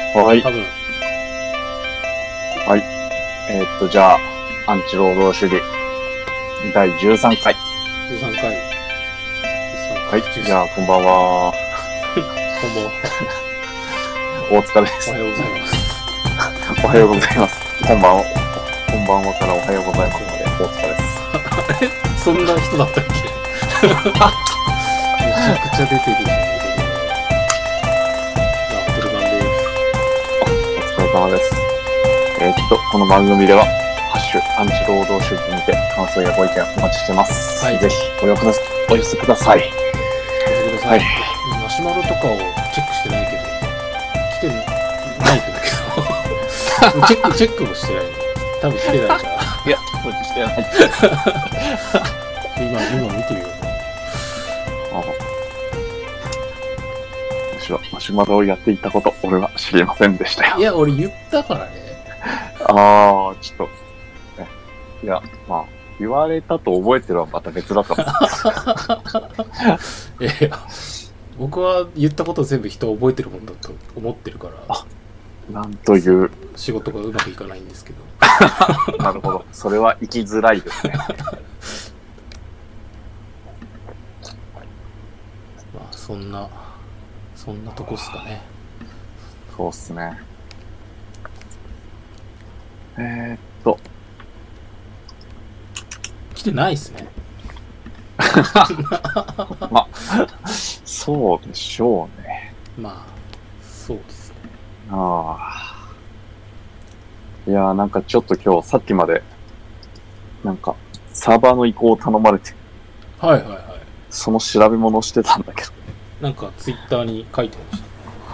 はい。 多分。 はい。じゃあ、アンチ労働主義、第13回。 13回。 はい。じゃあ、こんばんは。 こんばんは。 お疲れです。 おはようございます。 おはようございます。こんばんはからおはようございますので、お疲れです。 そんな人だったっけ？めちゃくちゃ出てるじゃん。テルマンです。 お疲れ様です。この番組では、ハッシュ、アンチ労働主義にて、感想やご意見お待ちしてます。はい。ぜひ、お寄せください。 はい。マシュマロとかをチェックしてないけど、来てないんだけど、チェックもしてない。多分来てないから。 いや、してない。 今見てみよう。 私はマシュマロをやっていたこと、俺は知りませんでしたよ。 いや、俺言ったからね。 ちょっと、ね、いや、まあ、言われたと覚えてるはまた別だと思う。 いや、僕は言ったことを全部人を覚えてるもんだと思ってるから。 なんという。 仕事がうまくいかないんですけど。 なるほど。それは生きづらいですね。 まあ、そんなとこっすかね。 そうっすね。 来てないっすね。 まあ、そうでしょうね。 まあ、そうですね。 いやー、なんかちょっと今日さっきまで、なんかサーバーの移行を頼まれて、 はいはいはい。 その調べ物をしてたんだけど。 なんかツイッターに書いてました。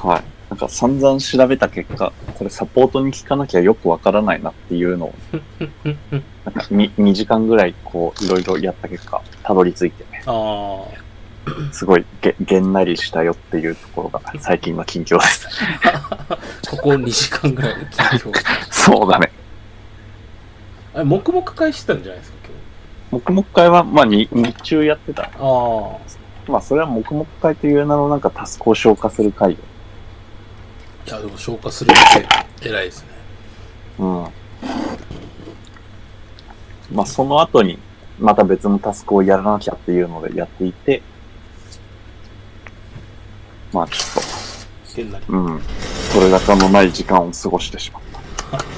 はい。なんか散々調べた結果、これサポートに聞かなきゃよくわからないなっていうのを、なんか 2時間ぐらいこういろいろやった結果、たどり着いてね。すごいげんなりしたよっていうところが最近の近況です。 ここ2時間ぐらいの近況。 そうだね。 あれ、黙々会してたんじゃないですか、 今日。黙々会は、まあ日中やってた。まあそれは黙々会という名のなんかタスクを消化する会で。 いや、でも消化するって偉いですね。 うん。まあその後にまた別のタスクをやらなきゃっていうのでやっていて、まあちょっと、うん、それ高のない時間を過ごしてしまった。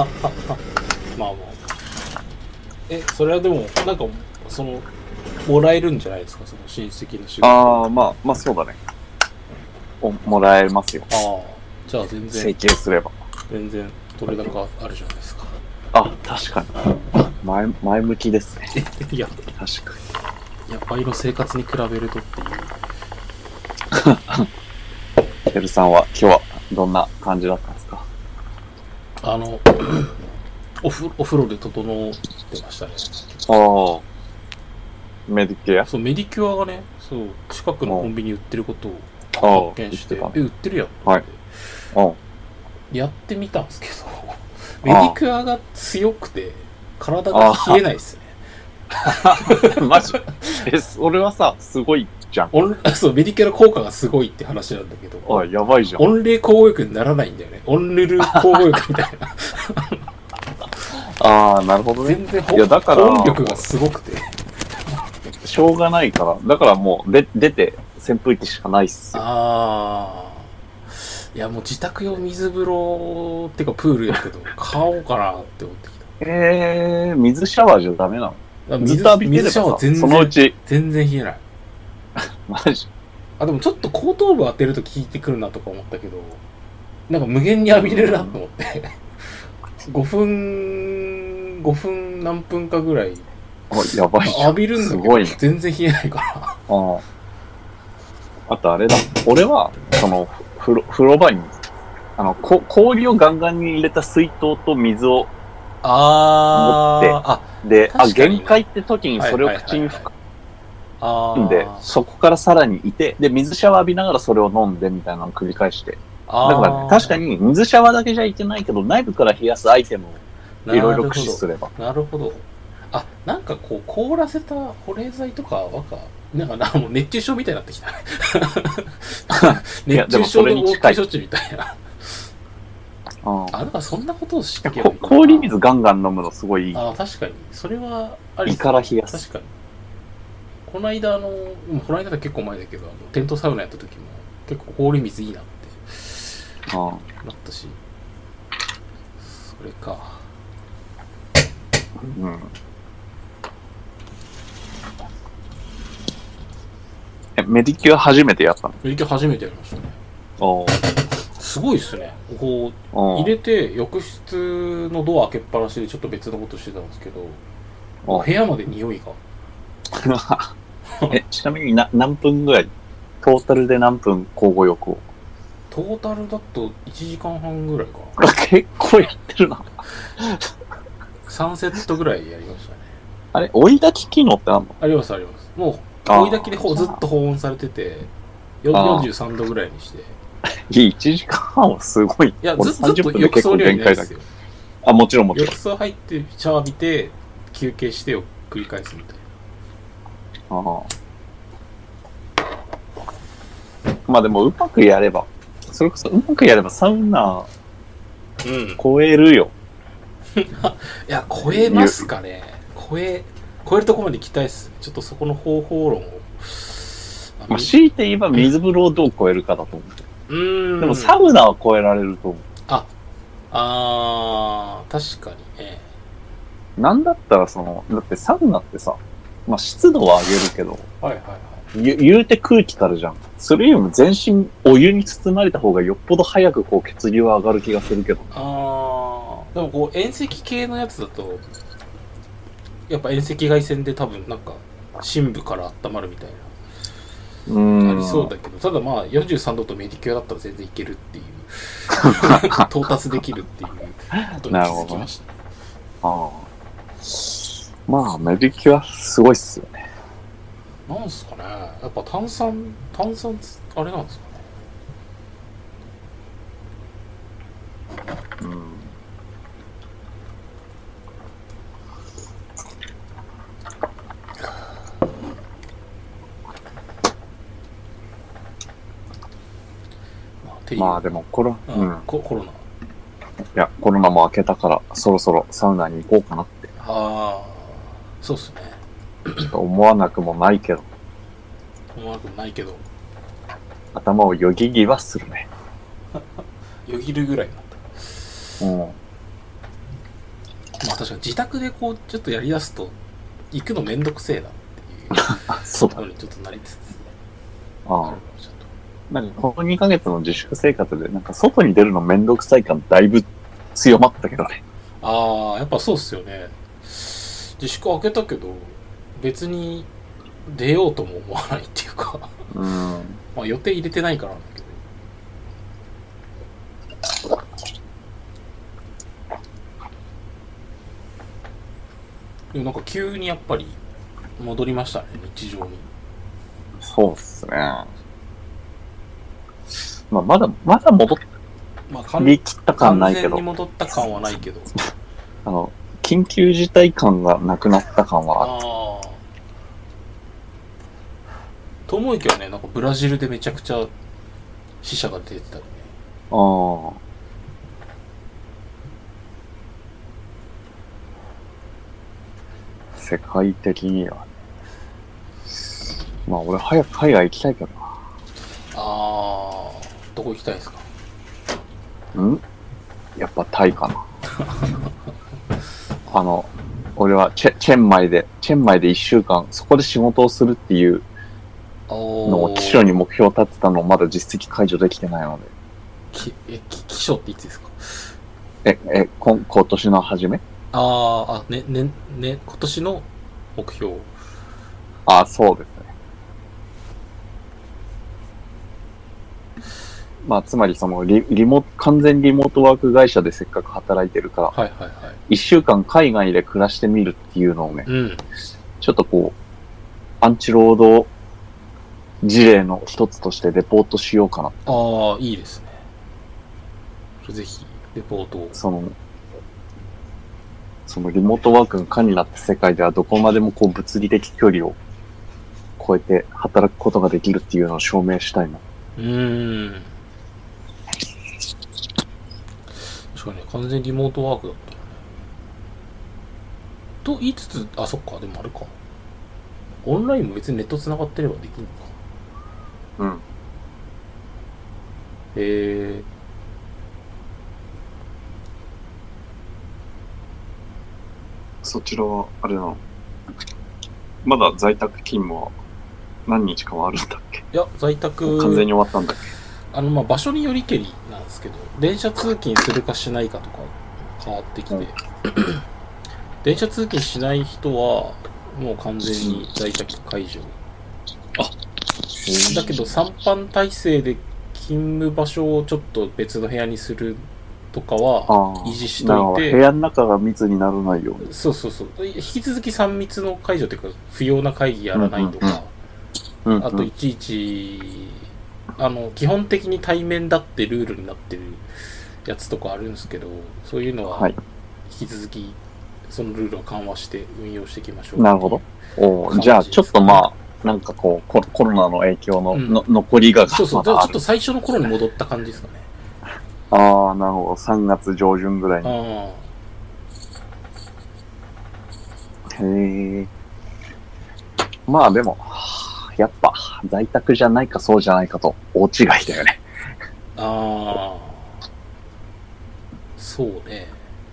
まあまあ。それはでもなんかもらえるんじゃないですか、その親戚の仕事。 まあそうだね。もらえますよ。 じゃあ全然請求すれば全然取れ高あるじゃないですか。 確かに前向きですね。 いや確かに。やっぱりの生活に比べるとっていう。 てるさんは今日はどんな感じだったんですか？ お風呂で整ってましたね。 メディケア？ そう、メディキュアがね、そう、近くのコンビニ売ってることを発見して、売ってるやん。 はい。 やってみたんですけど、メディキュアが強くて、体が冷えないっすね。 マジ？俺はさ、すごいじゃん。 そう、メディキュアの効果がすごいって話なんだけど。 やばいじゃん。 温冷交互浴にならないんだよね。温ぬる交互浴みたいな。なるほどね。 全然保温力がすごくて。 しょうがないから。だからもう出て扇風機しかないっすよ。 いやもう自宅用水風呂ってかプールやけど、買おうかなって思ってきた。 水シャワーじゃダメなの？ずっと浴びてればさ、そのうち。 全然冷えない。 マジ？ でもちょっと後頭部当てると効いてくるなとか思ったけど、なんか無限に浴びれるなと思って。5分何分かぐらい。 やばいじゃん。 浴びるんだけど、全然冷えないから。 あとあれだ。俺は、風呂場に、氷をガンガンに入れた水筒と水を持って、で、限界って時にそれを口に含んで、そこからさらにいて、で、水シャワー浴びながらそれを飲んでみたいなのを繰り返して。だから、ね、確かに水シャワーだけじゃいけないけど、内部から冷やすアイテムをいろいろ駆使すれば。 なるほど。なんかこう、凍らせた保冷剤とかなんかもう熱中症みたいになってきた。熱中症の応急処置みたいな。 だからそんなことを知って氷水ガンガン飲むのすごいいい。 確かに。それはあり。 胃から冷やす。 確かに。この間だ結構前だけど、テントサウナやった時も結構氷水いいなってなったし。それか。 うん。メディキュア初めてやったの？ メディキュア初めてやりましたね。すごいっすね。こう入れて浴室のドア開けっぱなしでちょっと別のことしてたんですけど、部屋まで匂いが。 ちなみに何分ぐらい？トータルで何分交互浴を？ トータルだと1時間半ぐらいか。 結構やってるな。 3セットぐらいやりましたね。 あれ追い炊き機能ってあるの？ ありますあります。もう追い炊きでずっと保温されてて43度ぐらいにして。 1時間半はすごい。 いや、ずっと浴槽にはいないですよ。 もちろん。浴槽入ってシャワー浴びて休憩してを繰り返すみたいな。 まあでもうまくやれば、それこそうまくやればサウナ超えるよ。 いや、超えますかね。超えるところまで行きたいっす。ちょっとそこの方法論を。 強いて言えば水風呂をどう超えるかだと思う。でもサウナは超えられると思う。 確かにね。 なんだったらだってサウナってさ、湿度は上げるけど、言うて空気からじゃん。それよりも全身お湯に包まれた方がよっぽど早く血流は上がる気がするけど。 でも遠赤系のやつだと、やっぱ遠赤外線で多分深部から温まるみたいな。ありそうだけど、ただ43度とメディキュアだったら全然いけるっていう到達できるっていうことに気づきました。 メディキュアすごいっすよね。 なんすかね、やっぱ炭酸あれなんですかね。 でもコロナ。いや、コロナも明けたからそろそろサウナに行こうかなって。 そうっすね。 思わなくもないけど。頭をよぎぎはするね。 よぎるぐらいになった。確かに自宅でちょっとやりだすと行くのめんどくせえなっていうそうだところにちょっとなりつつ。 この2ヶ月の自粛生活で外に出るのめんどくさい感だいぶ強まったけどね。 やっぱそうっすよね。自粛開けたけど別に出ようとも思わないっていうか予定入れてないからなんだけど、でも急にやっぱり戻りましたね、日常に。 そうっすね。まだ戻りきった感ないけど。 完全に戻った感はないけど。 緊急事態感がなくなった感はある。 と思うけどね、ブラジルでめちゃくちゃ死者が出てたりね。 世界的には。俺早く海外行きたいけどな。 どこ行きたいですか？ やっぱタイかな。俺はチェンマイで1週間そこで仕事をするっていうのを期初に目標を立てたのをまだ実績解除できてないので。 期初っていつですか？ 今年の初め？ 今年の目標。 そうですね。つまり完全リモートワーク会社でせっかく働いてるから、1週間海外で暮らしてみるっていうのをね、ちょっとアンチ労働事例の一つとしてレポートしようかな。 いいですね。ぜひ、レポートを。 そのリモートワークが可になった世界ではどこまでも物理的距離を超えて働くことができるっていうのを証明したいな。 確か確かに完全リモートワークだったよね。と言いつつ、あ、そっか、でもあれか。オンラインも別にネット繋がってればできるのか。 うん。そちらは、あれなの？まだ在宅勤務は何日かはあるんだっけ？ いや、在宅。 完全に終わったんだっけ？ まあ、場所によりけりなんですけど、電車通勤するかしないかとか変わってきて、電車通勤しない人は、もう完全に在宅解除。だけど、3班体制で勤務場所をちょっと別の部屋にするとかは維持しといて、 部屋の中が密にならないように。 そう。引き続き3密の解除というか、不要な会議やらないとか、あといちいち、基本的に対面だってルールになってるやつとかあるんですけど、そういうのは引き続きそのルールを緩和して運用していきましょう。 なるほど。じゃあちょっとまあなんかこうコロナの影響の、残りがそうちょっと最初の頃に戻った感じですかね。 ああ、なるほど。3月上旬ぐらいに。へえ。まあでもやっぱ在宅じゃないかそうじゃないかと大違いだよね。 そうね。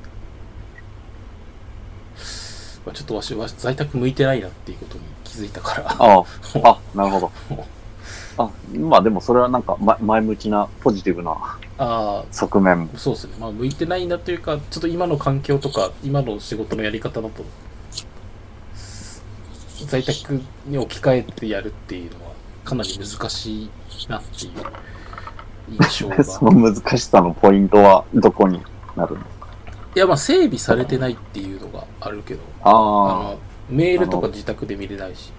ちょっとわし在宅向いてないなっていうことに気づいたから。 なるほど。まあでもそれはなんか、前向きなポジティブな側面も。 そうですね。まあ向いてないなというか、ちょっと今の環境とか今の仕事のやり方だと在宅に置き換えてやるっていうのはかなり難しいなっていう印象が。 その難しさのポイントはどこになるんですか？ いや、まあ整備されてないっていうのがあるけど、メールとか自宅で見れないし。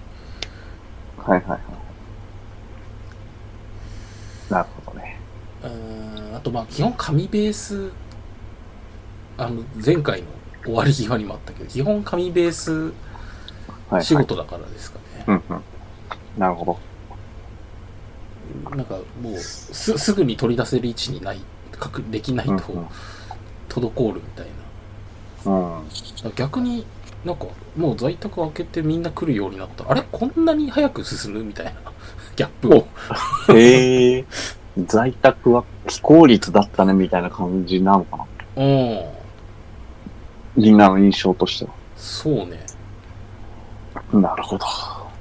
なるほどね。 あとまあ基本紙ベース、前回の終わり際にもあったけど、基本紙ベース仕事だからですかね。 なるほど。なんかもうすぐに取り出せる位置にない、できないと滞るみたいな。逆になんかもう在宅開けてみんな来るようになったら、あれこんなに早く進むみたいなギャップを。 在宅は非効率だったねみたいな感じなのかな。みんなの印象としては。 そうね。 なるほど。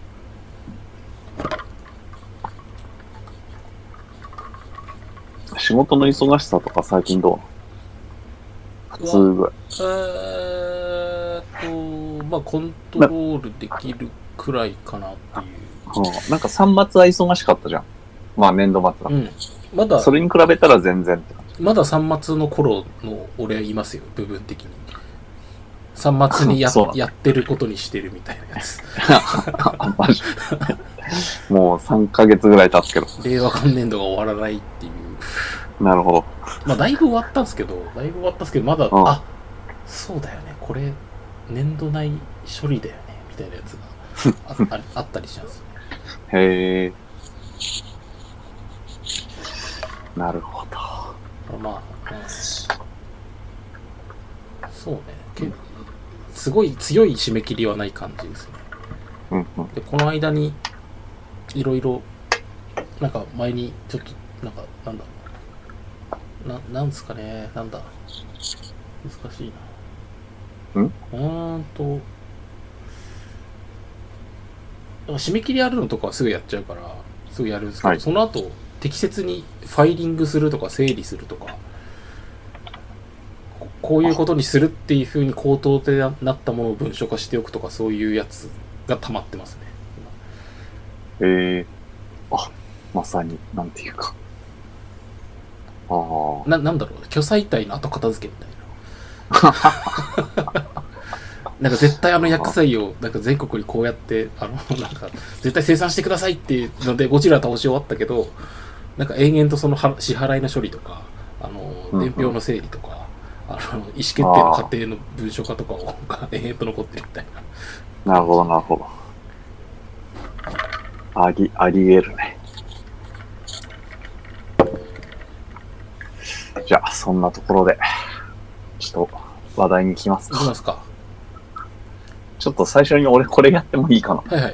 仕事の忙しさとか最近どう？普通ぐらい。 まあコントロールできるくらいかなっていう。 なんか3末は忙しかったじゃん。まあ年度末だ。 まだ。 それに比べたら全然って感じ。 まだ3末の頃の俺はいますよ、部分的に。3末にやってることにしてるみたいなやつ。 マジもう3ヶ月ぐらい経つけど。 令和元年度が終わらないっていう。 なるほど。 まあだいぶ終わったんですけど、まだ、そうだよね、これ、年度内処理だよね、みたいなやつがあったりします。 へえ。なるほど。 まあ、そうね。すごい強い締め切りはない感じですね。で、この間に、いろいろ、なんか前に、ちょっと、なんですかね、難しいな。締め切りあるのとかはすぐやっちゃうから、すぐやるんですけど、その後、適切にファイリングするとか整理するとか、こういうことにするっていう風に口頭でなったものを文書化しておくとか、そういうやつが溜まってますね。まさに、なんていうか。 なんだろう、巨彩体の後片付けみたいな。なんか絶対薬剤をなんか全国にこうやってなんか絶対生産してくださいっていうのでゴジラ倒し終わったけど、なんか延々とその支払いの処理とか伝票の整理とか意思決定の過程の文書化とかを延々と残ってるみたいな。 なるほどなるほど。あり得るね。じゃあそんなところでちょっと話題に行きますか。 行きますか。 ちょっと最初に俺これやってもいいかな。 はいはい。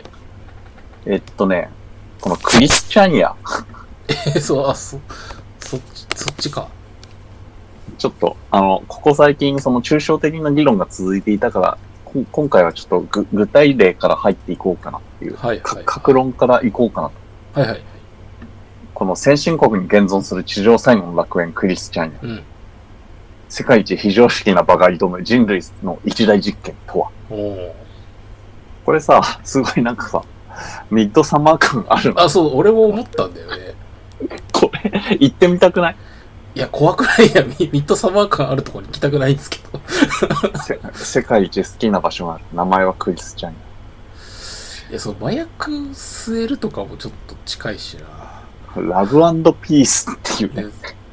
このクリスチャニア。 そっちか。 ちょっと、ここ最近その抽象的な議論が続いていたから、今回はちょっと具体例から入っていこうかなっていう、 はいはい、 各論からいこうかなと。 はいはい。 この先進国に現存する地上最後の楽園クリスチャニア。 うん、 世界一非常識な場が挑む人類の一大実験とは。これさ、すごいなんかさ、ミッドサマー感あるの。 あ、そう、俺も思ったんだよね。 これ、行ってみたくない？ いや、怖くないや、ミッドサマー感あるところに行きたくないんですけど。 世界一好きな場所がある。名前はクリスチャニア。いや、そう、麻薬吸えるとかもちょっと近いしな。 ラブ&ピースっていうね。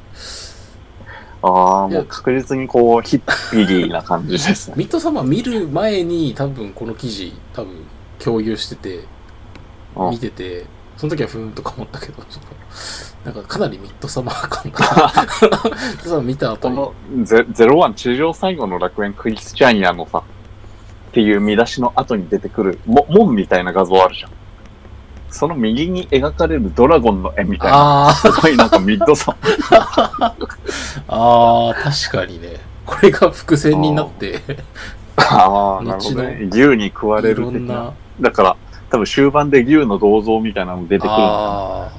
もう確実にこう、ヒッピリーな感じですね。 ミッドサマー見る前に多分この記事共有してて、見てて、その時はふーんとか思ったけど、ちょっと、なんかかなりミッドサマー感が見た後に。 この01地上最後の楽園クリスチャニアのさ、っていう見出しの後に出てくる門みたいな画像あるじゃん。その右に描かれるドラゴンの絵みたいな。すごいなんかミッドサマー。確かにね。これが伏線になって。 なるほどね。牛に食われる的な。だから、多分終盤で牛の銅像みたいなの出てくるんだ。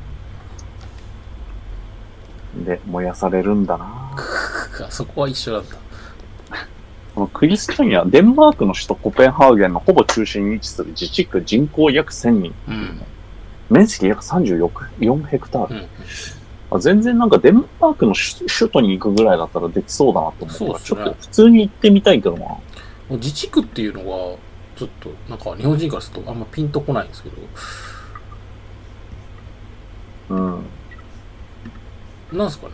で、燃やされるんだな。 そこは一緒なんだ。 このクリスチャニア、デンマークの首都コペンハーゲンのほぼ中心に位置する自治区、人口約1000人。面積約34ヘクタール。全然なんかデンマークの首都に行くぐらいだったらできそうだなと思うから、ちょっと普通に行ってみたいけどな。 自治区っていうのは、ちょっとなんか日本人からするとあんまピンとこないんですけど。なんすかね。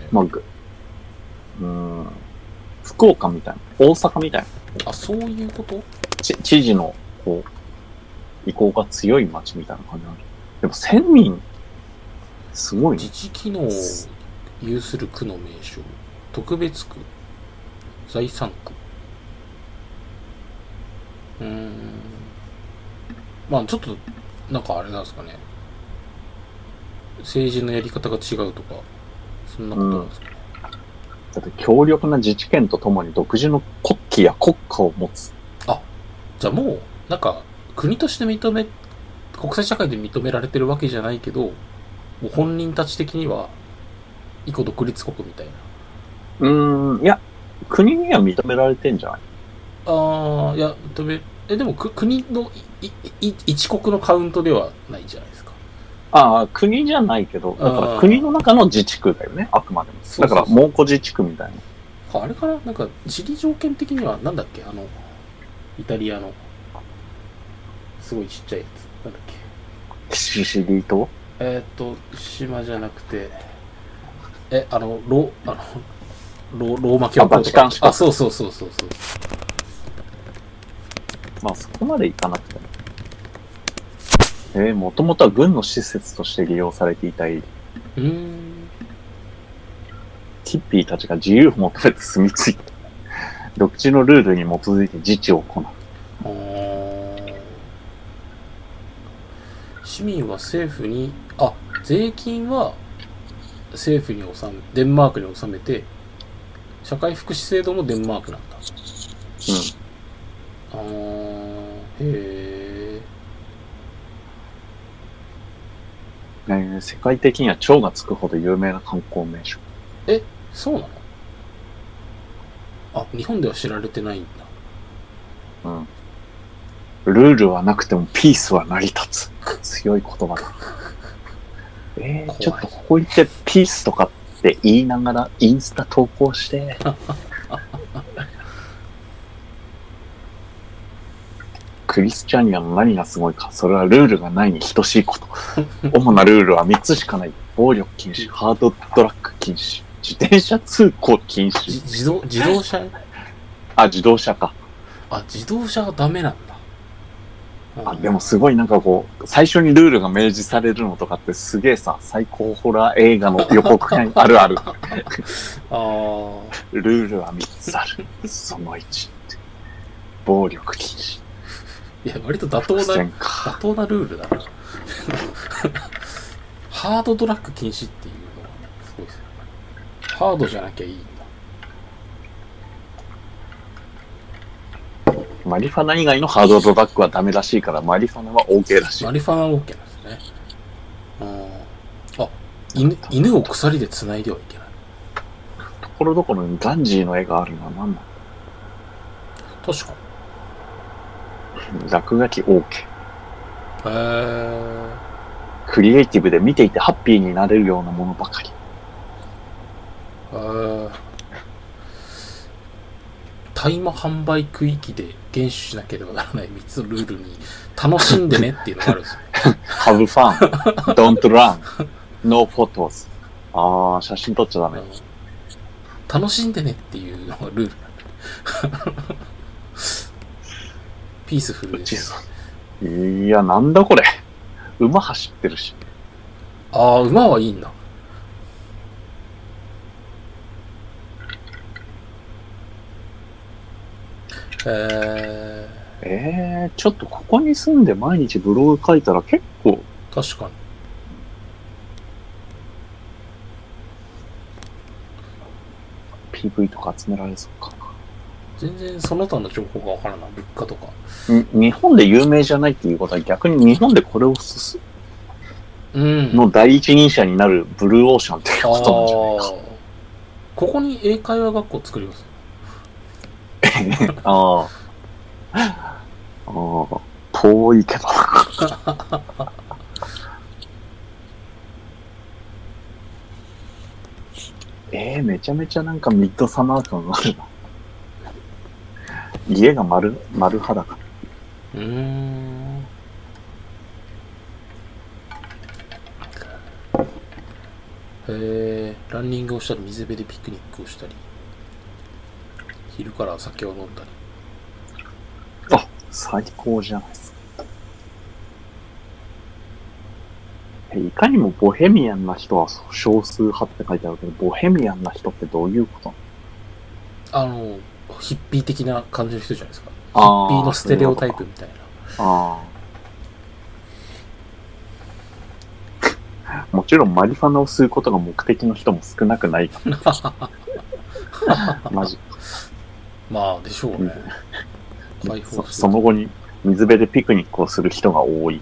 福岡みたいな。大阪みたいな。あ、そういうこと？ 知事の、こう、意向が強い町みたいな感じなんだ。でも1000人、すごいね。 自治機能を有する区の名称、特別区、財産区。まあちょっと、なんかあれなんですかね。政治のやり方が違うとか、そんなことなんですかね。 だって強力な自治権とともに独自の国旗や国家を持つ。 じゃあもう、なんか、国として国際社会で認められてるわけじゃないけど、もう本人たち的には、一個独立国みたいな。 いや、国には認められてんじゃない？ いや、でも国の一国のカウントではないじゃないですか。 国じゃないけど、だから国の中の自治区だよね、あくまでも。だから、蒙古自治区みたいな。あれかな？なんか、地理条件的には、なんだっけ？イタリアの、すごいちっちゃいやつ。なんだっけ？ シシリ島？ 島じゃなくて、ローマ教皇とか。 バチカン市か。 そう。 まあ、そこまでいかなくても。もともとは軍の施設として利用されていたエリア。ヒッピーたちが自由を求めて住み着いた。独自のルールに基づいて自治を行う。 市民は政府に、税金は政府にデンマークに納めて、社会福祉制度もデンマークなんだ。 世界的には超がつくほど有名な観光名所。 そうなの？日本では知られてないんだ。 ルールはなくてもピースは成り立つ。強い言葉だ。ちょっとここ行ってピースとかって言いながらインスタ投稿して。クリスチャニアの何がすごいか、それはルールがないに等しいこと。主なルールは3つしかない。暴力禁止、ハードドラッグ禁止、自転車通行禁止。 自動車？ 自動車か。 自動車がダメなんだ。 でもすごいなんかこう、最初にルールが明示されるのとかってすげえさ、最高ホラー映画の予告編あるある。ルールは3つある。その1。暴力禁止。 いや、割と妥当なルールだな。ハードドラッグ禁止っていうのはすごいですよ。ハードじゃなきゃいいんだ。 マリファナ以外のハードドラッグはダメらしいから、マリファナは OK らしい。 マリファナは OK なんですね。犬を鎖で繋いではいけない。 ところどころにガンジーの絵があるのは何なの？ 確かに。落書き OK。クリエイティブで見ていてハッピーになれるようなものばかり。 大麻販売区域で厳守しなければならない3つのルールに楽しんでねっていうのがあるんですよ。 Have fun, don't run, no photos。写真撮っちゃダメ。 楽しんでねっていうのがルールなんだ。ピースフルです。 いや、なんだこれ。馬走ってるし。 馬はいいんだ。 ちょっとここに住んで毎日ブログ書いたら結構。 確かに。 PV とか集められそうか。 全然その他の情報がわからない。物価とか。 日本で有名じゃないっていうことは逆に日本でこれをの第一人者になるブルーオーシャンっていうことなんじゃないか。 ここに英会話学校作ります。 遠いけど。めちゃめちゃなんかミッドサマー感があるな。家が丸裸。 ランニングをしたり、水辺でピクニックをしたり、昼から酒を飲んだり。 最高じゃないですか。いかにもボヘミアンな人は少数派って書いてあるけど、ボヘミアンな人ってどういうこと？ ヒッピー的な感じの人じゃないですか。ヒッピーのステレオタイプみたいな。 もちろんマリファナを吸うことが目的の人も少なくないから。マジ。 まあでしょうね。 その後に水辺でピクニックをする人が多い。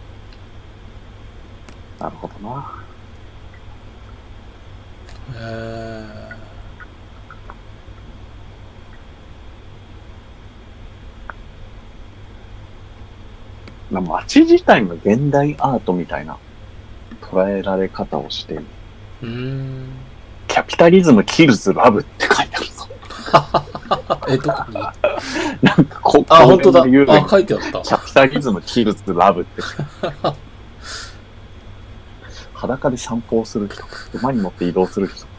なるほどな。街自体の現代アートみたいな捉えられ方をしている。キャピタリズムキルズラブって書いてあるぞ。 どこに？ なんか本当だ。 書いてあった。 キャピタリズムキルズラブって。裸で散歩をする人、馬に乗って移動する人。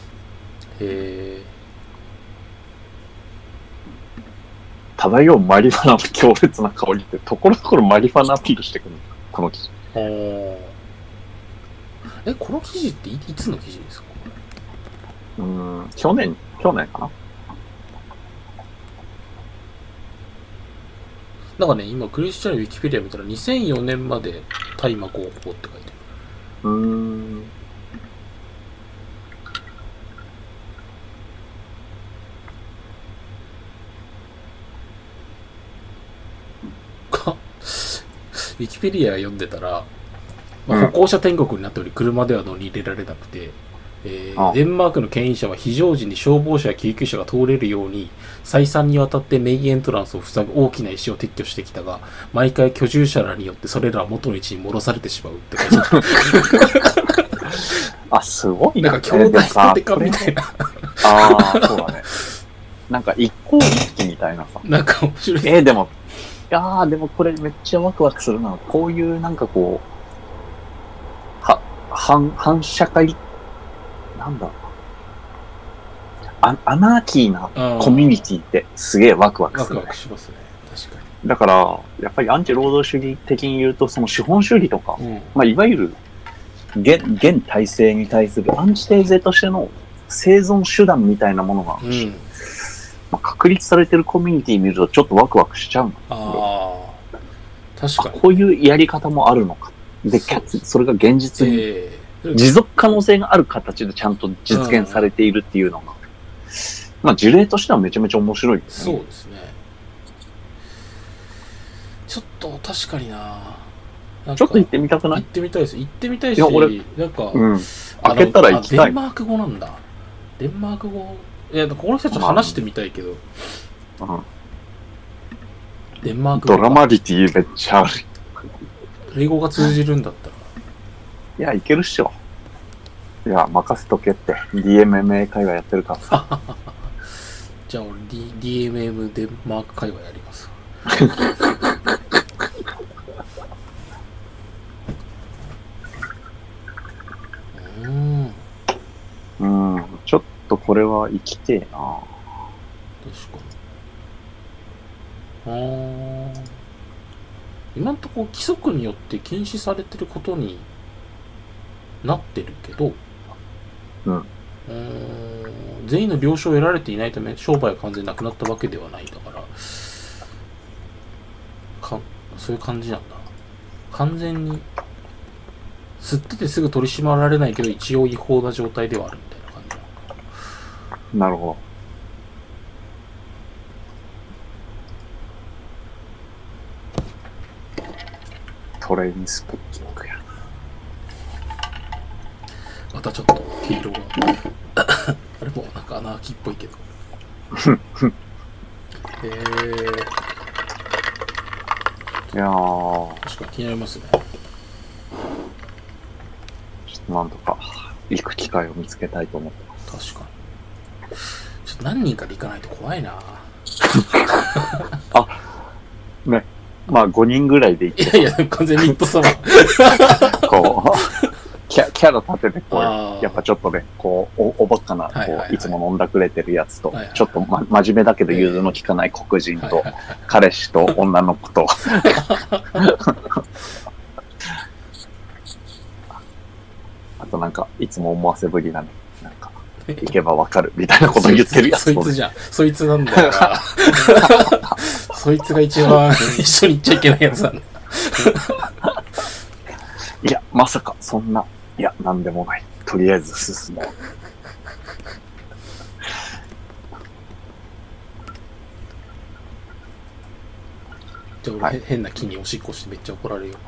漂うマリファナの強烈な香りってところどころマリファナアピールしてくるこの記事。 この記事っていつの記事ですか？ 去年かな。 なんかね、今クリスチャンのウィキペディア見たら2004年まで大麻合法って書いてある。ウィキペディア読んでたら、歩行者天国になっており車では乗り入れられなくて、デンマークの牽引車は非常時に消防車や救急車が通れるように再三にわたってメインエントランスを塞ぐ大きな石を撤去してきたが、毎回居住者らによってそれらは元の位置に戻されてしまうって書いてある。 すごいね。なんか兄弟建てかみたいな。 そうだね。なんか一向一揆みたいなさ。 なんか面白い。 でもこれめっちゃワクワクするな。こういうなんかこう、反社会、なんだろう。アナーキーなコミュニティってすげえワクワクする、 ワクワクしますね。 確かだから、やっぱりアンチ労働主義的に言うと、その資本主義とか、まあ、いわゆる現体制に対するアンチテーゼとしての生存手段みたいなものが、まあ、確立されてるコミュニティ見るとちょっとワクワクしちゃうの。 確かに。 こういうやり方もあるのか。で、それが現実に持続可能性がある形でちゃんと実現されているっていうのが、まあ事例としてはめちゃめちゃ面白いですね。そうですね。ちょっと確かにな。 ちょっと行ってみたくない？ 行ってみたいです。行ってみたいし、なんか、 開けたら行きたい。 デンマーク語なんだ。デンマーク語。いや、この人たちと話してみたいけど。デンマーク語。 ドラマリティめっちゃある。 英語が通じるんだったら。 いや、いけるっしょ。いや、任せとけって。DMMA 会話やってるからさ。 じゃあ俺、DMM デンマーク会話やります。 ちょっとこれは生きてえな。確かに。今んとこ規則によって禁止されてることになってるけど、全員の了承を得られていないため商売は完全になくなったわけではない。だからそういう感じなんだ。完全に吸っててすぐ取り締まられないけど一応違法な状態ではあるみたいな感じなるほど。トレインスポッキングや。 またちょっと黄色があれもなんか穴開きっぽいけどいやー、 確かに気になりますね。 ちょっとなんとか行く機会を見つけたいと思ってます。 確かに。ちょっと何人かで行かないと怖いな。 ね、まあ5人ぐらいで行って。 いや完全にミッドサマこうキャラ立ててこうやっぱちょっとねこうおバカなこういつも飲んだくれてるやつと、ちょっと、真面目だけど融通の利かない黒人と、彼氏と女の子とあとなんかいつも思わせぶりなね、なんか行けばわかるみたいなこと言ってるやつ。 そいつじゃん。そいつなんだよな。そいつが一番一緒に行っちゃいけないやつなんだ。 いや、まさかそんな、いや、なんでもない。とりあえず進もう。 じゃあ俺、変な木におしっこしてめっちゃ怒られるよ。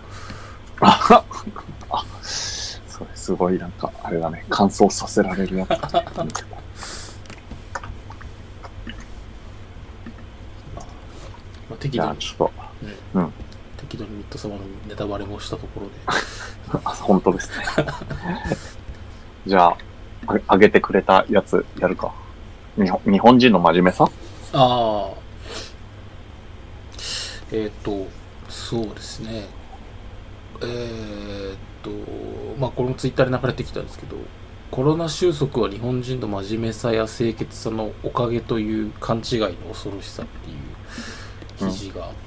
それすごいなんか、あれだね、乾燥させられるやつ。 適度に、 ちょっと、 適度にミッドサマーのネタバレもしたところで。 本当ですね。じゃあ、あげてくれたやつやるか。日本人の真面目さ？ そうですね。まあこれもツイッターで流れてきたんですけど、コロナ収束は日本人の真面目さや清潔さのおかげという勘違いの恐ろしさっていう記事があって、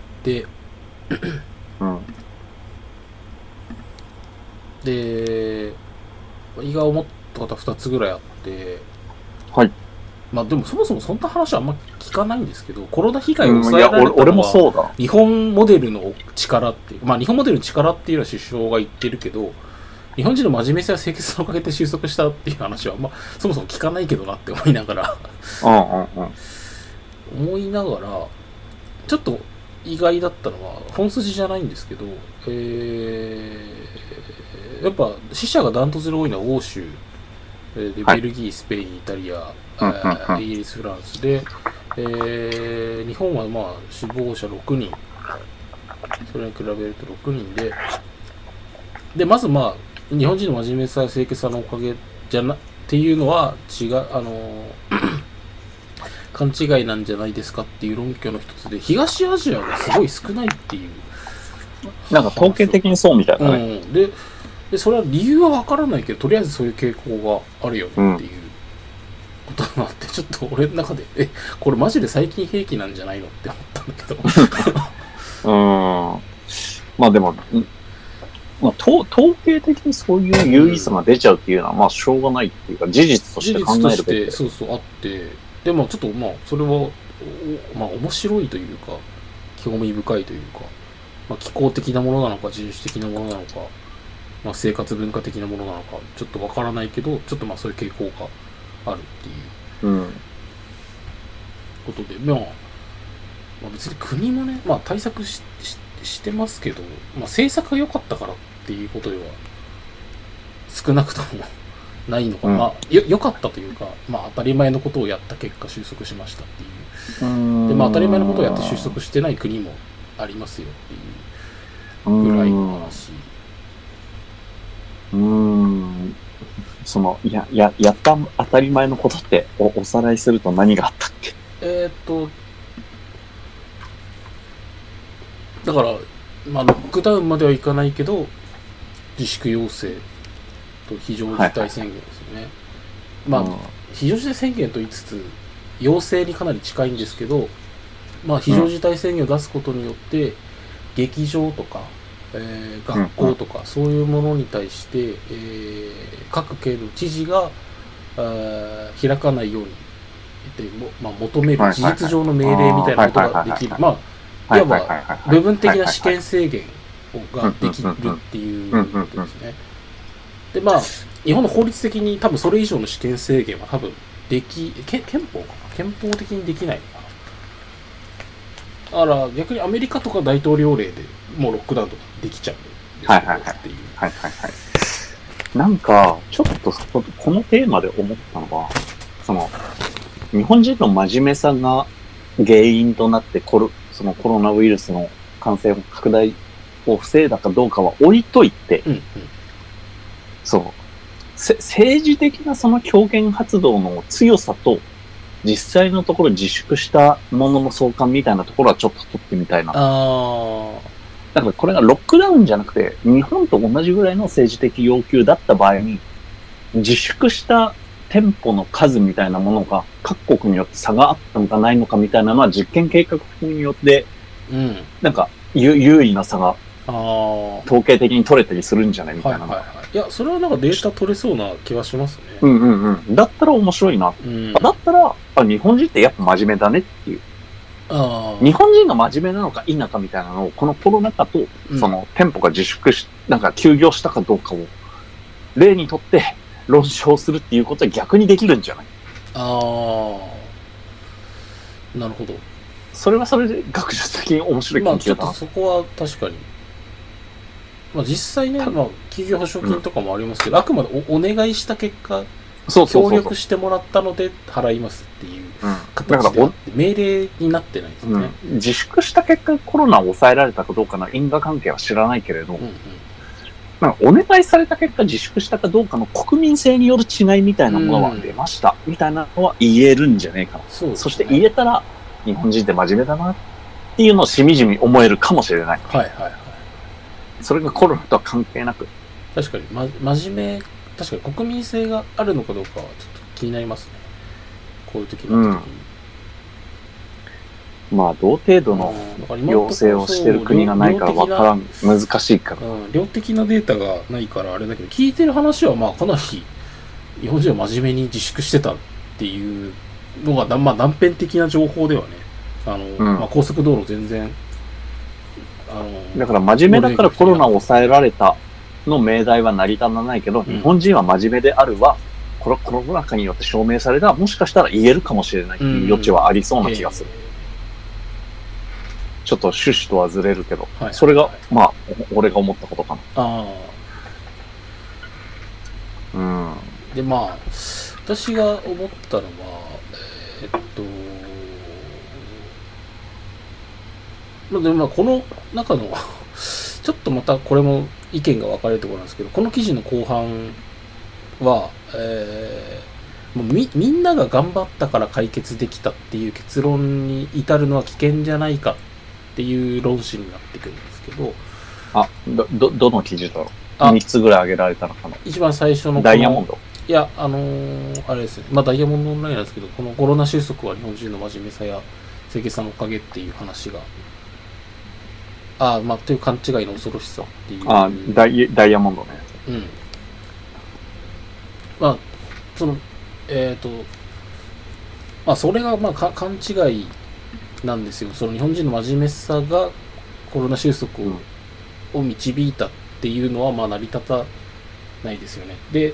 で、胃が思ったことは2つぐらいあって、まあでもそもそもそんな話はあんま聞かないんですけど、コロナ被害を抑えられたのは日本モデルの力っていう、まあ日本モデルの力っていうのは首相が言ってるけど、日本人の真面目さや清潔さのおかげで収束したっていう話はあんまそもそも聞かないけどなって思いながら思いながら、ちょっと意外だったのは本筋じゃないんですけど、やっぱ死者がダントツで多いのは欧州で、ベルギー、スペイン、イタリア、イギリス、フランスで、日本はまあ死亡者6人、それに比べると6人で、まずまあ日本人の真面目さや清潔さのおかげじゃなっていうのは勘違いなんじゃないですかっていう論拠の一つで、東アジアがすごい少ないっていう、 なんか統計的にそうみたいなね。 でそれは理由は分からないけど、とりあえずそういう傾向があるよねっていうことになって、ちちょっと俺の中で、これマジで最近兵器なんじゃないのって思ったんだけど。まあでも、まあ、統計的にそういう有意差が出ちゃうっていうのは、まあ、しょうがないっていうか、事実として考えるべき。 そうそう、あって、でもちょっと、まあ、それは、まあ、面白いというか、興味深いというか、まあ、気候的なものなのか、人種的なものなのか、まあ、生活文化的なものなのか、ちょっとわからないけど、ちょっとまあ、そういう傾向があるっていうことで、まあ、別に国もね、まあ、対策してますけど、まあ、政策が良かったからっていうことでは少なくともないのかな、まあ、良かったというか、まあ、当たり前のことをやった結果収束しましたっていうで、まあ、当たり前のことをやって収束してない国もありますよっていうぐらいの話。 そのやった当たり前のことっておさらいすると何があったっけ？ だから、まあ、ロックダウンまではいかないけど、自粛要請と非常事態宣言ですよね。まあ、非常事態宣言と言いつつ、要請にかなり近いんですけど、まあ、非常事態宣言を出すことによって、劇場とか、学校とか、そういうものに対して、各県の知事が開かないようにまあ、求める事実上の命令みたいなことができる。まあ、いわば部分的な試験制限ができるっていうことですね。で、まあ、日本の法律的に多分それ以上の試験制限は多分憲法かな、憲法的にできないのかな。だから逆にアメリカとか大統領令でもうロックダウンとかできちゃうんですよっていう。 なんか、ちょっとこのテーマで思ったのは、日本人の真面目さが原因となってそのコロナウイルスの感染拡大を防いだかどうかは置いといて、政治的なその強権活動の強さと、実際のところ自粛したものの相関みたいなところはちょっと取ってみたいな。だからこれがロックダウンじゃなくて、日本と同じぐらいの政治的要求だった場合に、自粛した店舗の数みたいなものが各国によって差があったのかないのかみたいなのは実験計画によって、なんか有利な差が統計的に取れたりするんじゃないみたいな。 いや、それはなんかデータ取れそうな気はしますね。 だったら面白いな。だったら、日本人ってやっぱ真面目だねっていう。日本人が真面目なのか否かみたいなのを、このコロナ禍と、その店舗が自粛なんか休業したかどうかを例にとって論証するっていうことは逆にできるんじゃない？ なるほど。 それはそれで学術的に面白い研究だな。 まあちょっとそこは確かに。まあ実際ね、まあ企業保証金とかもありますけど、あくまでお願いした結果、協力してもらったので払いますっていう形であって、命令になってないですよね。 自粛した結果コロナを抑えられたかどうかの因果関係は知らないけれど、お願いされた結果自粛したかどうかの国民性による違いみたいなものは出ました、みたいなのは言えるんじゃねえかな。そして言えたら日本人って真面目だなっていうのをしみじみ思えるかもしれない。それがコロナとは関係なく。 確かに、真面目、確かに国民性があるのかどうかはちょっと気になりますね。こういう時の時に。 まあ、同程度の要請をしてる国がないから分からん、難しいから。 量的なデータがないからあれだけど、聞いてる話はまあかなり日本人は真面目に自粛してたっていうのが、まあ断片的な情報ではね、まあ高速道路全然、 だから真面目だからコロナを抑えられたの命題は成り立たないけど、日本人は真面目であるは、コロナ禍によって証明されたら、もしかしたら言えるかもしれないっていう余地はありそうな気がする。ちょっと趣旨とはずれるけど、それが、まあ、俺が思ったことかな。で、まあ、私が思ったのは、でもまあ、この中の、ちょっとまたこれも意見が分かれるところなんですけど、この記事の後半は、もうみんなが頑張ったから解決できたっていう結論に至るのは危険じゃないかっていう論旨になってくるんですけど。 どの記事だろう？3つぐらい挙げられたのかな。 一番最初のダイヤモンド。 いや、あれですね、まあ、ダイヤモンドオンラインなんですけど、このコロナ収束は日本人の真面目さや清潔さのおかげっていう話が、まあ、という勘違いの恐ろしさっていう。 ダイヤモンドね。 うん。まあ、その、まあ、それが、まあ、勘違いなんですよ。その日本人の真面目さがコロナ収束を導いたっていうのは、まあ、成り立たないですよね。で、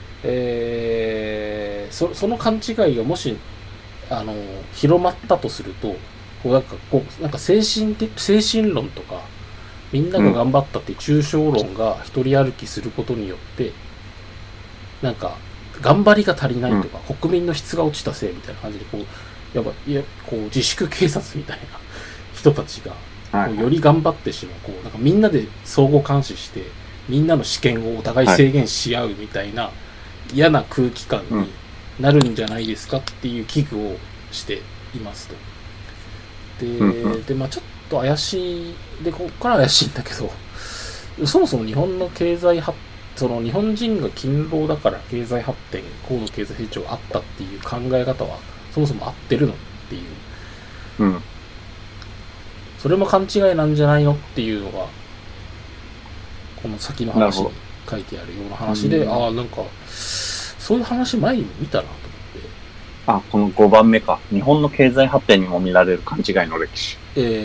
その勘違いがもし、広まったとすると、なんか精神論とか、みんなが頑張ったって抽象論が一人歩きすることによって、なんか、頑張りが足りないとか、国民の質が落ちたせいみたいな感じで、自粛警察みたいな人たちが、より頑張ってしまう、なんかみんなで相互監視して、みんなの試験をお互い制限し合うみたいな、嫌な空気感になるんじゃないですかっていう危惧をしていますと。で、まあちょっと怪しい、で、ここから怪しいんだけど、そもそも日本の経済その日本人が勤労だから経済発展、高度経済成長があったっていう考え方は、そもそも合ってるのっていう。それも勘違いなんじゃないのっていうのが、この先の話に書いてあるような話で、なんか、そういう話前に見たなと思って。 この5番目か。日本の経済発展にも見られる勘違いの歴史。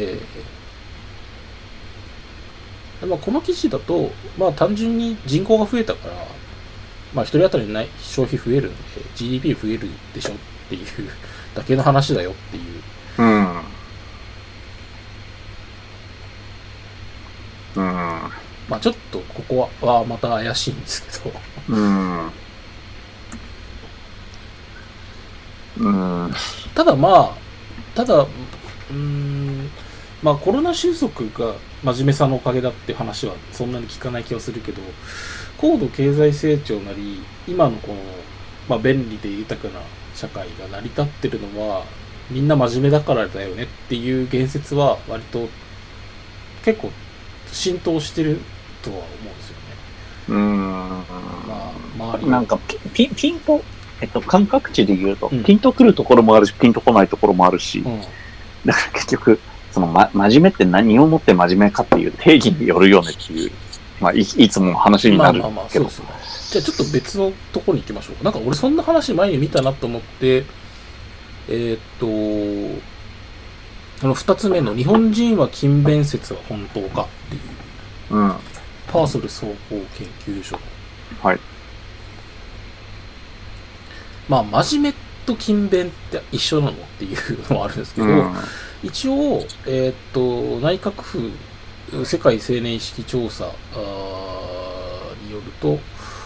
まあ、この記事だと、まあ単純に人口が増えたから、まあ一人当たりの消費増えるんで、GDP 増えるでしょっていうだけの話だよっていう。まあちょっとここはまた怪しいんですけど。ただまあコロナ収束が真面目さのおかげだって話はそんなに聞かない気がするけど、高度経済成長なり、今のこの、まあ便利で豊かな社会が成り立ってるのは、みんな真面目だからだよねっていう言説は割と結構浸透してるとは思うんですよね。周りなんかピンと、感覚値で言うと、ピンとくるところもあるし、ピンとこないところもあるし、だから結局、その真面目って何をもって真面目かっていう定義によるよねっていう、まあ、いつも話になるけど。 そうですね。じゃあちょっと別のところに行きましょう。なんか俺そんな話前に見たなと思って、二つ目の日本人は勤勉説は本当かっていう。パーソル総合研究所。まあ、真面目と勤勉って一緒なのっていうのはあるんですけど、一応、内閣府世界青年意識調査によると、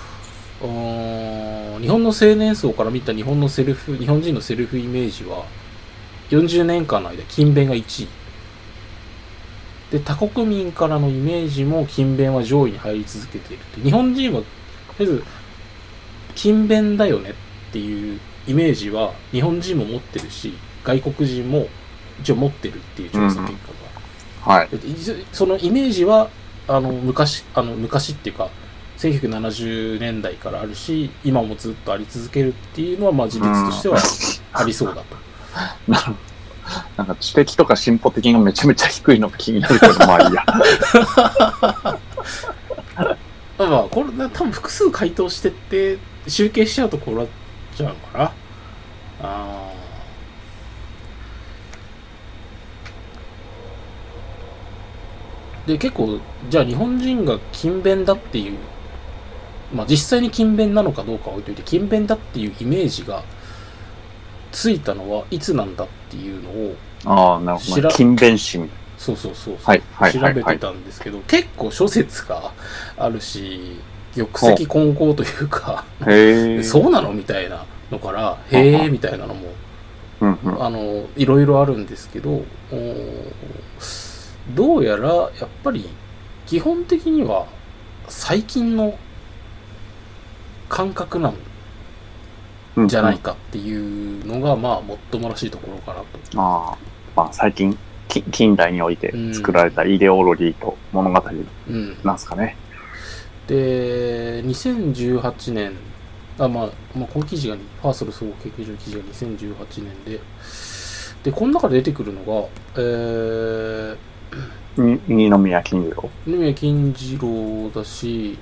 日本の青年層から見た日本人のセルフイメージは、40年間の間、勤勉が1位。で、他国民からのイメージも勤勉は上位に入り続けている。日本人は、とりあえず、勤勉だよねっていうイメージは日本人も持ってるし、外国人も一応持ってるっていう調査結果が。そのイメージは、昔っていうか、1970年代からあるし、今もずっとあり続けるっていうのは、まあ事実としてはありそうだと。 なんか知的とか進歩的がめちゃめちゃ低いのが気になるけど、まあいいや。 まあ、これ、多分複数回答してって、集計しちゃうとこうなっちゃうのかな。で、結構、じゃあ日本人が勤勉だっていう、まあ実際に勤勉なのかどうかは置いといて、勤勉だっていうイメージがついたのはいつなんだっていうのを、 なるほど。勤勉心。 そう。調べてたんですけど、結構諸説があるし、玉石混交というか、そうなのみたいなのから、みたいなのも、いろいろあるんですけど、どうやら、やっぱり、基本的には、最近の感覚なんじゃないかっていうのが、まあ、もっともらしいところかなと。 まあ、最近、近代において作られたイデオロギーと物語なんですかね。 で、2018年この記事が、パーソル総合研究所の記事が2018年で、この中で出てくるのが、 二宮金次郎。 二宮金次郎だし、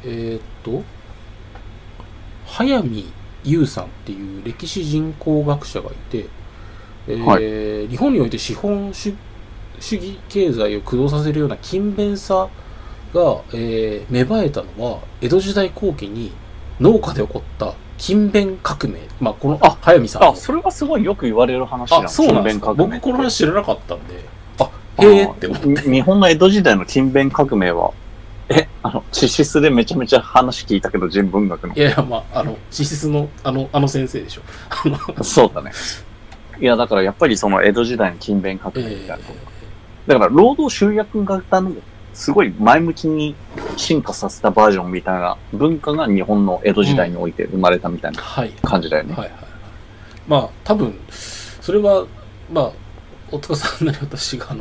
早見優さんっていう歴史人口学者がいて、日本において資本主義経済を駆動させるような勤勉さが、芽生えたのは江戸時代後期に農家で起こった勤勉革命。この早見さん。 それはすごいよく言われる話だ。 そうなんですか。僕この話知らなかったんで、へえって思って。 日本の江戸時代の勤勉革命は、地質でめちゃめちゃ話聞いたけど、人文学の。 いや、地質のあの先生でしょ。 そうだね。いや、だからやっぱりその江戸時代の勤勉革命みたいなこと。だから労働集約型のすごい前向きに進化させたバージョンみたいな文化が日本の江戸時代において生まれたみたいな感じだよね。 多分、それは、大塚さんなり私が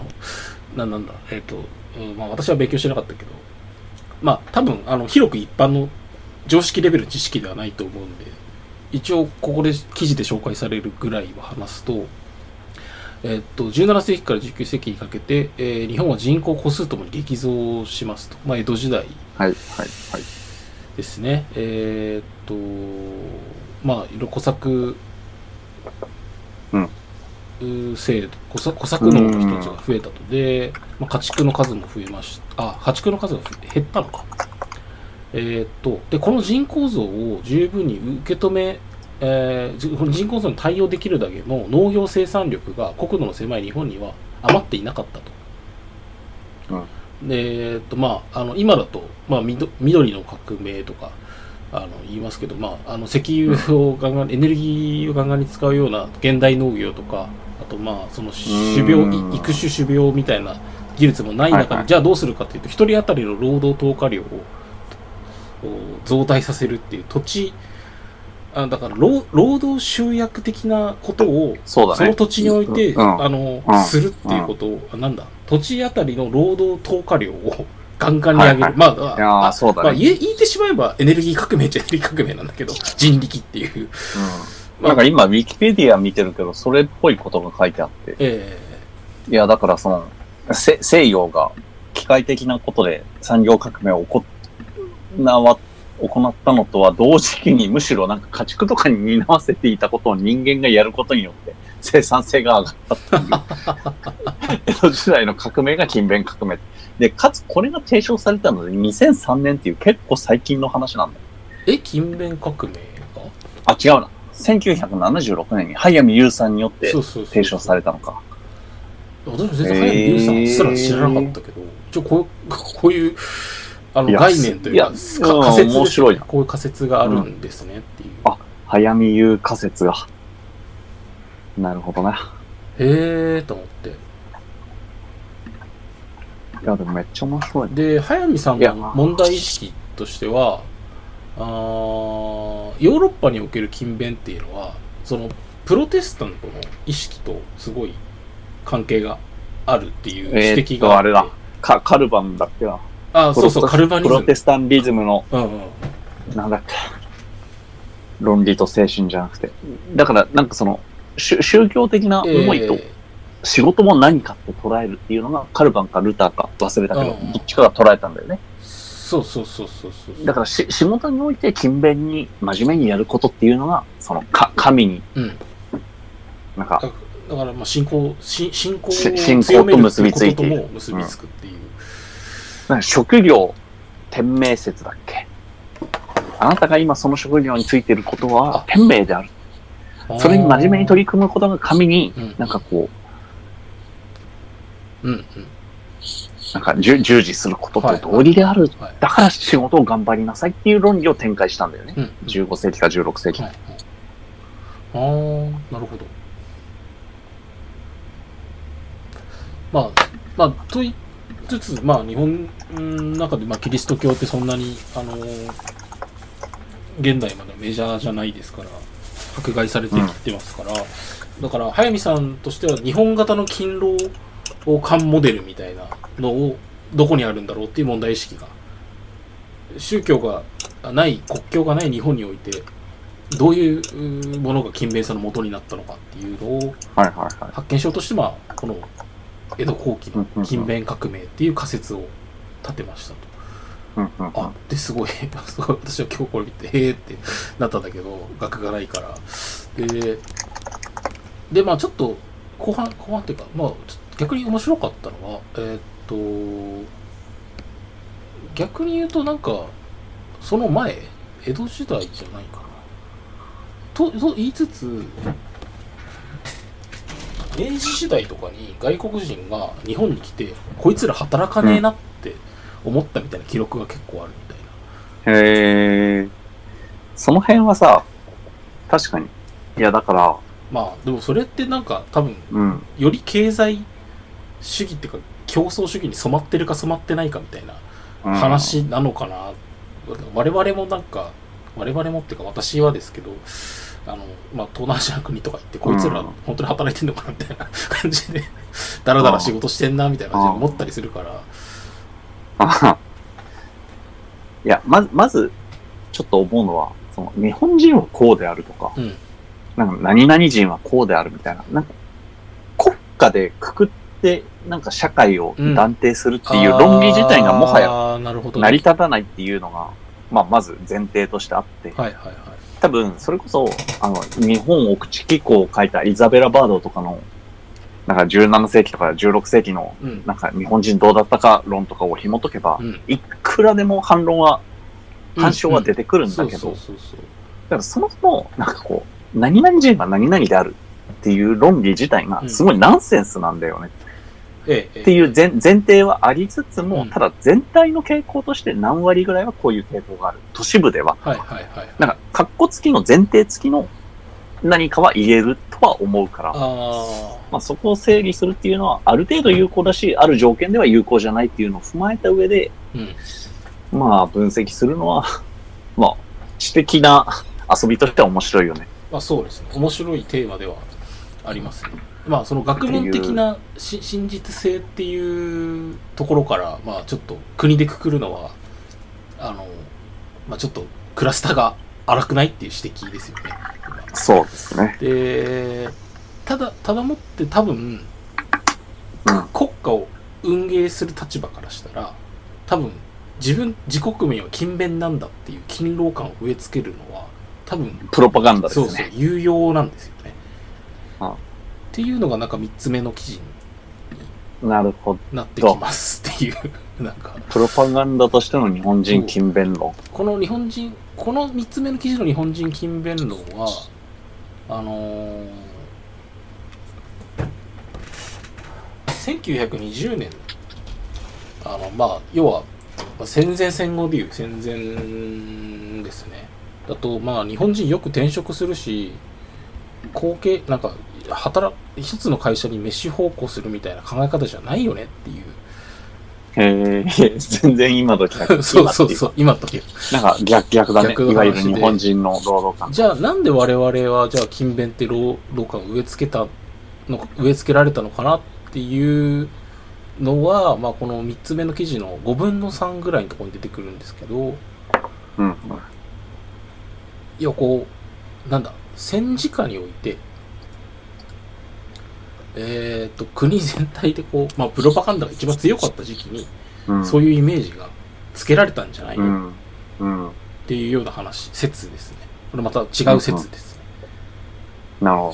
私は勉強してなかったけど、多分、広く一般の常識レベルの知識ではないと思うんで、一応ここで記事で紹介されるぐらいは話すと、17世紀から19世紀にかけて、日本は人口個数ともに激増しますと。江戸時代ですね。いろいろ小作制度、小作農の人たちが増えたと。で、家畜の数も増えました。家畜の数が減ったのか。で、この人口増を十分に受け止め、この人口増に対応できるだけの農業生産力が国土の狭い日本には余っていなかったと。で、今だと、緑の革命とか、言いますけど、石油をエネルギーをガンガンに使うような現代農業とか、あと、その育種種苗みたいな技術もない中で、じゃあどうするかというと、一人当たりの労働投下量を増大させるっていう土地、だから労働集約的なことをその土地において、するっていうことを、土地当たりの労働投下量をガンガンに上げる。言ってしまえばエネルギー革命っちゃエネルギー革命なんだけど、人力っていう。 なんか今、ウィキペディア見てるけど、それっぽいことが書いてあって。いや、だから西洋が機械的なことで産業革命を行ったのとは同時期にむしろなんか家畜とかに担わせていたことを人間がやることによって生産性が上がったっていう。江戸時代の革命が勤勉革命。で、かつこれが提唱されたので2003年っていう結構最近の話なんだよ。 勤勉革命か？違うな。1976年に早見優さんによって提唱されたのか。 私も全然早見優さんすら知らなかったけど、こういう概念というか、仮説面白いな。こういう仮説があるんですねっていう。 早見優仮説が。なるほどな。 へーと思って。 いや、でもめっちゃ面白い。 で、早見さんの問題意識としては、ヨーロッパにおける勤勉っていうのは、そのプロテスタントの意識とすごい関係があるっていう指摘があれだ。カルバンだっけな。 そうそう、カルバニズム。 プロテスタンリズムの、なんだっけ。論理と精神じゃなくて。だから、なんか宗教的な思いと、仕事も何かって捉えるっていうのが、カルバンかルターか忘れたけど、どっちかが捉えたんだよね。 そう。 だから仕事において勤勉に真面目にやることっていうのが、神に、 なんか、だから信仰をと結びついている。 結びつくっていう。 職業天命説だっけ？あなたが今その職業についていることは天命である。それに真面目に取り組むことが神に、なんかこう、なんか従事することと同理である。だから仕事を頑張りなさいっていう論理を展開したんだよね。15世紀か16世紀。 なるほど。と言いつつ、日本の中で、キリスト教ってそんなに、現代までメジャーじゃないですから、迫害されてきてますから、だから、早見さんとしては、日本型の勤労官モデルみたいなのを、どこにあるんだろうっていう問題意識が、宗教がない、国境がない日本において、 どういうものが勤勉さの元になったのかっていうのを発見しようとして、まあ、この江戸後期の勤勉革命っていう仮説を立てましたと。あ、ですごい私は今日これ見てへーってなったんだけど、学がないから。でまあちょっと後半っていうか、まあ逆に面白かったのは逆に言うとなんかその前江戸時代じゃないかなと言いつつ、明治時代とかに外国人が日本に来てこいつら働かねえなって思ったみたいな記録が結構あるみたいな。 へえ。その辺はさ、確かに。いやだからまあでもそれってなんか多分、より経済主義っていうか競争主義に染まってるか染まってないかみたいな話なのかな。我々もなんか我々もっていうか私はですけど、まあ、東南アジアの国とか行ってこいつら本当に働いてんのかなみたいな感じでだらだら仕事してんなみたいな感じで思ったりするから。 いやまずちょっと思うのは、その日本人はこうであるとか、なんか何々人はこうであるみたいな、なんか国家でくくってなんか社会を断定するっていう論理自体がもはや成り立たないっていうのが、まあまず前提としてあって、多分それこそ日本奥地機構を書いたイザベラ・バードとかのなんか17世紀とか16世紀のなんか日本人どうだったか論とかを紐解けば、いくらでも反論は干渉は出てくるんだけど、だからそもそもなんかこう何々人は何々であるっていう論理自体がすごいナンセンスなんだよね、っていう前提はありつつも、ただ全体の傾向として何割ぐらいはこういう傾向がある。都市部では。なんか、カッコ付きの前提付きの何かは言えるとは思うから、まあそこを整理するっていうのはある程度有効だし、ある条件では有効じゃないっていうのを踏まえた上で、まあ分析するのは、まあ知的な遊びとしては面白いよね。 まあそうですね。面白いテーマではありますね。まあその学問的な真実性っていうところから、まあちょっと国でくくるのはまあちょっとクラスターが荒くないっていう指摘ですよね。 そうですね。 で、ただもって多分、国家を運営する立場からしたら、多分自国民は勤勉なんだっていう勤労感を植え付けるのは多分プロパガンダですね。 そう有用なんですよね。っていうのがなんか3つ目の記事になってきますっていうなんかプロパガンダとしての日本人勤勉論。 この3つ目の記事の日本人勤勉論は1920年まあ要は戦前戦後でいう戦前ですね。だとまあ日本人よく転職するしなんか一つの会社に飯奉公するみたいな考え方じゃないよねっていう。 全然今時だけど。 そう今時。 なんか逆だね。いわゆる日本人の労働感。 じゃあなんで我々はじゃあ勤勉って労働感を植え付けられたのかなっていうのは、まあこの3つ目の記事の5分の3ぐらいのところに出てくるんですけど、いやこうなんだ戦時下において。国全体でこう、まあ、プロパガンダが一番強かった時期に、そういうイメージがつけられたんじゃないの、っていうような説ですね。これまた違う説ですね。 なるほど。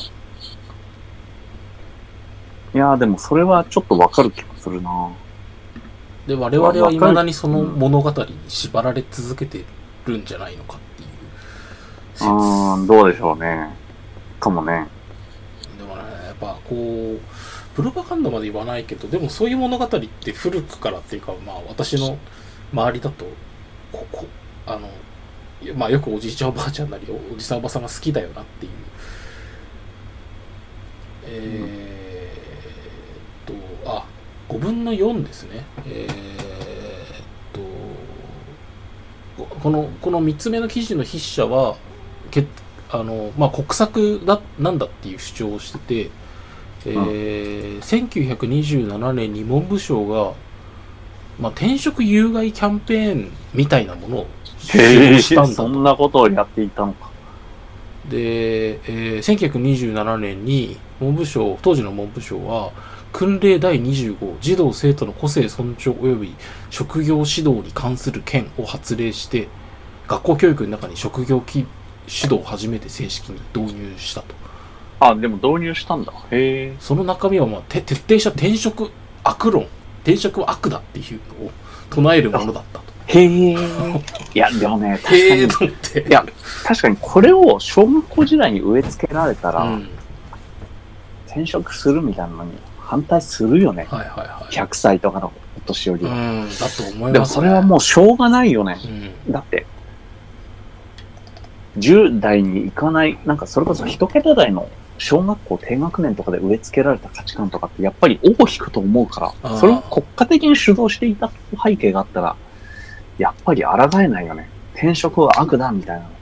いやーでもそれはちょっとわかる気がするな。 で我々は未だにその物語に縛られ続けてるんじゃないのかっていう説。どうでしょうね。かもね。 やっぱこうプロパガンダまで言わないけど、でもそういう物語って古くからっていうか、まあ私の周りだとまあよくおじいちゃんおばあちゃんなりおじさんおばさんが好きだよなっていう5分の4ですね。この3つ目の記事の筆者はまあ、国策なんだっていう主張をしてて、1927年に文部省が、まあ、転職有害キャンペーンみたいなものを主張したんだと。 そんなことをやっていたのか。 で、1927年に当時の文部省は訓令第25児童生徒の個性尊重及び職業指導に関する件を発令して、学校教育の中に職業指導を初めて正式に導入したと。 あ、でも導入したんだ。へえ。 その中身は徹底した転職悪論、転職は悪だっていうのを唱えるものだったと。 へえ。いや、でもね、 へえと思って。 いや、確かにこれを小学校時代に植え付けられたら、転職するみたいなのに反対するよね。 はいはいはい。 100歳とかのお年寄りは。 だと思いますね。 でもそれはもうしょうがないよね。だって、10代に行かない、なんかそれこそ一桁台の小学校低学年とかで植え付けられた価値観とかってやっぱり尾を引くと思うから、それを国家的に主導していた背景があったら、やっぱり抗えないよね。転職は悪だみたいな、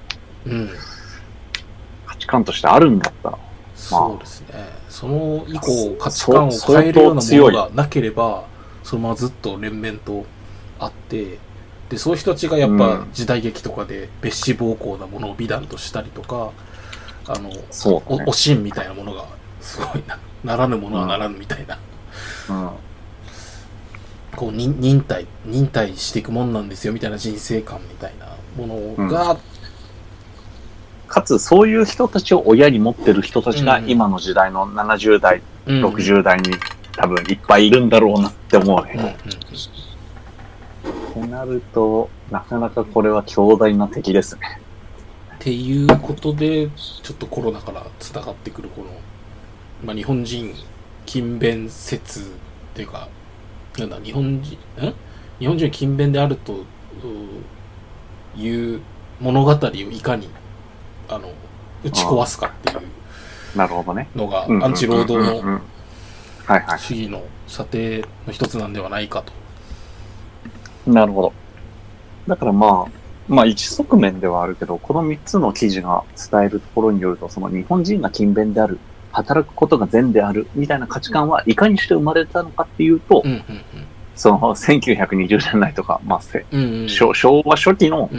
価値観としてあるんだったら、 そうですね。その以降価値観を変えるようなものがなければ、そのままずっと連綿とあって、でそういう人たちがやっぱ時代劇とかで蔑視暴行なものを美談としたりとか、おしんみたいなものがすごいならぬものはならぬみたいな、こう忍耐していくもんなんですよみたいな人生観みたいなものが、 かつそういう人たちを親に持ってる人たちが今の時代の70代、60代に多分いっぱいいるんだろうなって思うね。となるとなかなかこれは強大な敵ですね。 っていうことでちょっとコロナからつながってくるこの、日本人勤勉説っていうか、なんだ日本人勤勉であるという物語をいかに打ち壊すかっていうのがアンチ労働の主義の査定の一つなんではないかと。 なるほど。だからまあ一側面ではあるけど、この3つの記事が伝えるところによると、その日本人が勤勉である、働くことが善であるみたいな価値観はいかにして生まれたのかっていうと、その1920年代とか、昭和初期の、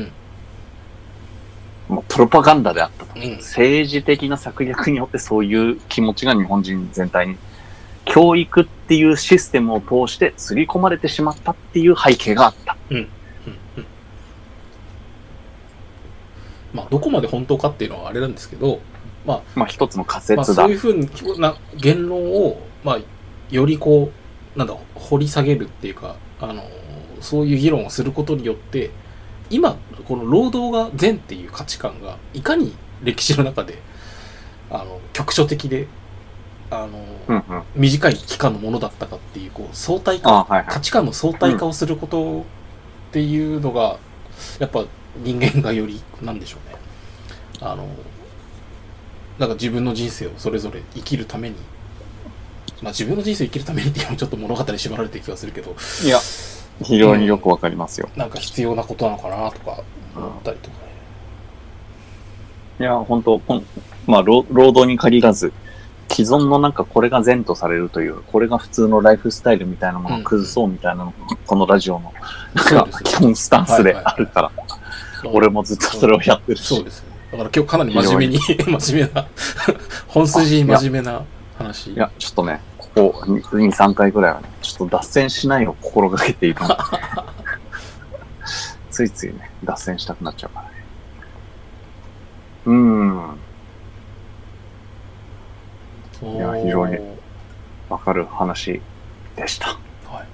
プロパガンダであったと、政治的な策略によってそういう気持ちが日本人全体に教育っていうシステムを通して刷り込まれてしまったっていう背景があった。 どこまで本当かっていうのはあれなんですけど、 一つの仮説だ。 そういうふうな言論を、よりこう、掘り下げるっていうか、そういう議論をすることによって、今、この労働が善っていう価値観が、いかに歴史の中で、局所的で、短い期間のものだったかっていう、相対化、価値観の相対化をすることっていうのが、やっぱ人間がより、なんでしょうね。自分の人生をそれぞれ生きるために、自分の人生を生きるためにっていうのはちょっと物語に縛られてる気がするけど、 いや、非常によくわかりますよ。 必要なことなのかなとか思ったりとかね。 いや、本当労働に限らず、既存のこれが善とされるという、これが普通のライフスタイルみたいなものを崩そうみたいなのが、このラジオの基本スタンスであるから、俺もずっとそれをやってるし。 そうですね。だから今日かなり真面目な、本筋真面目な話。 いや、ちょっとね、ここ2、3回ぐらいはね、ちょっと脱線しないを心がけているので、ついついね、脱線したくなっちゃうからね。いや、非常にわかる話でした。 はい。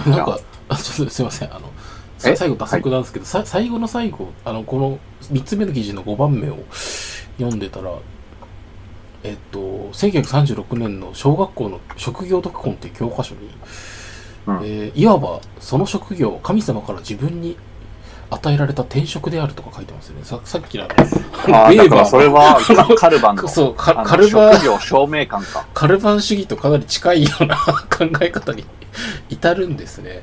ちょっとすいません。最後脱足なんですけど、最後の最後、この3つ目の記事の5番目を読んでたら、1936年の小学校の職業特訓という教科書に、いわばその職業を神様から自分に与えられた転職であるとか書いてますよね。さっきのウェーバー、それはカルバンのそうカルバン職業証明感か。 カルバン主義とかなり近いような考え方に至るんですね。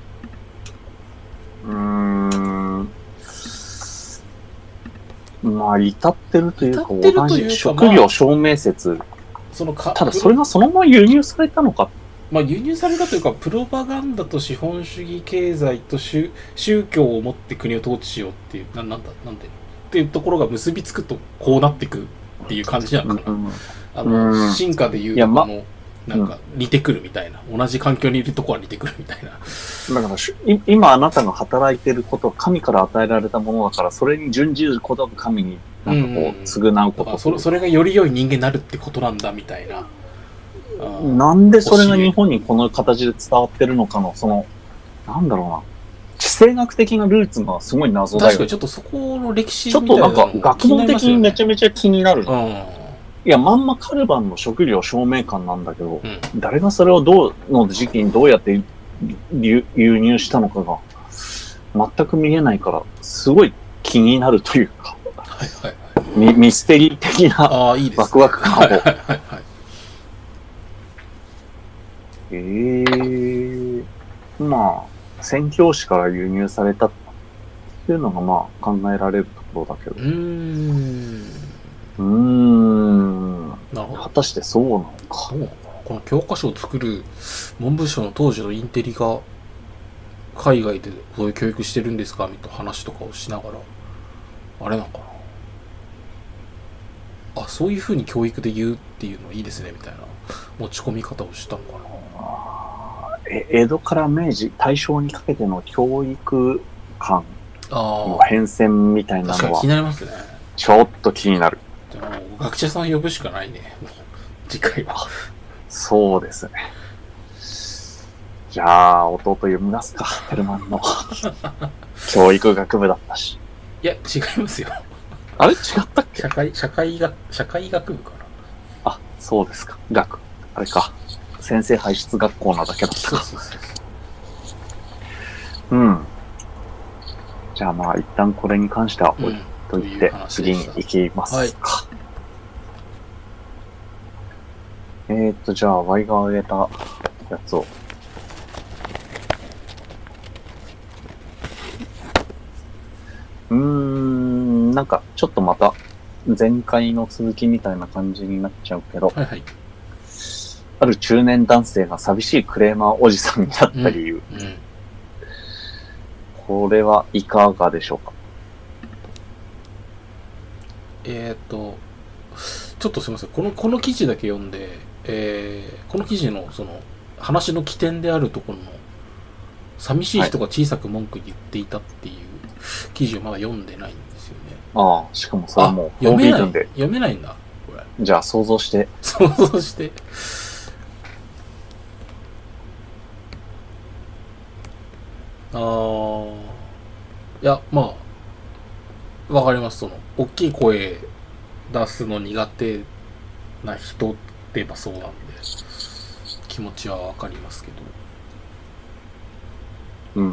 至ってるというか、同じ職業証明説。ただそれがそのまま輸入されたのか。 輸入されたというか、プロパガンダと資本主義経済と宗教を持って国を統治しようっていう、なんでっていうところが結びつくとこうなっていくっていう感じなのかな。進化でいうなんか似てくるみたいな、同じ環境にいるとこは似てくるみたいな。 だから今あなたが働いてることは神から与えられたものだから、それに準じることが神になんかこう償うこと、 それがより良い人間になるってことなんだみたいな。 なんでそれが日本にこの形で伝わってるのかの、そのなんだろうな、地政学的なルーツがすごい謎だよ。 確かにちょっとそこの歴史ちょっとなんか学問的にめちゃめちゃ気になる。いや、まんまカルバンの食料証明館なんだけど、誰がそれをどの時期にどうやって輸入したのかが全く見えないから、すごい気になるというか、ミステリー的なワクワク感を。まあ、宣教師から輸入されたっていうのがまあ考えられるところだけど。果たしてそうなのか。 この教科書を作る文部省の当時のインテリが海外でそういう教育してるんですかみたいな話とかをしながら、あれなのかな、あ、そういう風に教育で言うっていうのはいいですねみたいな持ち込み方をしたのかな。 江戸から明治、大正にかけての教育観の変遷みたいなのは確かに気になりますね。 ちょっと気になる。 でも学者さん呼ぶしかないね、次回は。 そうですね。じゃあ弟読みますか、テルマンの教育学部だったし。 いや違いますよ。 あれ違ったっけ？ 社会学部かな。あ、そうですか。あれか。先生輩出学校なだけだった。うん。じゃあまあ一旦これに関しては置いといて、次に行きますか。じゃあ Y が上げたやつを。なんかちょっとまた前回の続きみたいな感じになっちゃうけど、ある中年男性が寂しいクレーマーおじさんになった理由。これはいかがでしょうか？ ちょっとすみません。この記事だけ読んで、この記事のその話の起点であるところの寂しい人が小さく文句言っていたっていう記事をまだ読んでないんですよね。 ああ、しかもそれも読めないんだ。これ。 じゃあ想像して。 想像して。いや、まあ、わかります。その、大きい声出すの苦手な人って言えばそうなんで、気持ちはわかりますけど。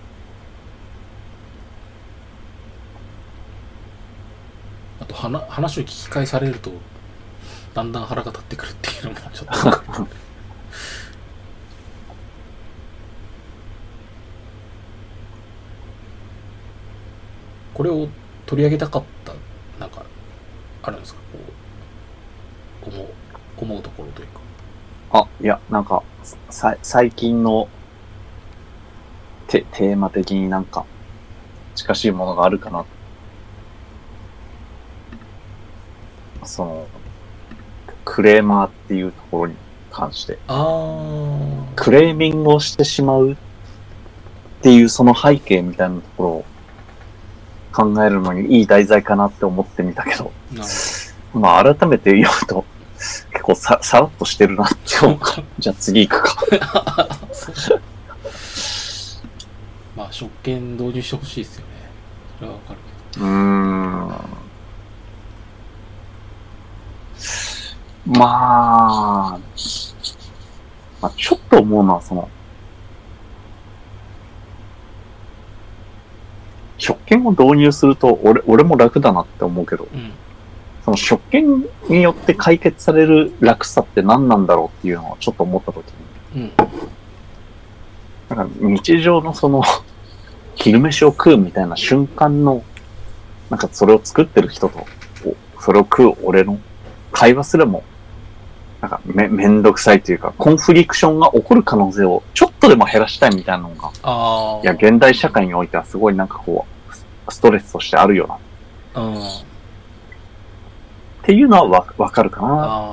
あと、話を聞き返されると、だんだん腹が立ってくるっていうのもちょっとわかる。これを取り上げたかった、なんか、あるんですか、こう、思うところというか。 いや、なんか、最近のテーマ的になんか、近しいものがあるかな。その、クレーマーっていうところに関して。クレーミングをしてしまうっていうその背景みたいなところを、考えるのにいい題材かなって思ってみたけど、まあ改めて言うと結構さらっとしてるなって思うか。じゃあ次行くか。 まあ職権導入してほしいですよね。それはわかるけど。 まあちょっと思うのはその職権を導入すると俺も楽だなって思うけど、その職権によって解決される楽さって何なんだろうっていうのをちょっと思ったときに、なんか日常のその昼飯を食うみたいな瞬間のなんかそれを作ってる人とそれを食う俺の会話すらもなんかめんどくさいというかコンフリクションが起こる可能性をちょっとでも減らしたいみたいなのが、いや現代社会においてはすごいなんかこうストレスとしてあるよなっっていうのはわかるかな。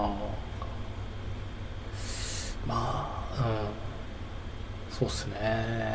まあ、そうっすね。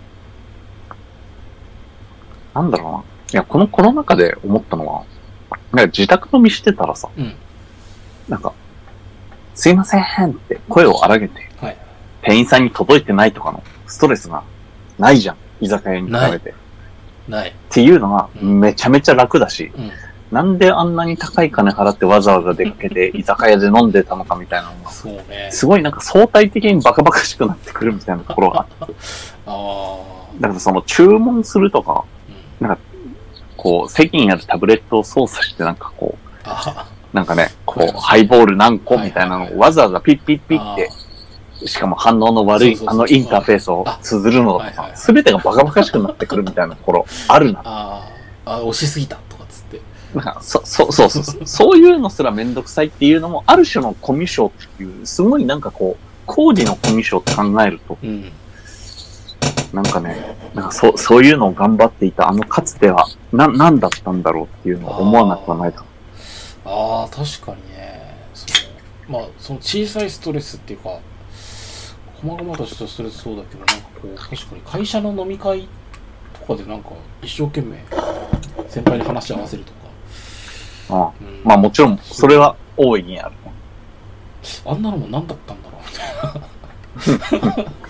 なんだろうな。いや、このコロナ禍で思ったのは、なんか自宅飲みしてたらさ、なんか、すいませんって声を荒げて、店員さんに届いてないとかのストレスがないじゃん。居酒屋に比べて。 ない。 っていうのがめちゃめちゃ楽だし、なんであんなに高い金払ってわざわざ出かけて居酒屋で飲んでたのかみたいなのが、すごいなんか相対的にバカバカしくなってくるみたいなところがあって。だからその注文するとか、なんか、こう、席にあるタブレットを操作してなんかこう、なんかね、こう、ハイボール何個みたいなのをわざわざピッピッピッって、しかも反応の悪いあのインターフェースを綴るのとかさ、すべてがバカバカしくなってくるみたいなところあるな。 押しすぎたとかつって。 なんか、そういうのすらめんどくさいっていうのも、ある種のコミュ障っていう、すごいなんかこう、工事のコミュ障って考えると、なんかね、なんかそういうのを頑張っていたあのかつては、なんだったんだろうっていうのを思わなくはないかな。確かにね。まあ、その小さいストレスっていうか、細々としたストレスそうだけど、なんかこう、確かに会社の飲み会とかでなんか一生懸命先輩に話合わせるとか。 まあもちろん、それは大いにあるね。 あんなのも何だったんだろうみたいな。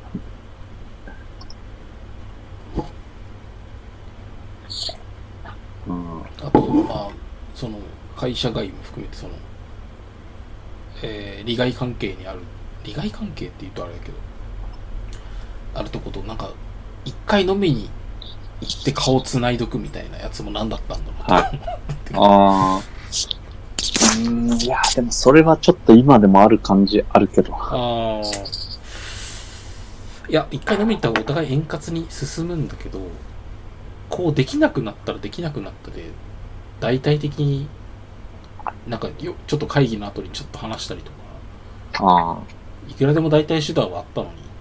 あと、まあ、その、会社外も含めて、その、利害関係にある、利害関係って言うとあれだけど、あるとこと、なんか、一回飲みに行って顔繋いどくみたいなやつも何だったんだろうと思って。 いや、でもそれはちょっと今でもある感じあるけど。 いや、一回飲みに行った方がお互い円滑に進むんだけど、こうできなくなったらできなくなったで、大体的になんかちょっと会議の後にちょっと話したりとか、いくらでも大体手段はあったのにっていう。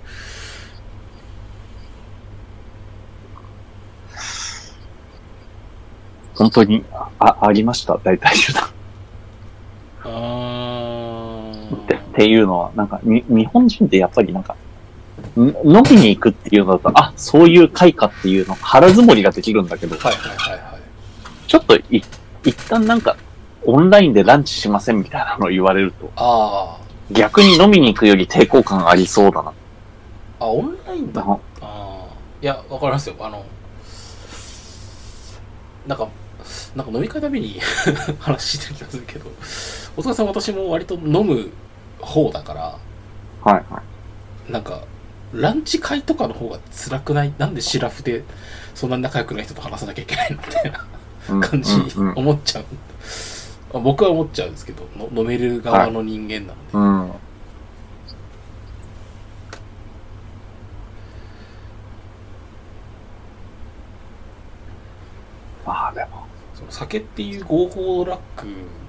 本当にありました、大体手段。っていうのは、なんか日本人ってやっぱりなんか、飲みに行くっていうのだと、そういう会かっていうの、腹積もりができるんだけど、ちょっと一旦なんか、オンラインでランチしませんみたいなのを言われると、逆に飲みに行くより抵抗感がありそうだな。 オンラインだ。いや、わかりますよ。なんか飲み会たびに話してる気がするけど、お父さん私も割と飲む方だから、なんか、ランチ会とかの方が辛くない？なんでシラフでそんな仲良くない人と話さなきゃいけないのみたいな感じ思っちゃう。僕は思っちゃうんですけど、飲める側の人間なので。 でもその酒っていう合法ラック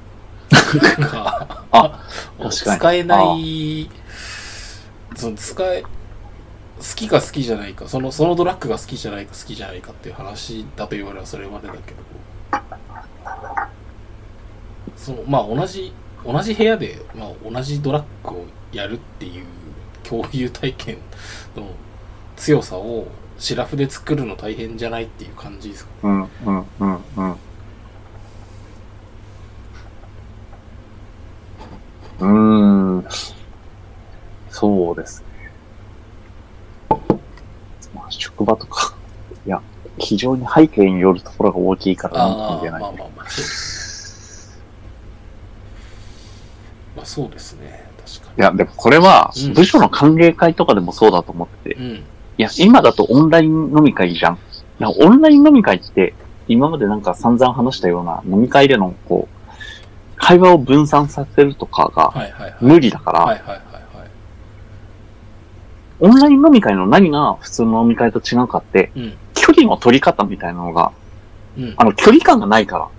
が使えない、好きか好きじゃないか、そのドラッグが好きじゃないかっていう話だと言われはそれまでだけど、まあ同じ部屋で、まあ、同じドラッグをやるっていう共有体験の強さをシラフで作るの大変じゃないっていう感じですか？ そうですね。まあ、職場とか、いや、非常に背景によるところが大きいからなんかもしれない。 まあそうですね。確かに。 いや、でもこれは、部署の歓迎会とかでもそうだと思ってて、いや、今だとオンライン飲み会じゃん。オンライン飲み会って、今までなんか散々話したような飲み会での、こう、会話を分散させるとかが無理だから、オンライン飲み会の何が普通の飲み会と違うかって、距離の取り方みたいなのが、距離感がないから、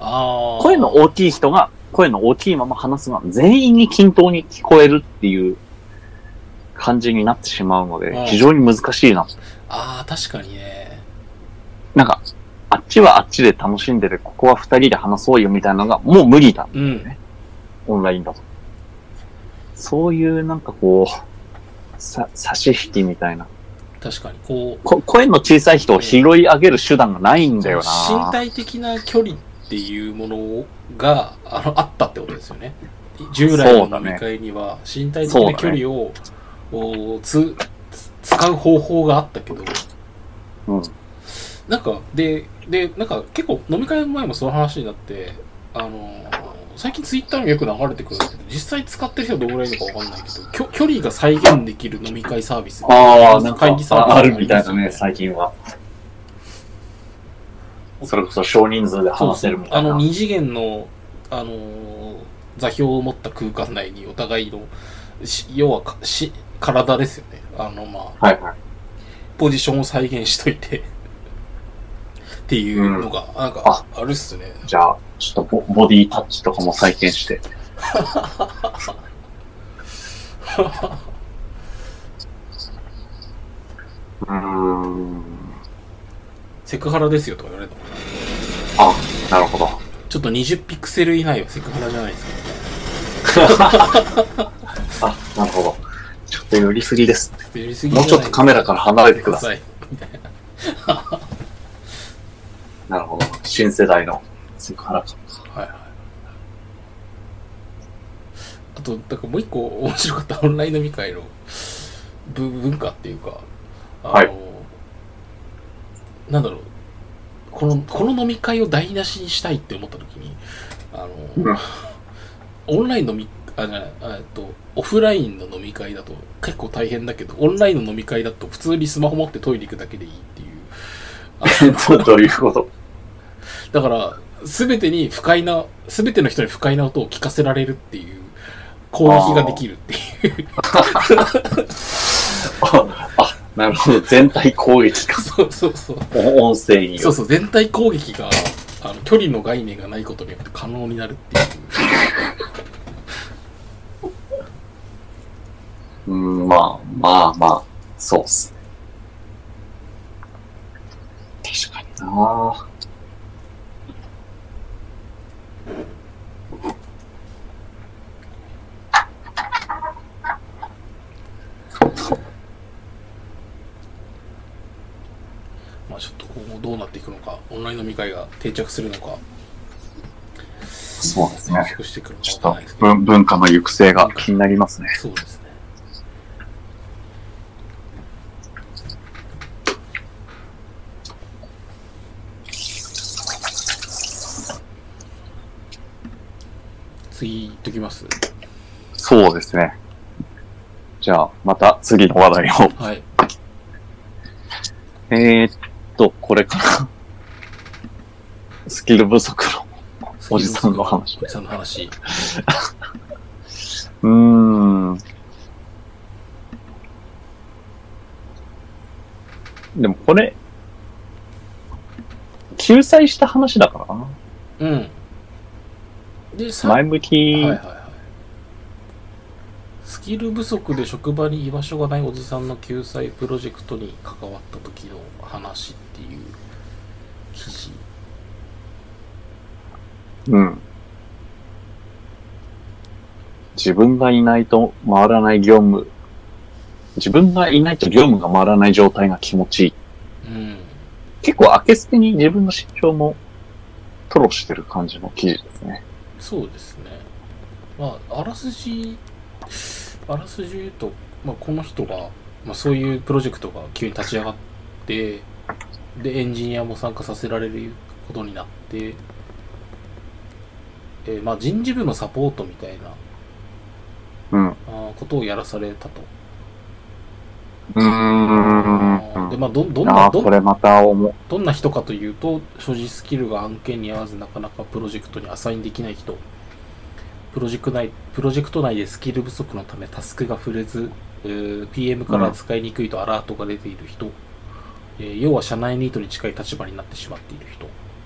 声の大きい人が声の大きいまま話すのは全員に均等に聞こえるっていう感じになってしまうので、非常に難しいな。 確かにね。 なんか、 あっちはあっちで楽しんでる、ここは二人で話そうよみたいなのがもう無理なんだよね。オンラインだと。そういうなんかこう、差し引きみたいな。 確かにこう声の小さい人を拾い上げる手段がないんだよな。 身体的な距離っていうものがあったってことですよね。従来の飲み会には身体的な距離を、使う方法があったけど、 うん、 なんかなんか結構飲み会の前もその話になって、最近ツイッターによく流れてくるんだけど、実際使ってる人はどのぐらいいるのかわかんないけど、距離が再現できる飲み会サービス、 なんかあるみたいだね、最近は。それこそ少人数で話せるみたいな。 二次元の座標を持った空間内にお互いの要は体ですよね。 はいはい、 ポジションを再現しといてっていうのがなんかあるっすね。 じゃあちょっとボディタッチとかも再現して。 セクハラですよとか言われたもん。あ、なるほど。 ちょっと20ピクセル以内はセクハラじゃないですか、ね。あ、なるほど。ちょっと寄りすぎです。もうちょっとカメラから離れてください。なるほど。新世代のセクハラか。 はいはい。あと、だからもう一個面白かったオンライン飲み会の文化っていうか、 はい。 なんだろう。この飲み会を台無しにしたいって思った時に、オンラインオフラインの飲み会だと結構大変だけど、オンラインの飲み会だと普通にスマホ持ってトイレ行くだけでいいっていう。 どういうこと？ だから、すべての人に不快な音を聞かせられるっていう攻撃ができるっていうなるほど。全体攻撃か。 そう。 音声に。 そう、全体攻撃が、距離の概念がないことによって可能になるっていう。 まあ、そうっすね。確かにな。 まあちょっと今後どうなっていくのか、オンライン飲み会が定着するのか。 そうですね。 してくるのかちょっと文化の行く末が気になりますね。 そうですね。次行っときます。 そうですね。じゃあまた次の話題を。 はい。 これからスキル不足のおじさんの話。 おじさんの話。 でもこれ救済した話だからな。 うん。 で前向き。 はい。スキル不足で職場に居場所がないおじさんの救済プロジェクトに関わった時の話っていう記事。 自分がいないと回らない業務。自分がいないと業務が回らない状態が気持ちいい。結構明けすけに自分の身長も吐露してる感じの記事ですね。 そうですね。まあ、あらすじ言うと、まあ、この人が、まあ、そういうプロジェクトが急に立ち上がって、で、エンジニアも参加させられることになって、まあ、人事部のサポートみたいな、ことをやらされたと。で、まあ、どんな人かというと、所持スキルが案件に合わずなかなかプロジェクトにアサインできない人、プロジェクト内でスキル不足のためタスクが触れず、PM から使いにくいとアラートが出ている人、要は社内ニートに近い立場になってしまっている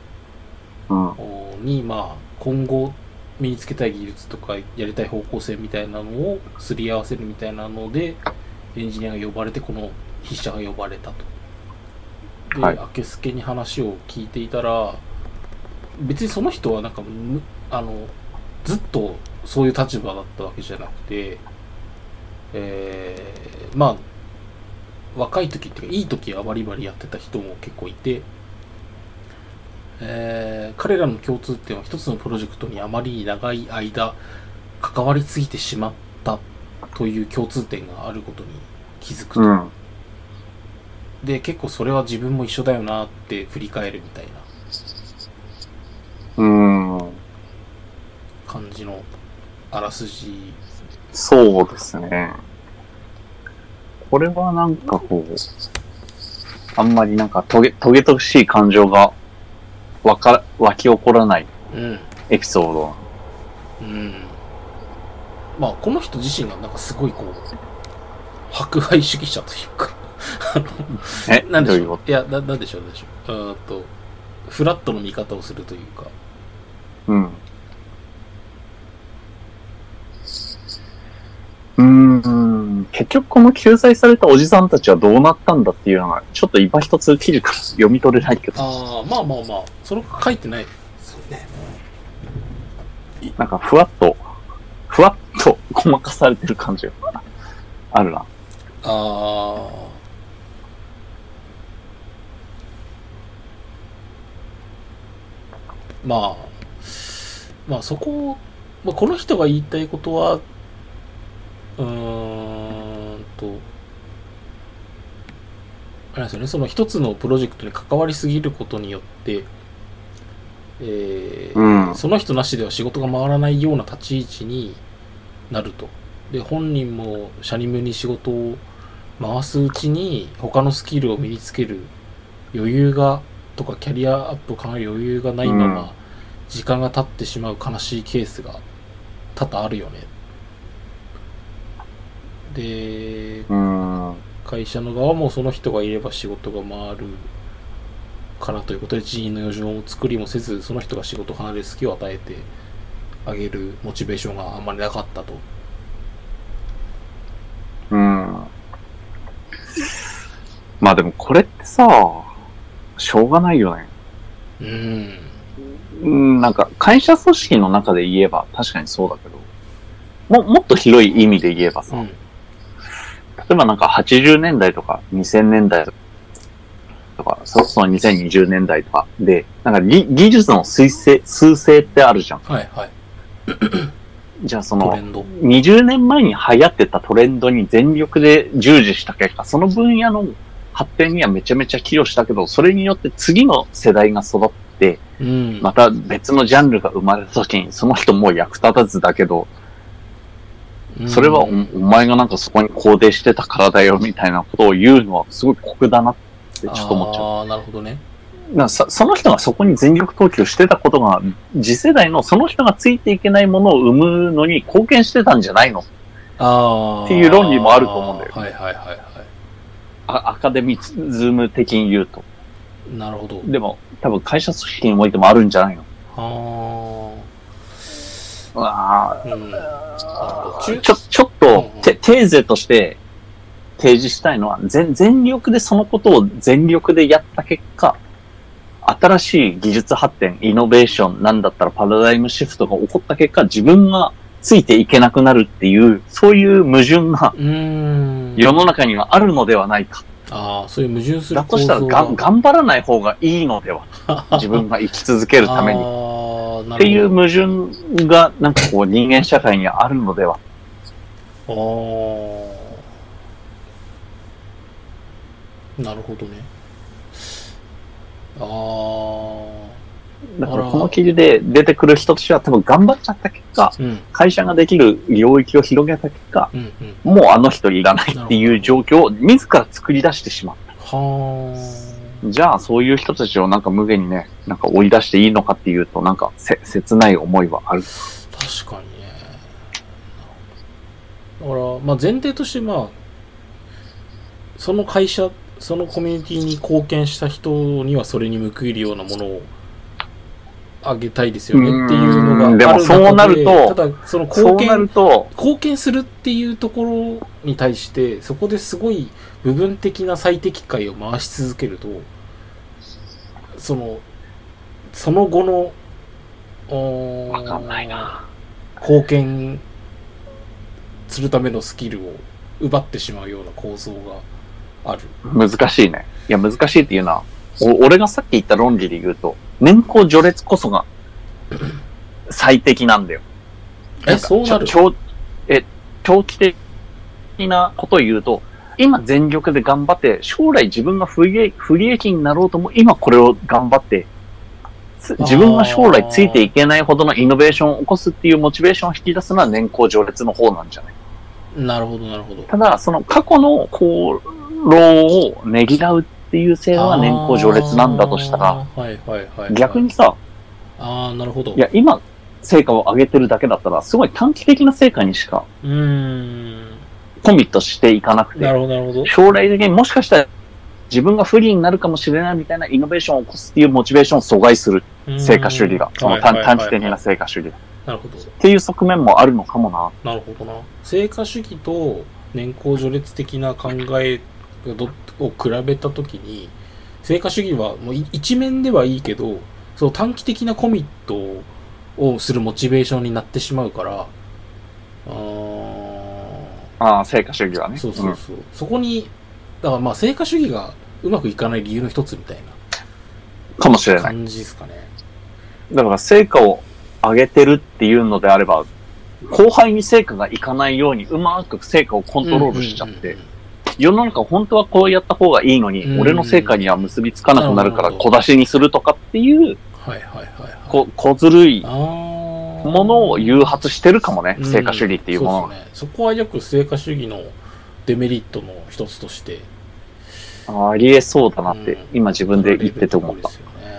人、に、まあ、今後身につけたい技術とかやりたい方向性みたいなのをすり合わせるみたいなので、エンジニアが呼ばれて、この筆者が呼ばれたと。 で、明助に話を聞いていたら、別にその人はなんかずっとそういう立場だったわけじゃなくて、まあ若い時っていうかいい時はバリバリやってた人も結構いて、彼らの共通点は一つのプロジェクトにあまり長い間関わりすぎてしまったという共通点があることに気づくと、で結構それは自分も一緒だよなって振り返るみたいな感じのあらすじ。 そうですね。これはなんかこう、あんまりなんかトゲトゲしい感情が湧き起こらないエピソード。 まあこの人自身がなんかすごいこう迫害主義者というかなんでしょう。いやなんでしょうフラットの見方をするというか。 結局この救済されたおじさんたちはどうなったんだっていうのがちょっと今一つ記事から読み取れないけど。 まあそれ書いてないですよね。 なんかふわっとごまかされてる感じがあるな。 まあそこ、この人が言いたいことはあれですよね、その一つのプロジェクトに関わりすぎることによって、その人なしでは仕事が回らないような立ち位置になると。で本人もシャニムに仕事を回すうちに他のスキルを身につける余裕がとかキャリアアップを考える余裕がないまま時間が経ってしまう悲しいケースが多々あるよね。で会社の側もその人がいれば仕事が回るからということで人員の余剰を作りもせず、その人が仕事を離れる隙を与えてあげるモチベーションがあんまりなかったと。 まあでもこれってさ、しょうがないよね。なんか会社組織の中で言えば確かにそうだけど、もっと広い意味で言えばさ、例えばなんか80年代とか2000年代とか、その2020年代とかで、なんか技術の趨勢ってあるじゃん。じゃあその20年前に流行ってたトレンドに全力で従事した結果、その分野の発展にはめちゃめちゃ寄与したけど、それによって次の世代が育って、また別のジャンルが生まれた時にその人もう役立たずだけど、それは お前がなんかそこに肯定してたからだよみたいなことを言うのはすごい酷だなってちょっと思っちゃう。 なるほどね。 その人がそこに全力投球してたことが次世代のその人がついていけないものを生むのに貢献してたんじゃないのっていう論理もあると思うんだよ。アカデミズム的に言うと。 なるほど。 でも多分会社組織においてもあるんじゃないの。ちょっとテーゼとして提示したいのは全力でそのことを全力でやった結果、新しい技術発展、イノベーションなんだったらパラダイムシフトが起こった結果、自分がついていけなくなるっていう、そういう矛盾が世の中にはあるのではないか。 そういう矛盾するだとしたら頑張らない方がいいのでは。自分が生き続けるために。っていう矛盾がなんかこう人間社会にあるのでは。 なるほどね。 だからこの記事で出てくる人たちは多分頑張っちゃった結果、会社ができる領域を広げた結果、もうあの人いらないっていう状況を自ら作り出してしまった。じゃあそういう人たちをなんか無限にね、なんか追い出していいのかっていうとなんか切ない思いはある。 確かにね。だからまあ前提としてその会社そのコミュニティに貢献した人にはそれに報いるようなものをあげたいですよねっていうのがある中で、 でもそうなると、 ただその貢献するっていうところに対してそこですごい部分的な最適解を回し続けるとその後のわかんないな。 貢献するためのスキルを奪ってしまうような構造がある。 難しいね。いや、難しいっていうのは、俺がさっき言った論理で言うと、年功序列こそが最適なんだよ。 そうなる？ 長期的なことを言うと、今全力で頑張って、将来自分が不利益になろうとも、今これを頑張って、自分が将来ついていけないほどのイノベーションを起こすっていうモチベーションを引き出すのは年功序列の方なんじゃない？ なるほど、なるほど。 ただ、その過去の功労をねぎらうっていう制度が年功序列なんだとしたら、逆にさ、 なるほど。 いや、今、成果を上げてるだけだったら、すごい短期的な成果にしか、コミットしていかなくて、 なるほど、なるほど。 将来的にもしかしたら自分が不利になるかもしれないみたいなイノベーションを起こすっていうモチベーションを阻害する成果主義が、その短期的な成果主義が。 なるほど。 っていう側面もあるのかもな。 なるほどな。成果主義と年功序列的な考えを比べたときに、成果主義はもう一面ではいいけど、その短期的なコミットをするモチベーションになってしまうから、 成果主義はね。 そうそうそう。そこに、だからまあ成果主義がうまくいかない理由の一つみたいな。 かもしれない。 感じですかね。 だから成果を上げてるっていうのであれば、後輩に成果がいかないようにうまく成果をコントロールしちゃって、世の中本当はこうやった方がいいのに、俺の成果には結びつかなくなるから小出しにするとかっていう、小ずるいものを誘発してるかもね、成果主義っていうものが。 そこはよく成果主義のデメリットの一つとしてありえそうだなって、今自分で言ってて思った。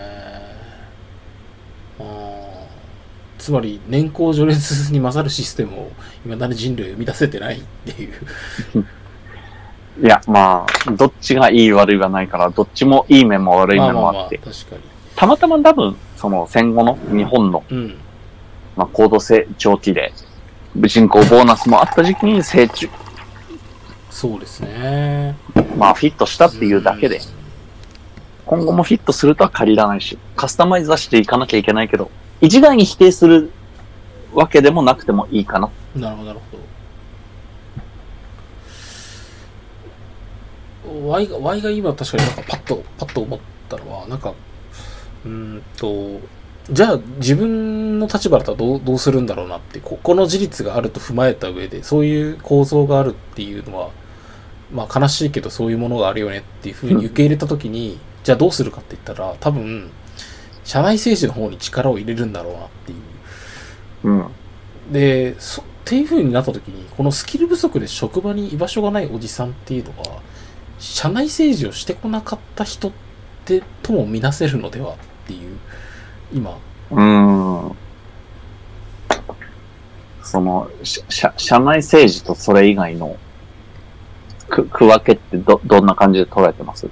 つまり年功序列に勝るシステムを未だに人類生み出せてないっていういや、まあ、どっちがいい悪いはないから、どっちもいい面も悪い面もあって。 確かに。 たまたま多分、その戦後の日本の、まあ、高度成長期で、人口ボーナスもあった時期に成長。 そうですね。 まあ、フィットしたっていうだけで、今後もフィットするとは限らないし、カスタマイズはしていかなきゃいけないけど、一概に否定するわけでもなくてもいいかな。 なるほど、なるほど。Y が今確かになんかパッと思ったのは、なんか、じゃあ自分の立場だったらどうするんだろうなって、この事実があると踏まえた上で、そういう構造があるっていうのは、まあ悲しいけどそういうものがあるよねっていうふうに受け入れたときに、じゃあどうするかって言ったら、多分、社内政治の方に力を入れるんだろうなっていう。で、っていう風になった時に、このスキル不足で職場に居場所がないおじさんっていうのは、社内政治をしてこなかった人ってとも見なせるのではっていう、今。 その、社内政治とそれ以外の区分けってどんな感じで捉えてます？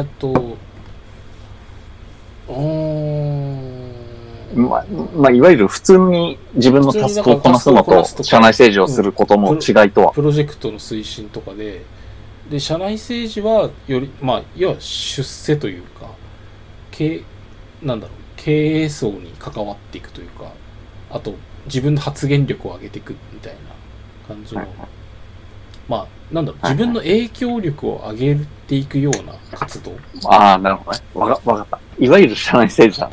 まあ、いわゆる普通に自分のタスクをこなすのと、社内政治をすることの違いとは。 プロジェクトの推進とかで、社内政治は、より、まあ、要は出世というか、経営層に関わっていくというか、あと、自分の発言力を上げていくみたいな感じの、まあ、自分の影響力を上げていくような活動。 なるほどね。わかった。いわゆる社内政治だ。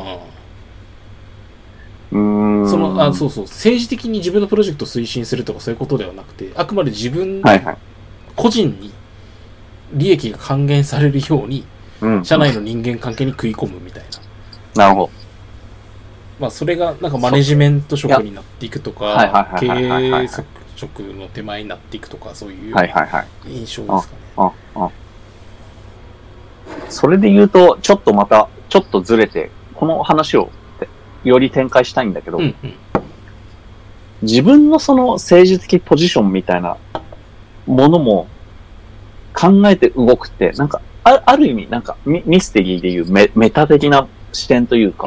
そうそう。政治的に自分のプロジェクトを推進するとかそういうことではなくて、あくまで自分、個人に利益が還元されるように、社内の人間関係に食い込むみたいな。なるほど。 まあ、それがなんかマネジメント職になっていくとか、経営職の手前になっていくとか、そういう印象ですかね。 それで言うと、ちょっとずれて、この話をより展開したいんだけど、自分のその政治的ポジションみたいなものも考えて動くって、なんか、ある意味、なんかミステリーでいうメタ的な視点というか、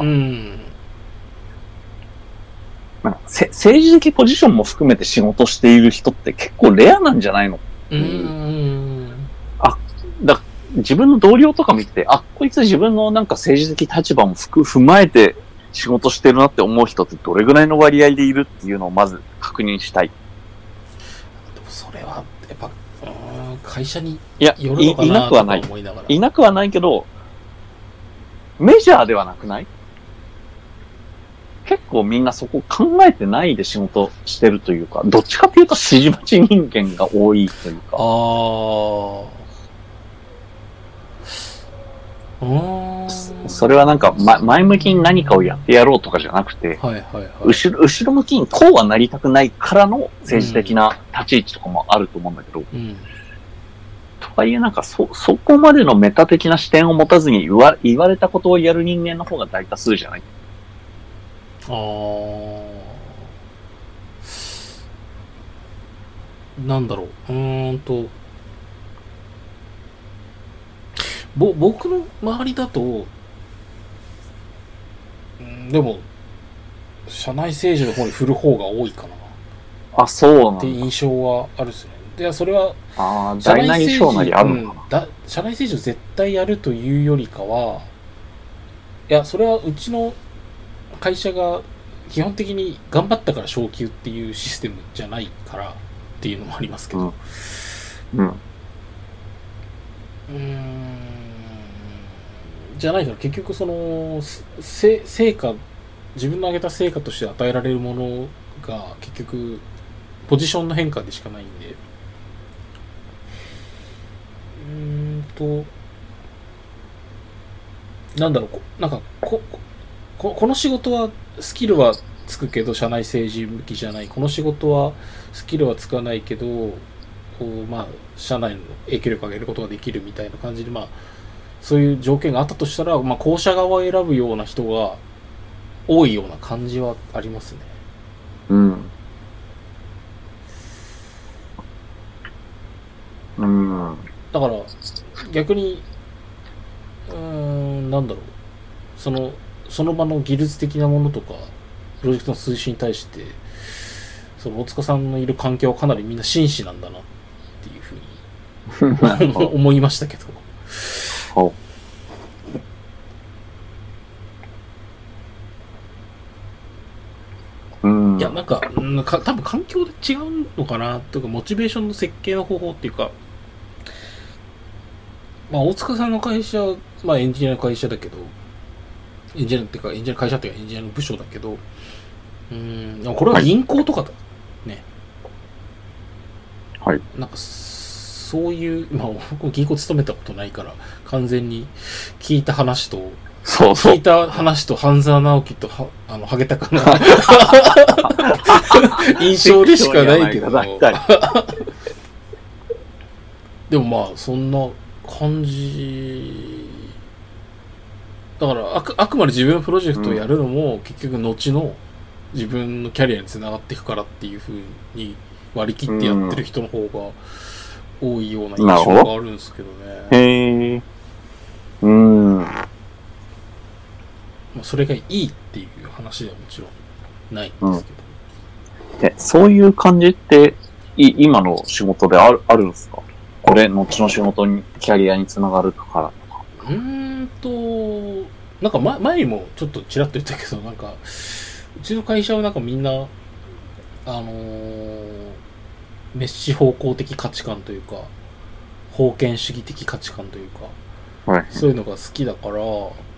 なんか政治的ポジションも含めて仕事している人って結構レアなんじゃないの？ 自分の同僚とか見て、あ、こいつ自分のなんか政治的立場も踏まえて仕事してるなって思う人ってどれぐらいの割合でいるっていうのをまず確認したい。 でもそれは、やっぱ、会社によるのかなと思いながら。いなくはないけど、メジャーではなくない？結構みんなそこ考えてないで仕事してるというか、どっちかというと指示待ち人間が多いというか。それはなんか、前向きに何かをやってやろうとかじゃなくて、後ろ向きにこうはなりたくないからの政治的な立ち位置とかもあると思うんだけど、とはいえなんかそこまでのメタ的な視点を持たずに言われたことをやる人間の方が大多数じゃない？ なんだろう。僕の周りだと、でも、社内政治の方に振る方が多いかな。 あ、そうなんだ。 って印象はあるですね。で、それは、 大なり小なりあるのかな。 社内政治を絶対やるというよりかは、いや、それはうちの会社が基本的に頑張ったから昇給っていうシステムじゃないからっていうのもありますけど。じゃないから結局その成果、自分の上げた成果として与えられるものが結局ポジションの変化でしかないんで、なんだろう、なんかこの仕事はスキルはつくけど社内政治向きじゃない、この仕事はスキルはつかないけどまあ社内の影響力を上げることができるみたいな感じで、まあそういう条件があったとしたら、まあ後者側を選ぶような人が多いような感じはありますね。だから逆になんだろう、その場の技術的なものとかプロジェクトの推進に対してその大塚さんのいる環境はかなりみんな真摯なんだなっていうふうに思いましたけど。いや、なんか多分環境で違うのかなというか、モチベーションの設計の方法っていうか、まあ大塚さんの会社は、まあエンジニアの会社だけど、エンジニアっていうかエンジニアの会社っていうかエンジニアの部署だけど、これは銀行とかだね。 はい。 なんかそういう、まあ僕銀行勤めたことないから完全に聞いた話と。聞いた話と半沢直樹とハゲタカの印象でしかないけどでもまあそんな感じだから、あくまで自分のプロジェクトをやるのも、結局後の自分のキャリアにつながっていくからっていう風に割り切ってやってる人の方が多いような印象があるんですけどね。まあ、それがいいっていう話ではもちろんないんですけど。 そういう感じって今の仕事であるんですか？これ後の仕事にキャリアにつながるからとか。 なんか前にもちょっとちらっと言ったけど、なんかうちの会社はなんかみんなメッシ方向的価値観というか封建主義的価値観というか、そういうのが好きだから。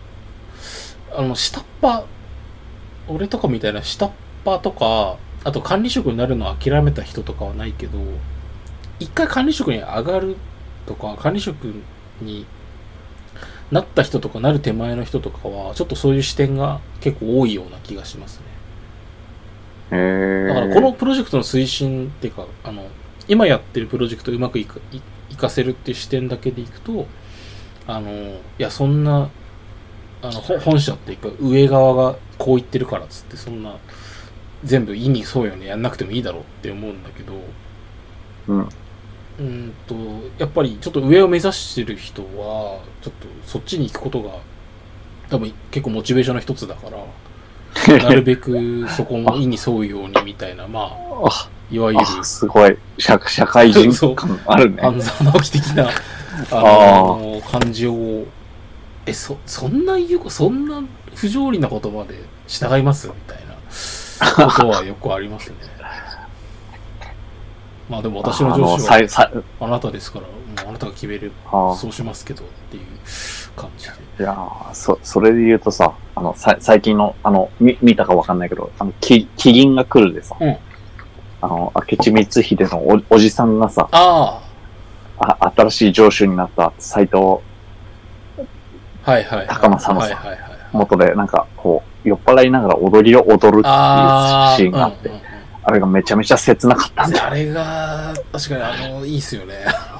下っ端、俺とかみたいな下っ端とか、あと管理職になるのを諦めた人とかはないけど、一回管理職に上がるとか、管理職になった人とかなる手前の人とかは、ちょっとそういう視点が結構多いような気がしますね。だからこのプロジェクトの推進っていうか、今やってるプロジェクトをうまくいかせるっていう視点だけでいくと、いや、そんな、本社っていうか上側がこう言ってるからっつってそんな全部意味そうよねやんなくてもいいだろうって思うんだけど、やっぱりちょっと上を目指してる人はちょっとそっちに行くことが多分結構モチベーションの一つだからなるべくそこの意に沿うようにみたいな、まあいわゆるすごい社会人感あるね。 半沢直樹的な感情を、そんな不条理なことまで従いますみたいなことはよくありますね。まあでも私の上司はあなたですから、もうあなたが決める、そうしますけどっていう感じで。 いやそれで言うとさ、最近の、見たかわかんないけど、キリンが来るでさ、うん、明智光秀のおじさんがさ、新しい上司になった斎藤高政のさ、元でなんかこう、酔っ払いながら踊りを踊るっていうシーンがあって、あれがめちゃめちゃ切なかったんだよ。 あれが、確かにいいっすよね。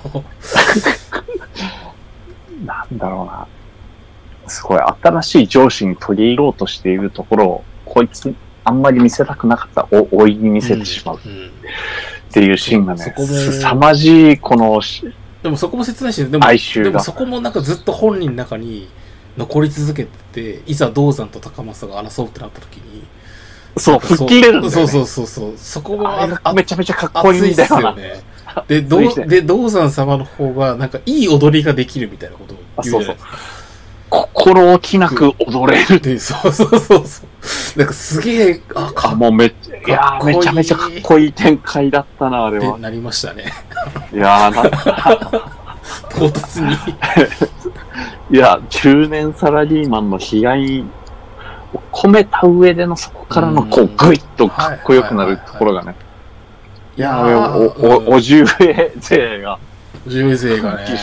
なんだろうな。すごい新しい上司に取り入ろうとしているところを、こいつあんまり見せたくなかった老いに見せてしまうっていうシーンがね、凄まじいこの、 でもそこも切ないし、でもそこもなんかずっと本人の中に残り続けてて、いざ銅山と高政が争うってなった時に、 そう、吹っ切れるんだよね。 そう。そこもめちゃめちゃかっこいいんだよな。 で、銅山様の方が、なんかいい踊りができるみたいなことを言うじゃないですか。 心置きなく踊れる。 で、そう。なんかすげえ、 もうめちゃめちゃかっこいい展開だったな、あれは。 ってなりましたね。 いや唐突に。 いや、中年サラリーマンの悲哀を込めた上でのそこからのこう、ぐいっとかっこよくなるところがね。いやお重勢が。 お重勢がね。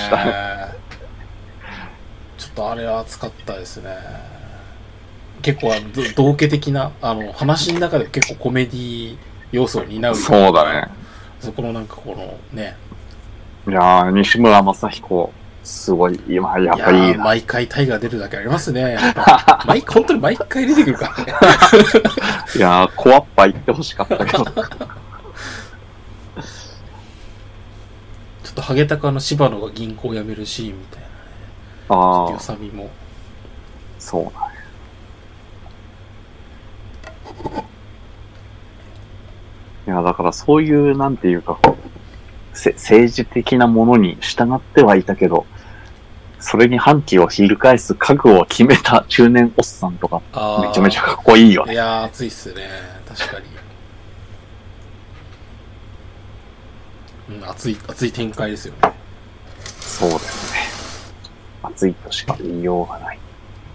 ちょっとあれは熱かったですね。結構道家的な、話の中で結構コメディ要素を担う。 そうだね。 そこのなんかこのね。 いや西村正彦。すごい、今、やっぱりいいな。 毎回タイガー出るだけありますね。本当に毎回出てくるからね。 いやコアッパ行ってほしかったけど。ちょっとハゲタカの柴野が銀行を辞めるシーンみたいなね。よさみも。 そうだね。いや、だからそういう、なんていうか、政治的なものに従ってはいたけど、それに反旗を翻す覚悟を決めた中年おっさんとか、めちゃめちゃかっこいいよね。 いやー、熱いっすね。確かに。熱い展開ですよね。 そうですね。熱いとしか言いようがない。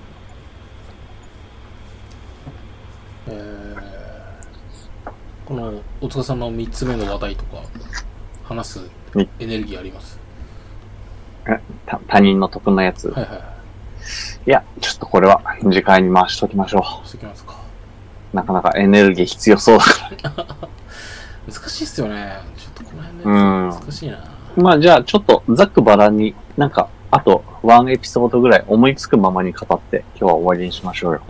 この、大塚さんの3つ目の話題とか、話すエネルギーあります？ 他人の得なやつ。いや、ちょっとこれは次回に回しときましょう。 しときますか。 なかなかエネルギー必要そうだから難しいっすよね。ちょっとこの辺のやつ難しいな。 まあじゃあちょっとざっくばらんになんかあとワンエピソードぐらい思いつくままに語って今日は終わりにしましょうよ。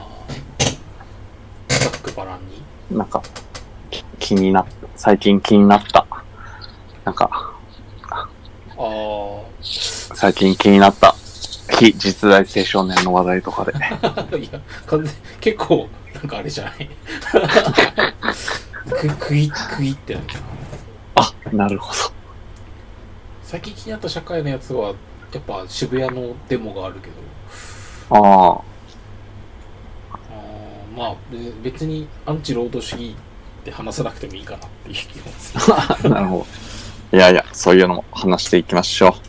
ざっくばらんに。 なんか最近気になったなんか最近気になった非実在青少年の話題とかで。 いや、結構、なんかあれじゃない食いってなんですか？ なるほど。 最近気になった社会のやつは、やっぱ渋谷のデモがあるけど。まあ、別にアンチ労働主義って話さなくてもいいかなっていう気がする。なるほど。いや、そういうのも話していきましょう。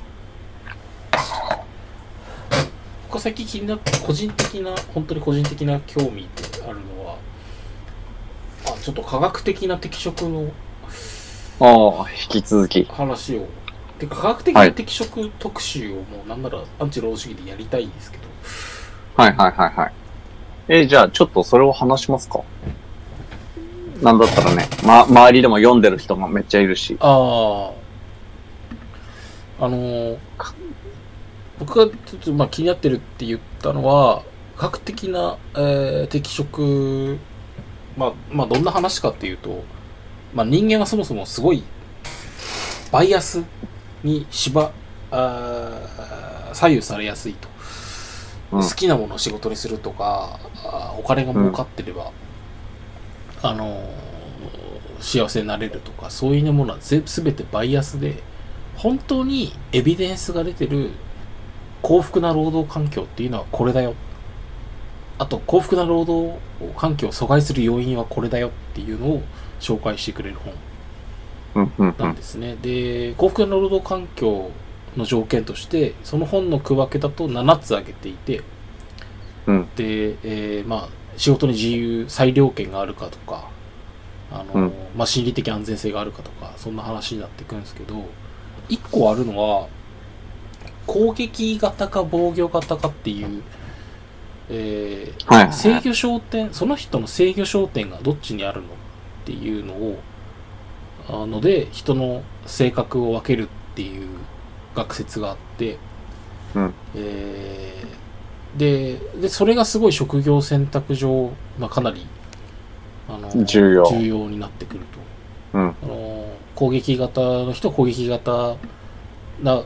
最近気になった本当に個人的な興味ってあるのは、ちょっと科学的な適職の引き続き話を。科学的な適職特集をもうなんならアンチ労働主義でやりたいんですけど。 じゃあちょっとそれを話しますか。なんだったらね、周りでも読んでる人がめっちゃいるし。 僕がちょっと気になってるって言ったのは、科学的な、適職、どんな話かっていうと、人間はそもそもすごいバイアスに左右されやすいと。好きなものを仕事にするとか、お金が儲かってれば、幸せになれるとか、そういうものは全てバイアスで本当にエビデンスが出てる幸福な労働環境っていうのはこれだよ。あと幸福な労働環境を阻害する要因はこれだよっていうのを紹介してくれる本なんですね。で、幸福な労働環境の条件としてその本の区分けだと7つ挙げていて、で、まあ仕事に自由裁量権があるかとか、まあ心理的安全性があるかとか、そんな話になってくるんですけど、1個あるのは攻撃型か防御型かっていう、制御焦点、その人の制御焦点がどっちにあるのっていうので人の性格を分けるっていう学説があって、でそれがすごい職業選択上、まあ、かなり重要になってくると、攻撃型の人は攻撃型な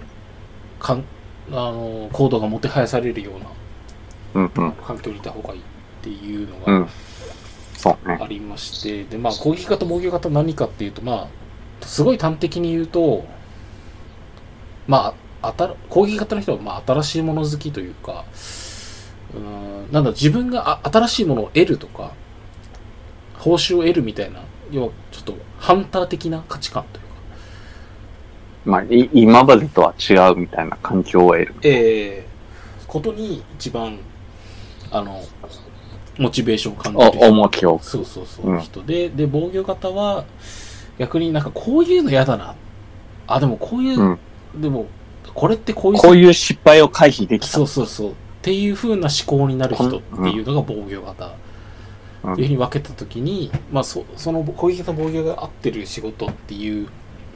行動がもてはやされるような、環境にいた方がいいっていうのがありまして、で、まあ、攻撃型防御型何かっていうと、まあすごい端的に言うと、まあ攻撃型の人はまあ新しいもの好きというか、なんだ、自分が新しいものを得るとか報酬を得るみたいな、要はちょっとハンター的な価値観というか、 まあ今までとは違うみたいな環境を得ることに一番モチベーションを感じる重きをそう、人で、防御型は逆になんかこういうの嫌だな、でもこういう、でもこれってこういう失敗を回避できた、 そうっていう風な思考になる人っていうのが防御型、っていうふうに分けたときに、まあその攻撃型防御が合ってる仕事っていう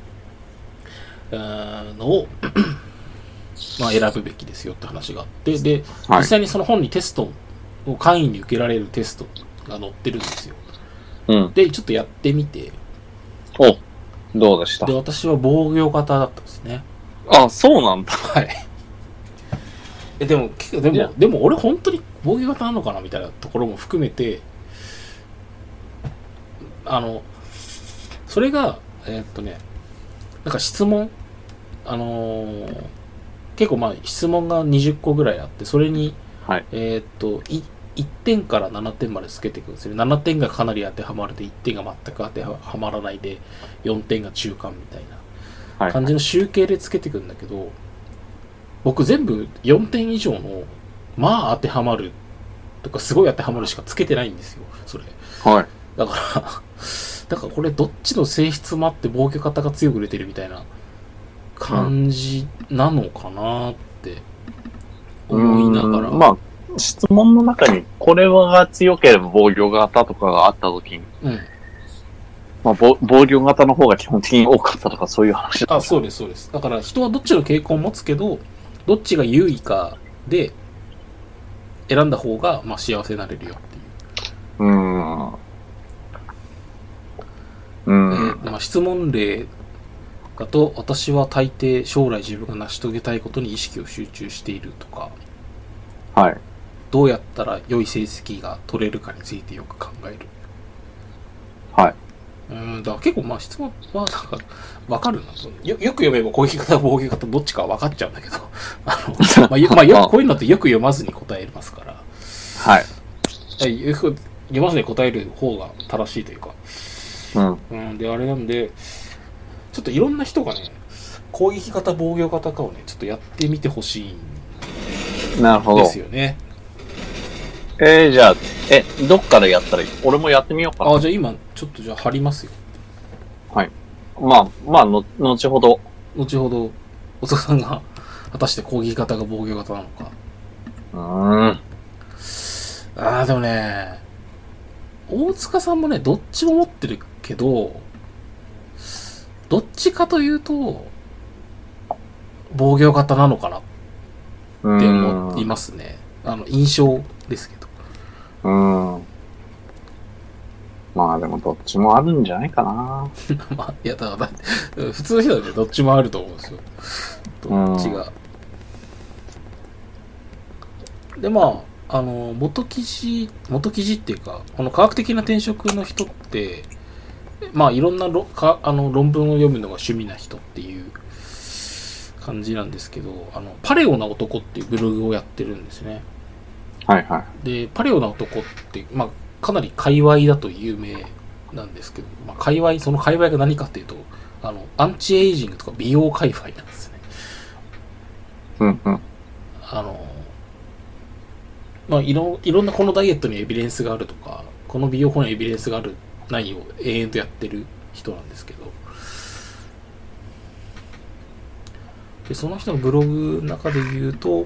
のをまあ選ぶべきですよって話があって、で、実際にその本にテストを簡易に受けられるテストが載ってるんですよ。で、ちょっとやってみて、 どうでした？ で、私は防御型だったんですね。 そうなんだ。 はい。でも俺本当に防御型なのかなみたいなところも含めて、それがなんか質問、結構まあ質問が20個ぐらいあって、それに、1点から7点までつけていくんですよね。7点がかなり当てはまるで、1点が全く当てはまらないで、4点が中間みたいな感じの集計でつけていくんだけど、僕全部4点以上のまあ当てはまるとかすごい当てはまるしかつけてないんですよ、それ。だからこれどっちの性質もあって防御型が強く出てるみたいな感じなのかなって思いながら、 まあ質問の中にこれが強ければ防御型とかがあった時に、まあ、防御型の方が基本的に多かったとかそういう話だ。 そうですそうです。だから人はどっちの傾向を持つけど、どっちが優位かで選んだ方がまあ幸せになれるよっていう。まあ、質問例だと、私は大抵将来自分が成し遂げたいことに意識を集中しているとか、どうやったら良い成績が取れるかについてよく考える。だから結構まあ質問はなんか分かるなと。よく読めば攻撃型防御型どっちか分かっちゃうんだけど、よくこういうのってよく読まずに答えますから、よく読まずに答える方が正しいというか、であれなんで、ちょっといろんな人がね、攻撃型防御型かをねちょっとやってみてほしいんですよね。 じゃあどっからやったらいい？俺もやってみようかな。 じゃあ今ちょっとじゃあ貼りますよ。 まあ後ほどおつさんが果たして攻撃型が防御型なのか。でもね、大塚さんもねどっちも持ってるけど、どっちかというと防御型なのかなって思いますね。印象ですけど。 まあでもどっちもあるんじゃないかな。 いやだから普通の人はねどっちもあると思うんですよ。どっちが。でまあ元記事っていうか、この科学的な転職の人ってまあいろんな論文を読むのが趣味な人っていう感じなんですけど、パレオな男っていうブログをやってるんですね。 はいはい。 で、パレオな男って、まあ、かなり界隈だと有名なんですけど、まあ、その界隈が何かっていうと、アンチエイジングとか美容界隈なんですね。 うんうん。 まあ、いろんなこのダイエットにエビデンスがあるとか、この美容法にエビデンスがある、ないを永遠とやってる人なんですけど、でその人のブログの中で言うと、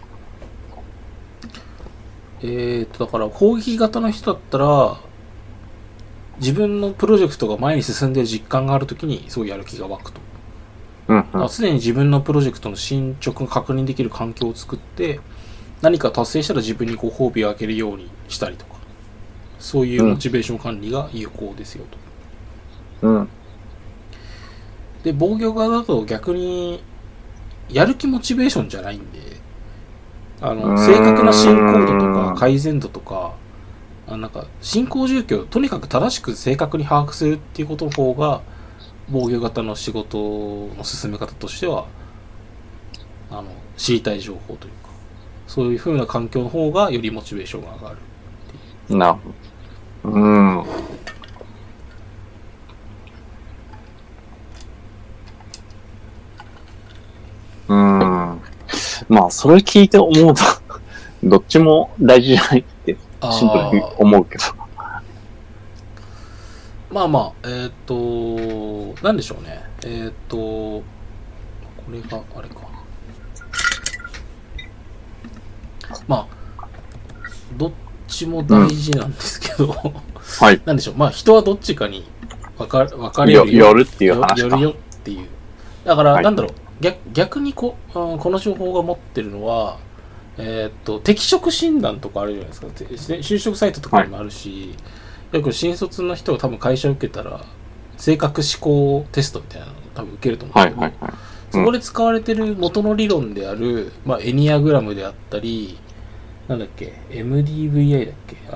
だから攻撃型の人だったら、自分のプロジェクトが前に進んでる実感があるときにすごいやる気が湧くと。 うんうん。 常に自分のプロジェクトの進捗が確認できる環境を作って、何か達成したら自分にご褒美をあげるようにしたりとか、そういうモチベーション管理が有効ですよと。 うん。 で、防御型だと逆に、やる気モチベーションじゃないんで、正確な進行度とか改善度とか、なんか進行状況をとにかく正しく正確に把握するっていうことの方が防御型の仕事の進め方としては知りたい情報というか、そういう風な環境の方がよりモチベーションが上がるっていう。 なるほど。まあそれ聞いて思うとどっちも大事じゃないってシンプルに思うけど。 まあまあ、なんでしょうね。これが、あれか。まあ、どっちも大事なんですけど、 はい。 なんでしょう。まあ、人はどっちかに分かれるよるっていう話か。 よるよっていう。だから、なんだろう。逆にこの情報が持ってるのは、適職診断とかあるじゃないですか。就職サイトとかにもあるし、よく新卒の人が多分会社を受けたら、性格思考テストみたいなのを多分受けると思うんですけど、そこで使われてる元の理論である、まあ、エニアグラムであったり、なんだっけ、MDVI だっけ、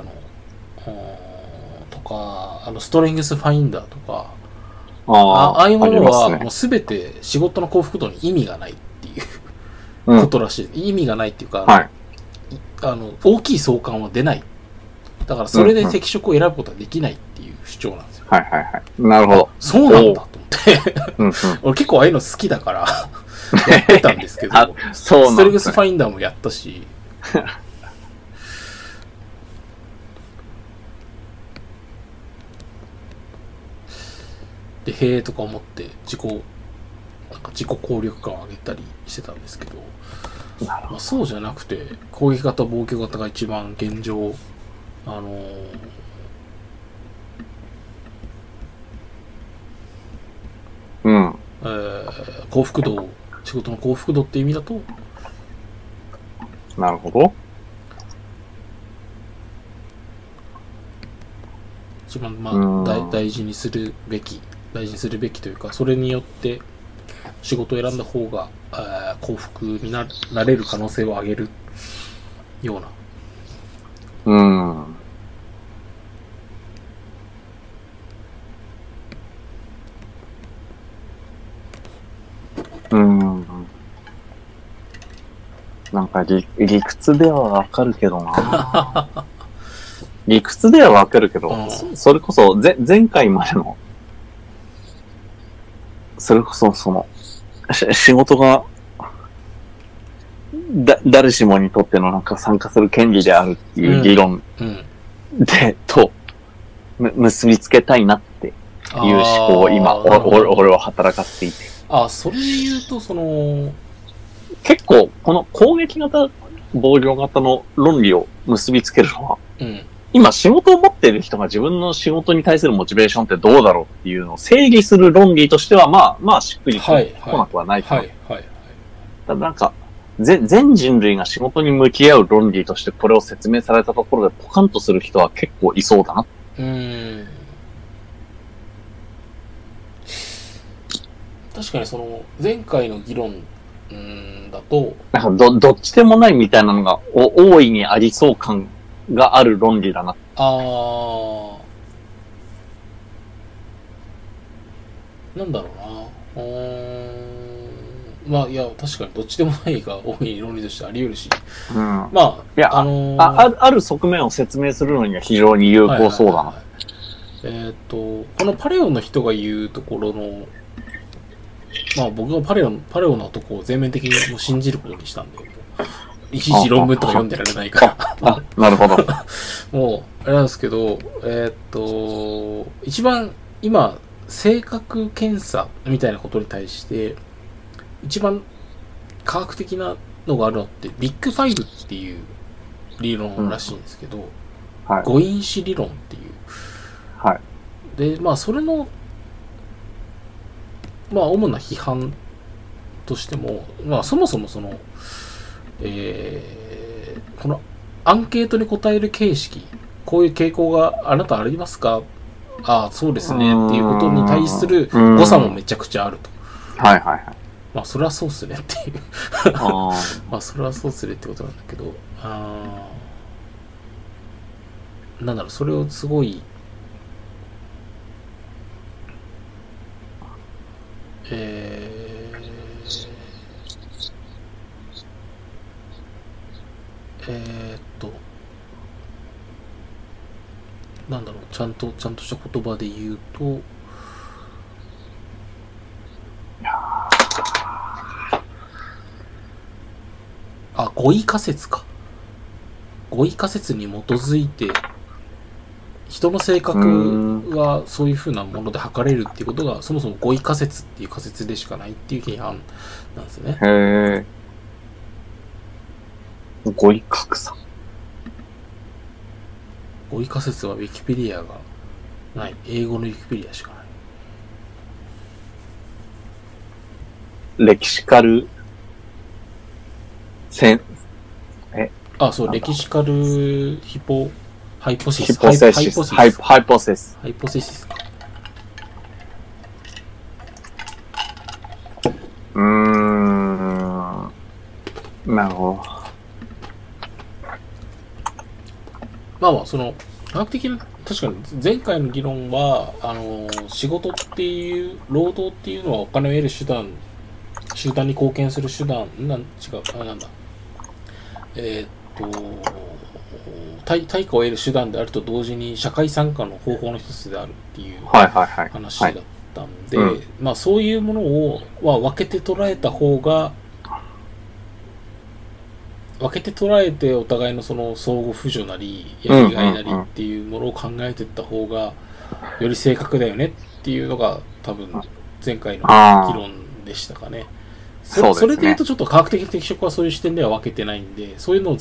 とか、ストレングスファインダーとか、ああいうものは、もうすべて仕事の幸福度に意味がないっていうことらしい。意味がないっていうか、大きい相関は出ない。だからそれで適職を選ぶことはできないっていう主張なんですよ。 はいはいはい。なるほど。 そうなんだと思って。俺結構ああいうの好きだからやってたんですけど、ストレングスファインダーもやったし、で、へえとか思って自己効力感を上げたりしてたんですけど、まあ、そうじゃなくて、攻撃型、防御型が一番現状、幸福度、仕事の幸福度っていう意味だと、 なるほど。 一番、まあ、大事にするべきというか、それによって仕事を選んだ方が、幸福になれる可能性を上げるような。 なんか理屈ではわかるけどな理屈ではわかるけど、それこそ前回までの、それこそ仕事が、誰しもにとってのなんか参加する権利であるっていう議論と、結びつけたいなっていう思考を今、俺は働かせていて。 それで言うと、 結構、この攻撃型、防御型の論理を結びつけるのは、今仕事を持っている人が自分の仕事に対するモチベーションってどうだろうっていうのを整理する論理としては、まあしっくり来なくはないかな。ただなんか、全人類が仕事に向き合う論理としてこれを説明されたところでポカンとする人は結構いそうだな。 確かに前回の議論だと、 なんかどっちでもないみたいなのが大いにありそう感がある論理だな。 なんだろうな。 まあいや確かにどっちでもないが多い論理としてあり得るし、 うん、 まあいや、ある側面を説明するのには非常に有効そうだな。 このパレオの人が言うところの、まあ僕はパレオのとこを全面的にもう信じることにしたんで、いちいち論文とか読んでられないからなるほど。 もうあれなんですけど、一番今性格検査みたいなことに対して一番科学的なのがあるのってビッグファイブっていう理論らしいんですけど、 はい、 誤因子理論っていう、 はい、 でまあそれのまあ主な批判としても、まあそもそもそのこのアンケートに答える形式、こういう傾向があなたありますか？ああそうですねっていうことに対する誤差もめちゃくちゃあると。 はいはいはい。 まあそれはそうっすねっていうまあそれはそうっすねってことなんだけど、なんだろう、それをすごいなんだろう、ちゃんとした言葉で言うと、誤意仮説か。誤意仮説に基づいて、人の性格がそういう風なもので測れるっていうことが、そもそも誤意仮説っていう仮説でしかないっていう批判なんですね。 へー。誤意格差。 誤意仮説はウィキペディアがない。英語のウィキペディアしかない。 レキシカルそう、レキシカルハイポセシス。 ハイポセシスか。なるほど。 まあその科学的な、確かに前回の議論は仕事っていう労働っていうのはお金を得る手段、集団に貢献する手段対価を得る手段であると同時に社会参加の方法の一つであるっていう話だったんで、まあそういうものを分けて捉えた方が、分けて捉えてお互いのその相互扶助なりやりがいなりっていうものを考えていった方がより正確だよねっていうのが多分前回の議論でしたかね。それで言うとちょっと科学的適色はそういう視点では分けてないんで、そういうの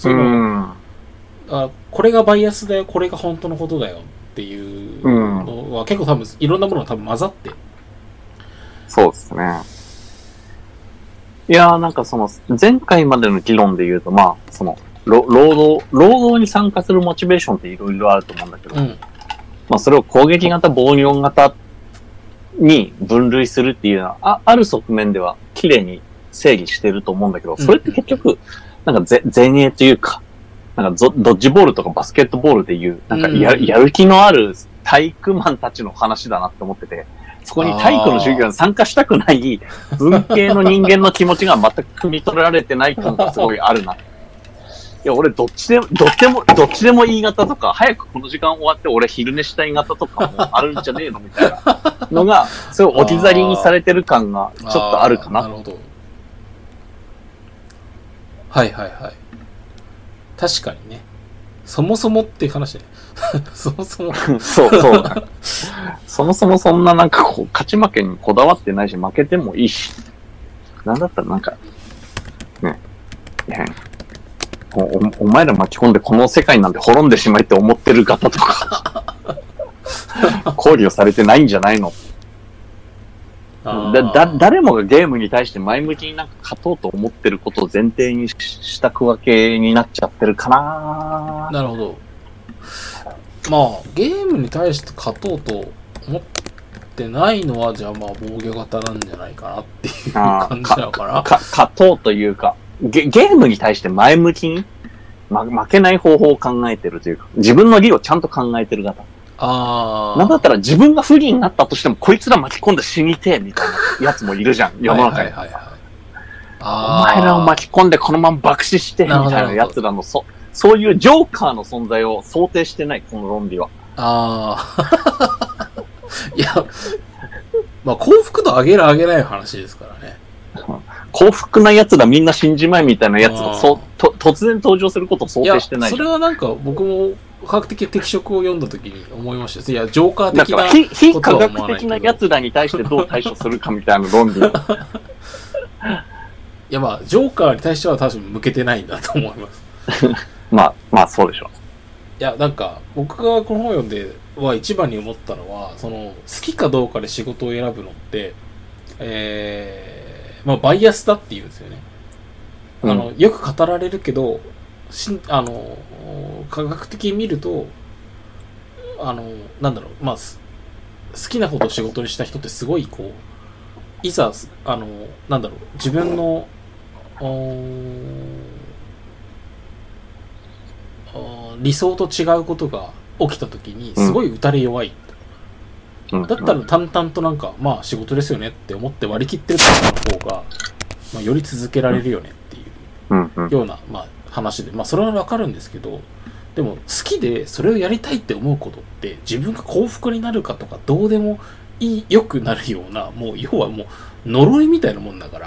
をこれがバイアスだよ、これが本当のことだよっていうのは結構多分いろんなものが多分混ざって。 そうですね。いやーなんかその前回までの議論で言うと、まあその労働に参加するモチベーションっていろいろあると思うんだけど、まあそれを攻撃型、暴力型に分類するっていうのはある側面では綺麗に整理してると思うんだけど、それって結局なんか前衛というか、なんかドッジボールとかバスケットボールでいうなんかやる気のある体育マンたちの話だなって思ってて。そこに体育の授業に参加したくない文系の人間の気持ちが全く汲み取られてない感がすごいあるな。いや、俺どっちでもいい型とか、早くこの時間終わって俺昼寝したい型とかもあるんじゃねえのみたいなのが、すごい置き去りにされてる感がちょっとあるかな。 なるほど。はいはいはい。確かにね。そもそもっていう話ね。そもそもそうそもそもそんななんかこう勝ち負けにこだわってないし、負けてもいいし、なんだったらなんかね、お前ら巻き込んでこの世界なんて滅んでしまいって思ってる方とか考慮されてないんじゃないの。誰もがゲームに対して前向きになんか勝とうと思ってることを前提にした区分けになっちゃってるかな。 なるほど。まあゲームに対して勝とうと思ってないのはじゃあまあ防御型なんじゃないかなっていう感じなのかな。 勝とうというかゲームに対して前向きに、負けない方法を考えてるというか、自分の利をちゃんと考えてる方。なんだったら自分が不利になったとしてもこいつら巻き込んで死にてえみたいなやつもいるじゃん、世の中に。 お前らを巻き込んでこのまま爆死してみたいな奴らのそういうジョーカーの存在を想定してない、この論理は。 いや、まあ幸福度上げる上げない話ですからね。 幸福な奴らみんな死んじまいみたいな奴が突然登場することを想定してない。 それはなんか僕も科学的適色を読んだ時に思いました。いや、ジョーカー的な非科学的な奴らに対してどう対処するかみたいな論理。いや、まあジョーカーに対しては多分向けてないんだと思います。 まあそうでしょう。 いや、なんか僕がこの本を読んでは一番に思ったのは、その好きかどうかで仕事を選ぶのって、まあバイアスだって言うんですよね。よく語られるけど、科学的に見ると、なんだろう、まあ好きなことを仕事にした人ってすごいこう、いざなんだろう、自分の理想と違うことが起きた時にすごい打たれ弱い、だったら淡々となんかまあ仕事ですよねって思って割り切ってる方が、まあ、より続けられるよねっていうような、まあ、話で、まあそれはわかるんですけど、でも好きでそれをやりたいって思うことって自分が幸福になるかとかどうでも良くなるような、もう要はもう呪いみたいなもんだから、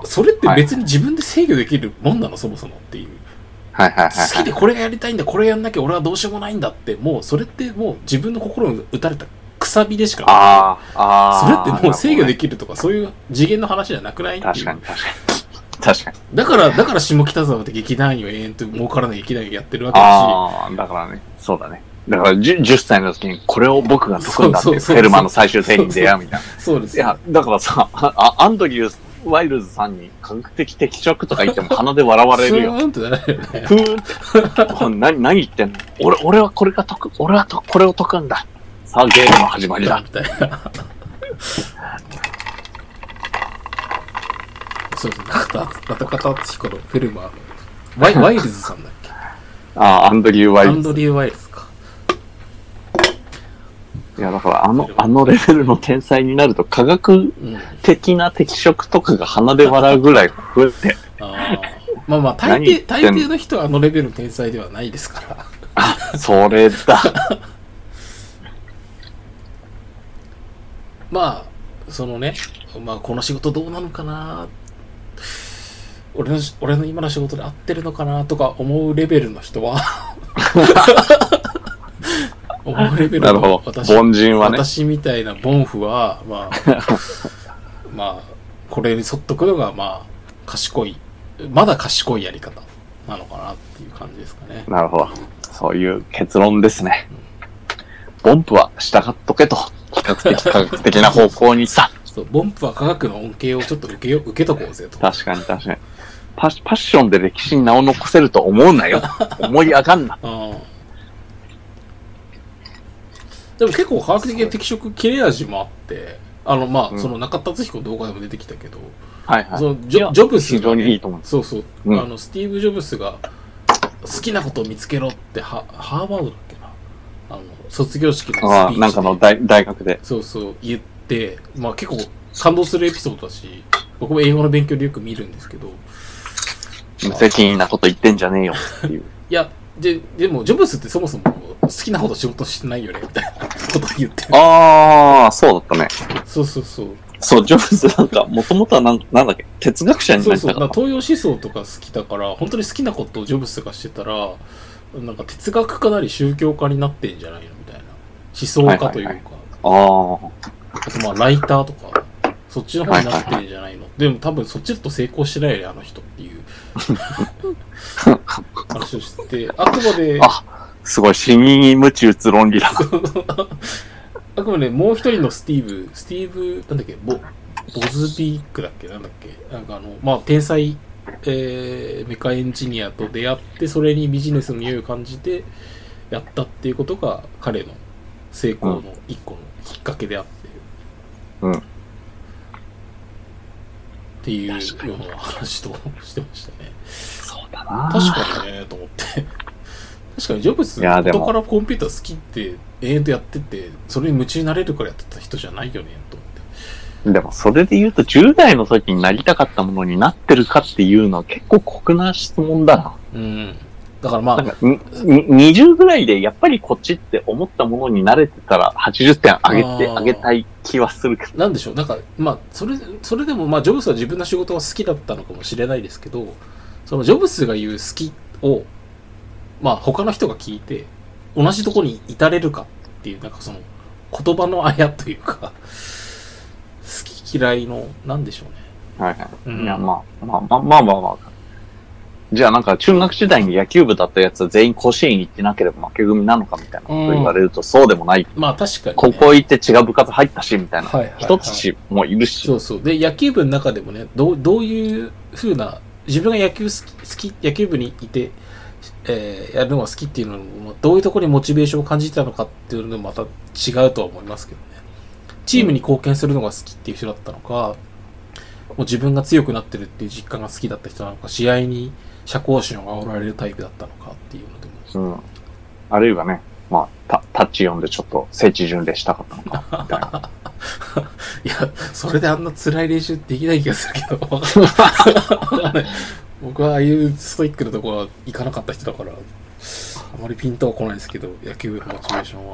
それって別に自分で制御できるもんなの、そもそもっていう。好きでこれがやりたいんだ、これやんなきゃ俺はどうしようもないんだって、もうそれってもう自分の心に打たれたくさびでしかない。それってもう制御できるとかそういう次元の話じゃなくないっていう。確かに。だから下北沢で劇団員を永遠と儲からない劇団員をやってるわけだし。 だからね、そうだね。だから 10歳の時にこれを僕が解くんだってフェルマーの最終定義に出会うみたいな。 そうです。 いや、だからさ、アンドリュー・ワイルズさんに科学的適色とか言っても鼻で笑われるよ。 ふーんってなるよね。 ふーんって。何言ってんの？俺はこれが解く。俺はこれを解くんだ。さあゲームの始まりだ。みたいな。 そうですね。中田敦彦のフェルマーのワイルズさんだっけ？ アンドリュー・ワイルズ。 アンドリュー・ワイルズか。 いや、だからあのレベルの天才になると科学的な適色とかが鼻で笑うぐらい増えて。 まあ大抵の人はあのレベルの天才ではないですから。 それだ。 まあ、そのね、まあこの仕事どうなのかな、俺の今の仕事で合ってるのかなとか思うレベルの人は思うレベルの凡人はね、 私みたいな凡夫はまあこれに沿っとくのがまあまだ賢いやり方なのかなっていう感じですかね。 なるほど、そういう結論ですね。凡夫は従っとけと、比較的科学的な方向にさ。 そう、凡夫は科学の恩恵をちょっと受けとこうぜと。 確かに。パッションで歴史に名を残せると思うなよ。思い上がんな。 でも結構科学的な適色切れ味もあって、まあ、その中田敦彦の動画でも出てきたけど、そのジョブスが、ね、 非常にいいと思う。 そう、スティーブ・ジョブスが好きなことを見つけろってハーバードだっけな、卒業式のスピーチでなんかの大学でそう言って、まあ結構感動するエピソードだし、僕も英語の勉強でよく見るんですけど、 無責任なこと言ってんじゃねえよっていう。 いやでもジョブスってそもそも好きなほど仕事してないよねみたいなこと言ってる。 そうだったね。 そう、 ジョブスなんかもともとはなんだっけ、哲学者になりたかった。 東洋思想とか好きだから、本当に好きなことをジョブスがしてたら、なんか哲学家なり宗教家になってんじゃないのみたいな、思想家というか、あとまあライターとかそっちの方になってんじゃないの、でも多分そっちだと成功してないよねあの人っていう話をしてて、あくまですごい死に無知打つ論理だあくまでもう一人のスティーブなんだっけ、ボズビークだっけ、なんだっけ、なんかまあ天才メカエンジニアと出会って、それにビジネスの匂いを感じてやったっていうことが彼の成功の一個のきっかけであって、っていうような話としてましたね。 そうだな。 確かにねと思って。確かにジョブス元からコンピューター好きって永遠とやってて、それに夢中になれるからやってた人じゃないよねと思って。 でもそれで言うと10代の時になりたかったものになってるかっていうのは結構酷な質問だな。 うん。だからまあ。なんか 20ぐらいでやっぱりこっちって思ったものに慣れてたら80点あげたい気はするけど。 なんでしょう。なんかまあそれでもまあジョブスは自分の仕事が好きだったのかもしれないですけど、そのジョブスが言う好きをまあ他の人が聞いて同じところに至れるかっていうなんかその言葉のあやというか。好き嫌いの、なんでしょうね。 はいはい。うん、いや、まあ。じゃあなんか中学時代に野球部だったやつは全員甲子園行ってなければ負け組なのかみたいなこと言われるとそうでもない。 まあ確かに、ね。 高校行って違う部活入ったしみたいな。一つもいるし。 そうそう。で、野球部の中でもね、どういう風な、自分が野球部にいて、やるのが好きっていうのも、どういうところにモチベーションを感じてたのかっていうのもまた違うとは思いますけどね。チームに貢献するのが好きっていう人だったのか、もう自分が強くなってるっていう実感が好きだった人なのか、試合に社交心を煽られるタイプだったのかっていうのでも。うん。あるいはね、まあ、タッチ読んでちょっと聖地巡礼したかったのか、みたいな。 いや、それであんな辛い練習できない気がするけど、僕はああいうストイックなところは行かなかった人だから、あまりピンとは来ないですけど、野球部のモチベーションは。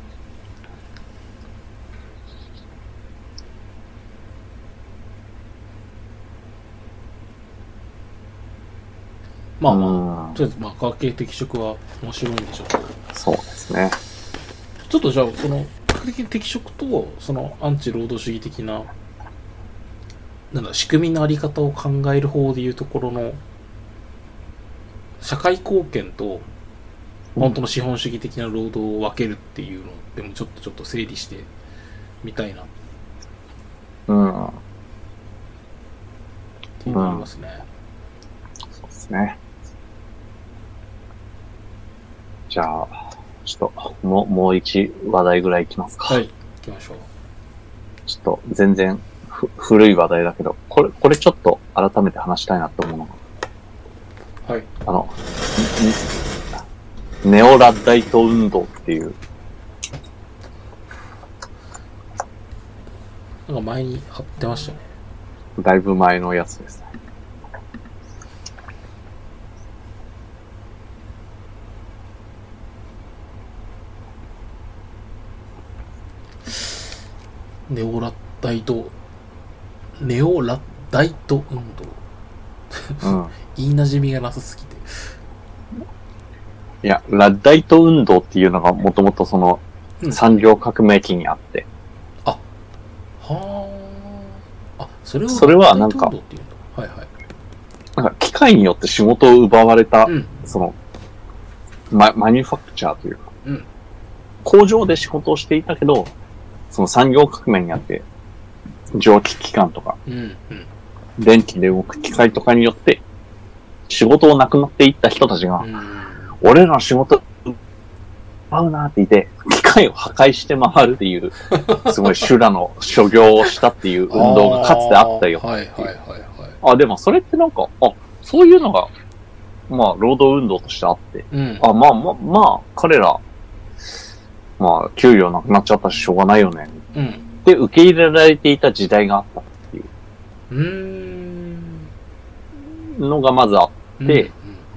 まあまあ、とりあえず、まあ、科学系適職は面白いんでしょうけど。 そうですね。 ちょっとじゃあ、その、科学系適職と、その、アンチ労働主義的な、なんだ、仕組みのあり方を考える方でいうところの、社会貢献と、本当の資本主義的な労働を分けるっていうのでもちょっと整理してみたいな。 うん。 っていうのありますね。 そうですね。じゃあ、ちょっと、もう一話題ぐらいいきますか。 はい、行きましょう。 ちょっと、全然、古い話題だけど、これちょっと改めて話したいなと思うのが。はい。 ネオラッダイト運動っていう。 なんか前に貼ってましたね。 だいぶ前のやつですね。 ネオラッダイト運動。うん、言い馴染みがなさすぎて。 いや、ラッダイト運動っていうのがもともとその産業革命期にあって。 あ、はあ。あ、それはなんか、はいはい。 なんか機械によって仕事を奪われた、その、マニュファクチャーというか、工場で仕事をしていたけど、その産業革命にあって、蒸気機関とか、電気で動く機械とかによって、仕事をなくなっていった人たちが、俺らの仕事、奪うなって言って、機械を破壊して回るっていう、すごい修羅の所業をしたっていう運動がかつてあったよ。はいはいはいはい。あ、でもそれってなんか、そういうのが、まあ、労働運動としてあって、まあ、彼ら、まあ、給料なくなっちゃったし、しょうがないよね。で、受け入れられていた時代があったっていうのがまずあって、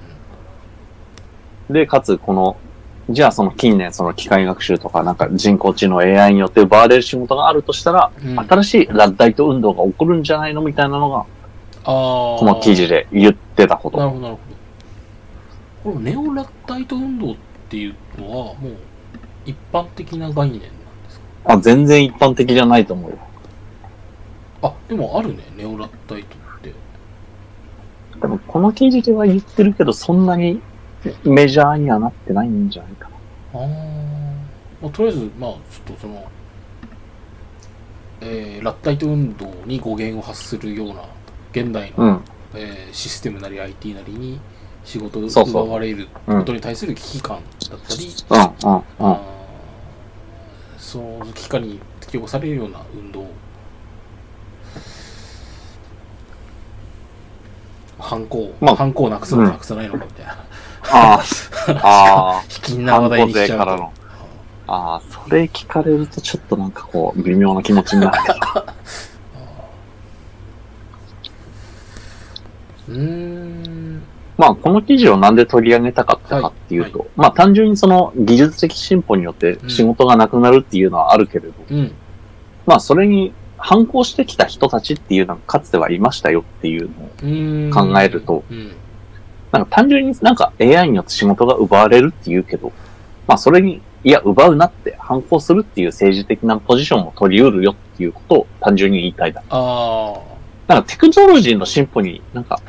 で、かつ、じゃあその近年その機械学習とかなんか人工知能 AI によって奪われる仕事があるとしたら、新しいラッダイト運動が起こるんじゃないのみたいなのが、この記事で言ってたこと。 なるほど、なるほど。このネオラッダイト運動っていうのは、もう、一般的な概念なんですか？ 全然一般的じゃないと思うよ。 でもあるね、ネオラッダイトって。 でもこの記事では言ってるけど、そんなにメジャーにはなってないんじゃないかな。 とりあえず、まあ、ちょっとその、ラッダイト運動に語源を発するような、現代の、システムなり IT なりに仕事を奪われることに対する危機感だったり、その危機感に適応されるような運動、犯行をなくすのかなくさないのかみたいな。卑近な話題にしちゃうと。 それ聞かれるとちょっとなんかこう微妙な気持ちになるけど。 まあ、この記事をなんで取り上げたかったかっていうと、はいはい、まあ、単純にその技術的進歩によって仕事がなくなるっていうのはあるけれど、まあ、それに反抗してきた人たちっていうのがかつてはいましたよっていうのを考えると、なんか単純になんか AI によって仕事が奪われるっていうけど、まあ、それに、いや、奪うなって反抗するっていう政治的なポジションを取り得るよっていうことを単純に言いたいだ。なんかテクノロジーの進歩になんか、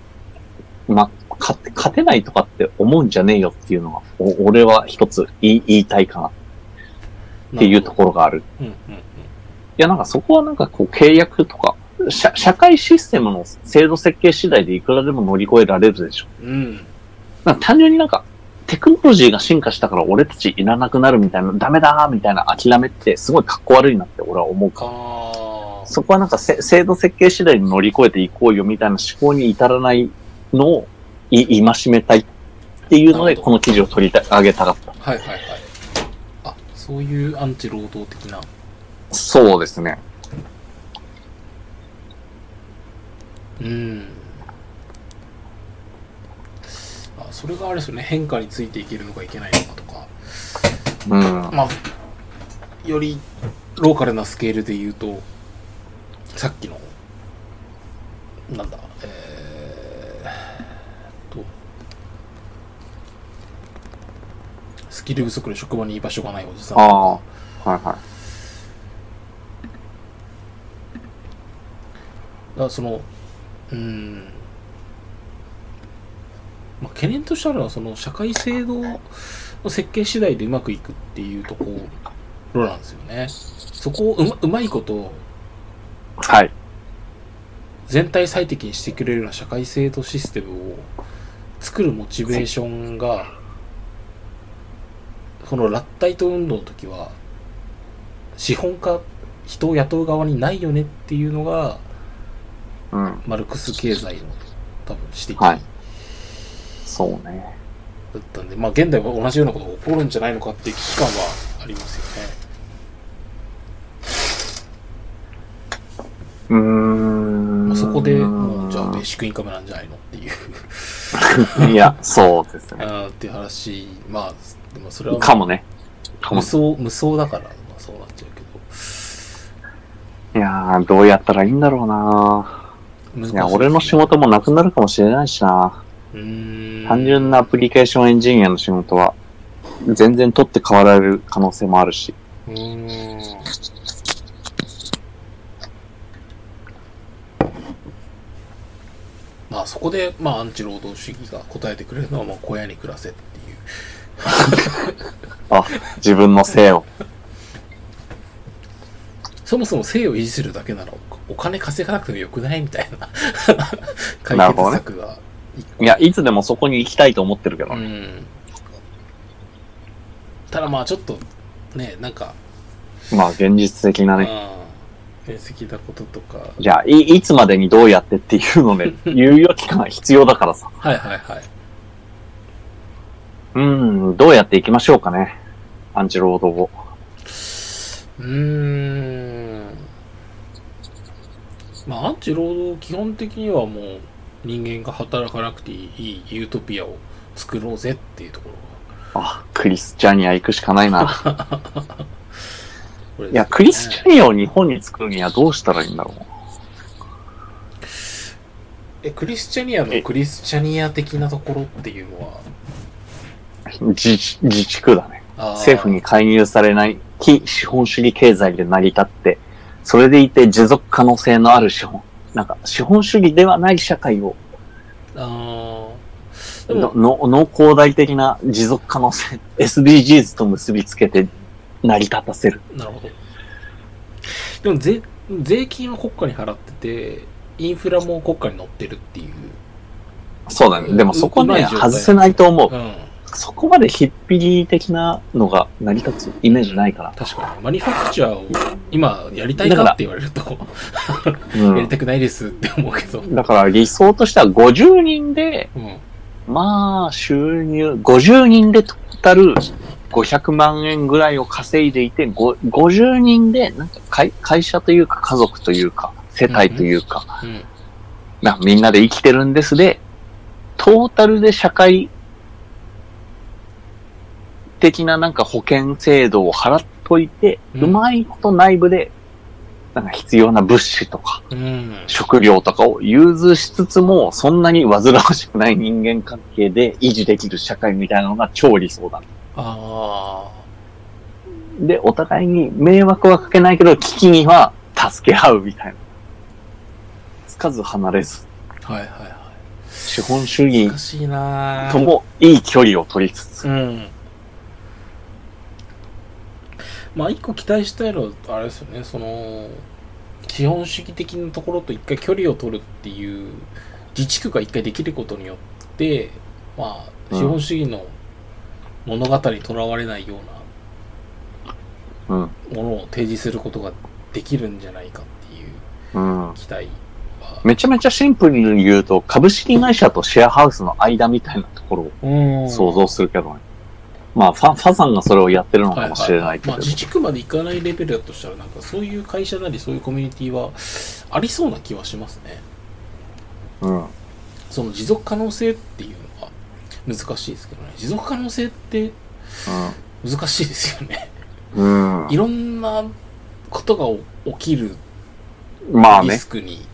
勝てないとかって思うんじゃねえよっていうのが、俺は一つ言いたいかなっていうところがある。いや、なんかそこはなんかこう契約とか、社会システムの制度設計次第でいくらでも乗り越えられるでしょ。なんか単純になんか、テクノロジーが進化したから俺たちいらなくなるみたいな、ダメだーみたいな諦めってすごいかっこ悪いなって俺は思うから。そこはなんか制度設計次第に乗り越えていこうよみたいな思考に至らないのを戒めたいっていうのでこの記事を取り上げたかった。 はいはいはい。あ、そういうアンチ労働的な。 そうですね。 それがあれですよね、変化についていけるのかいけないのかとか、まあよりローカルなスケールで言うと、さっきのなんだスキル不足で職場に居場所がないおじさんとか、 はいはい。 だそのまあ、懸念としてあるのはその社会制度の設計次第でうまくいくっていうところなんですよね。そこをうまいこと全体最適にしてくれるような社会制度システムを作るモチベーションがこのラッタイト運動の時は資本家、人を雇う側にないよねっていうのが、マルクス経済の多分指摘、 そうね。 だったんで、まあ現代は同じようなことが起こるんじゃないのかっていう危機感はありますよね。まあ、そこでもうじゃあベーシックインカムなんじゃないのっていういや、そうですね。 っていう話、まあでもそれはかもね。 無双だから、まあ、そうなっちゃうけど。いやー、どうやったらいいんだろうな。いや、俺の仕事もなくなるかもしれないしな。単純なアプリケーションエンジニアの仕事は全然取って代わられる可能性もあるし。 まあそこでまあアンチ労働主義が答えてくれるのはもう小屋に暮らせっていうあ、自分の性をそもそも性を維持するだけならお金稼がなくてもよくないみたいな解決策が、 いや、いつでもそこに行きたいと思ってるけど、 ただまあちょっとね、なんかまあ現実的なね、 現実的なこととか、 じゃあ いつまでにどうやってっていうので猶予期間が必要だからさはいはいはい。 どうやっていきましょうかね、アンチ労働を。 まあアンチ労働基本的にはもう人間が働かなくていいユートピアを作ろうぜっていうところが。 クリスチャニア行くしかないな。いや、クリスチャニアを日本に作るにはどうしたらいいんだろう。クリスチャニアのクリスチャニア的なところっていうのは自治区だね。政府に介入されない非資本主義経済で成り立って、それでいて持続可能性のある資本主義ではない社会を農耕大的な持続可能性 SDGs と結びつけて成り立たせる。 なるほど。でも税金は国家に払っててインフラも国家に乗ってるっていう。 そうだね。でもそこね外せないと思う。そこまでヒッピリ的なのが成り立つイメージないから。 確かにマニファクチャーを今やりたいかって言われるとやりたくないですって思うけど。 だから理想としては50人で、まあ収入50人でトータル500万円ぐらいを稼いでいて、50人でなんか会社というか家族というか世帯というか、 みんなで生きてるんですで、トータルで社会的ななんか保険制度を払っといて、うまいこと内部で、なんか必要な物資とか、食料とかを融通しつつも、そんなに煩わしくない人間関係で維持できる社会みたいなのが超理想だ。で、お互いに迷惑はかけないけど、危機には助け合うみたいな。つかず離れず。 はいはいはい。 資本主義難しいなともいい距離を取りつつ。 まあ一個期待したいのはあれですよね、その資本主義的なところと一回距離を取るっていう自治区が一回できることによって、まあ資本主義の物語にとらわれないようなものを提示することができるんじゃないかっていう期待は、 めちゃめちゃシンプルに言うと、株式会社とシェアハウスの間みたいなところを想像するけどね。まあ、ファさんがそれをやってるのかもしれないけど。 まあ、自治区まで行かないレベルだとしたら、なんかそういう会社なりそういうコミュニティはありそうな気はしますね。その持続可能性っていうのは難しいですけどね。持続可能性って難しいですよね。いろんなことが起きるリスクに。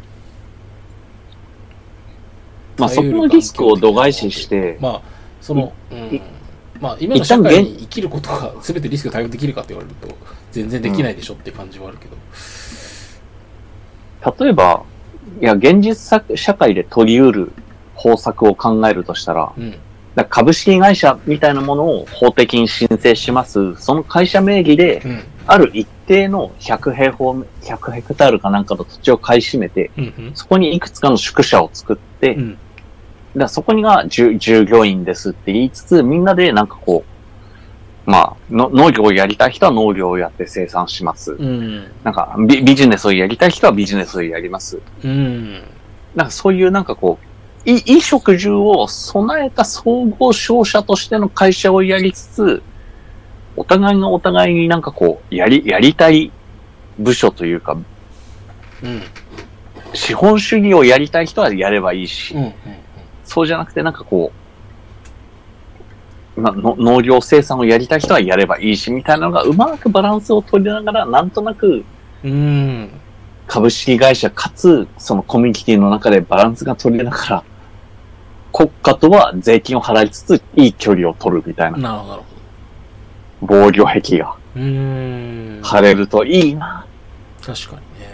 まあそこのリスクを度外視して、 まあ、その、まあ今の社会に生きることが全てリスクで対応できるかって言われると全然できないでしょって感じはあるけど、例えばいや現実社会で取り得る方策を考えるとしたら、だ株式会社みたいなものを法的に申請します。その会社名義で、ある一定の100ヘクタールかなんかの土地を買い占めて、そこにいくつかの宿舎を作って、だそこにが従業員ですって言いつつ、みんなでなんかこう、まあ、農業をやりたい人は農業をやって生産します。なんかビジネスをやりたい人はビジネスをやります。なんかそういうなんかこう、衣食住を備えた総合商社としての会社をやりつつ、お互いがお互いになんかこう、やりたい部署というか、資本主義をやりたい人はやればいいし、そうじゃなくてなんかこう、農業生産をやりたい人はやればいいし、みたいなのがうまくバランスを取りながら、なんとなく、株式会社かつ、そのコミュニティの中でバランスが取れながら、国家とは税金を払いつつ、いい距離を取るみたいな。 なるほど。 防御壁が、張れるといいな。 確かにね。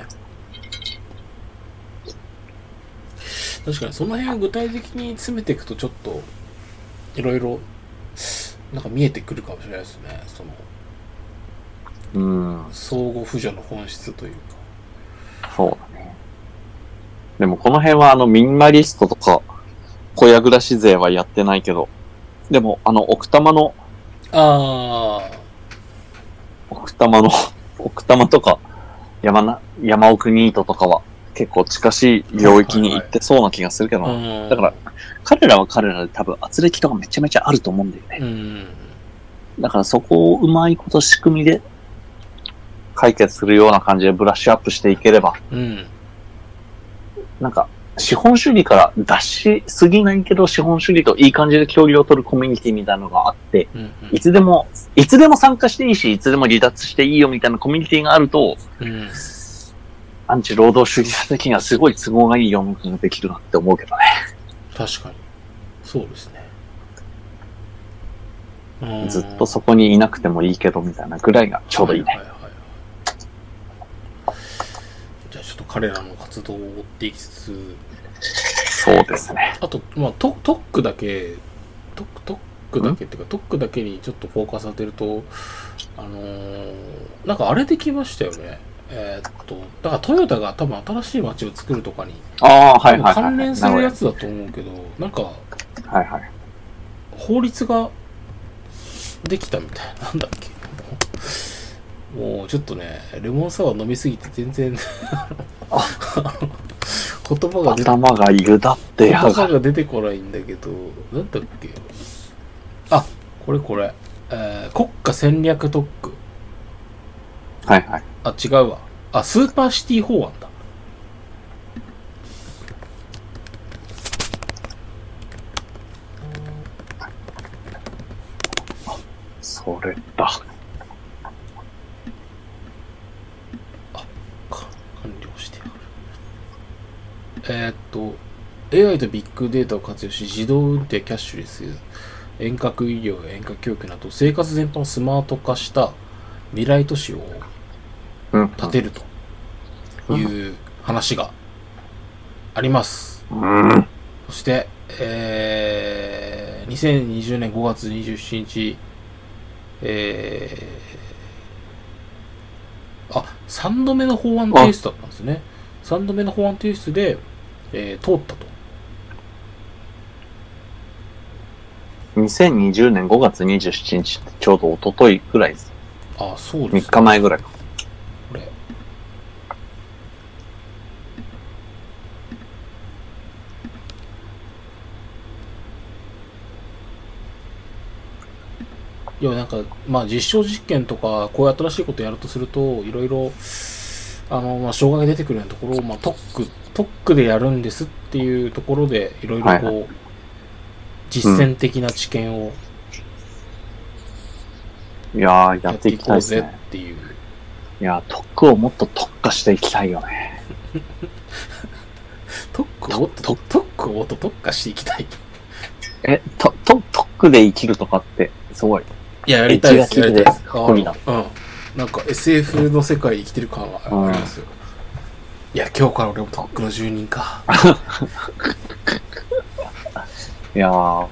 確かにその辺を具体的に詰めていくとちょっといろいろなんか見えてくるかもしれないですね。その相互扶助の本質というか。 そうだね。でもこの辺はミニマリストとか小屋暮らし税はやってないけど、でも奥多摩の奥多摩とか山奥ニートとかは結構近しい領域に行ってそうな気がするけど、だから彼らは彼らで多分圧力とかめちゃめちゃあると思うんだよね。だからそこをうまいこと仕組みで解決するような感じでブラッシュアップしていければ、なんか資本主義から脱しすぎないけど資本主義といい感じで距離を取るコミュニティみたいなのがあって、いつでも参加していいし、いつでも離脱していいよみたいなコミュニティがあると、アンチ労働主義者的にはすごい都合がいい世の中ができるなって思うけどね。 確かに。そうですね。ずっとそこにいなくてもいいけどみたいなぐらいがちょうどいいね。 じゃあちょっと彼らの活動を追っていきつつ。 そうですね。 あと、まあ、特区だけっていうか、特区だけにちょっとフォーカス当てると、なんかあれできましたよね。だからトヨタが多分新しい街を作るとかに関連するやつだと思うけど、なんか法律ができたみたいな。なんだっけ。もうちょっとね、レモンサワー飲みすぎて全然言葉が頭がゆだって言葉が出てこないんだけど、なんだっけ。あ、これ、国家戦略特区。あ、違うわ。あ、スーパーシティ法案だ。 それだ。 完了してある。AI とビッグデータを活用し、自動運転、キャッシュレス、遠隔医療や遠隔教育など、生活全般をスマート化した未来都市を建てるという話があります。そして、2020年5月27日、3度目の法案提出だったんですね。3度目の法案提出で、通ったと。 2020年5月27日ってちょうど一昨日ぐらいです。 あ、そうです、 3日前ぐらいか。 これ。いや、なんか、まあ実証実験とか、こういう新しいことやるとすると、いろいろ、障害が出てくるようなところを、特区でやるんですっていうところで、いろいろこう、実践的な知見を、 いやー、やっていきたいですね。 っていう。 いやー、特区をもっと特化していきたいよね。 特区をもっと特化していきたい。 特区で生きるとかって、すごい。 いや、やりたいです。やりたいです。 かっこいいな。 なんか SF の世界に生きてる感はありますよ。いや、今日から俺も特区の住人か。 いやー、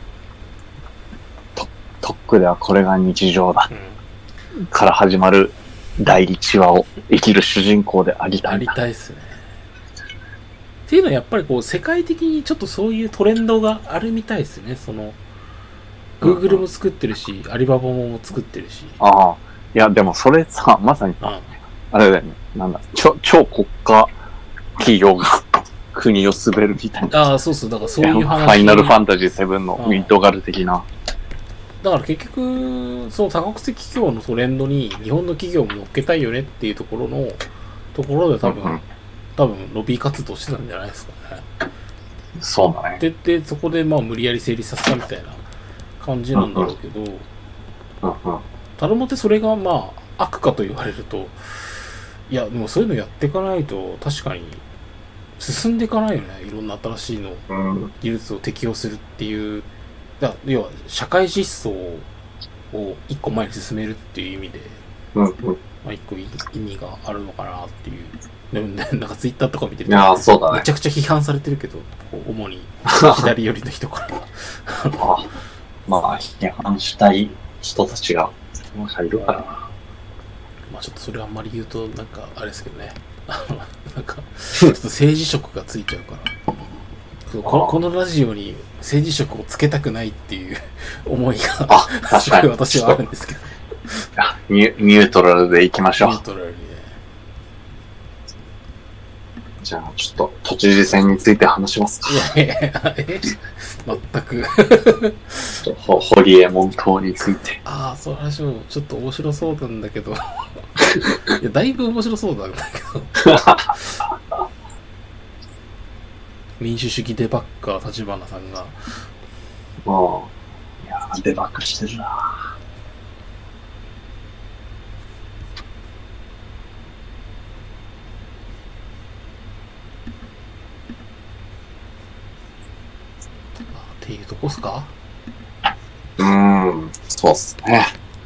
特区ではこれが日常だ。から始まる第1話を生きる主人公でありたい。 ありたいですね。っていうのはやっぱりこう、世界的にちょっとそういうトレンドがあるみたいですね。Google も作ってるし、アリババも作ってるし。 ああ。いや、でもそれさ、まさにさ、あれだよね。なんだ、超国家企業が国を滑るみたいな。 ああ、そうそう。だからそういう話。 ファイナルファンタジー7のウィントガル的な。 だから結局、その多国籍企業のトレンドに日本の企業も乗っけたいよねっていうところで多分ロビー活動してたんじゃないですかね。 そうだね。 で、そこでまあ無理やり成立させたみたいな感じなんだろうけど、ただもってそれがまあ悪かと言われると、いや、でもそういうのやっていかないと確かに進んでいかないよね。いろんな新しいの、技術を適用するっていう、要は社会実装を一個前に進めるっていう意味で、まあ一個意味があるのかなっていう。でもね、なんかツイッターとか見てると、 そうだね、 めちゃくちゃ批判されてるけど、主に左寄りの人からまあ、批判したい人たちがいるからな。 まあちょっとそれあんまり言うとなんかあれですけどね、なんかちょっと政治色がついちゃうからこのラジオに政治色をつけたくないっていう思いがすごい私はあるんですけどニュートラルでいきましょう。 ニュートラルで。 じゃあちょっと都知事選について話しますか。 いや全くホリエモン党について。 ああ、その話もちょっと面白そうなんだけどいやだいぶ面白そうなんだけど民主主義デバッカー立花さんがいやデバッカしてるな。 っていうとこっすか？ そうっすね。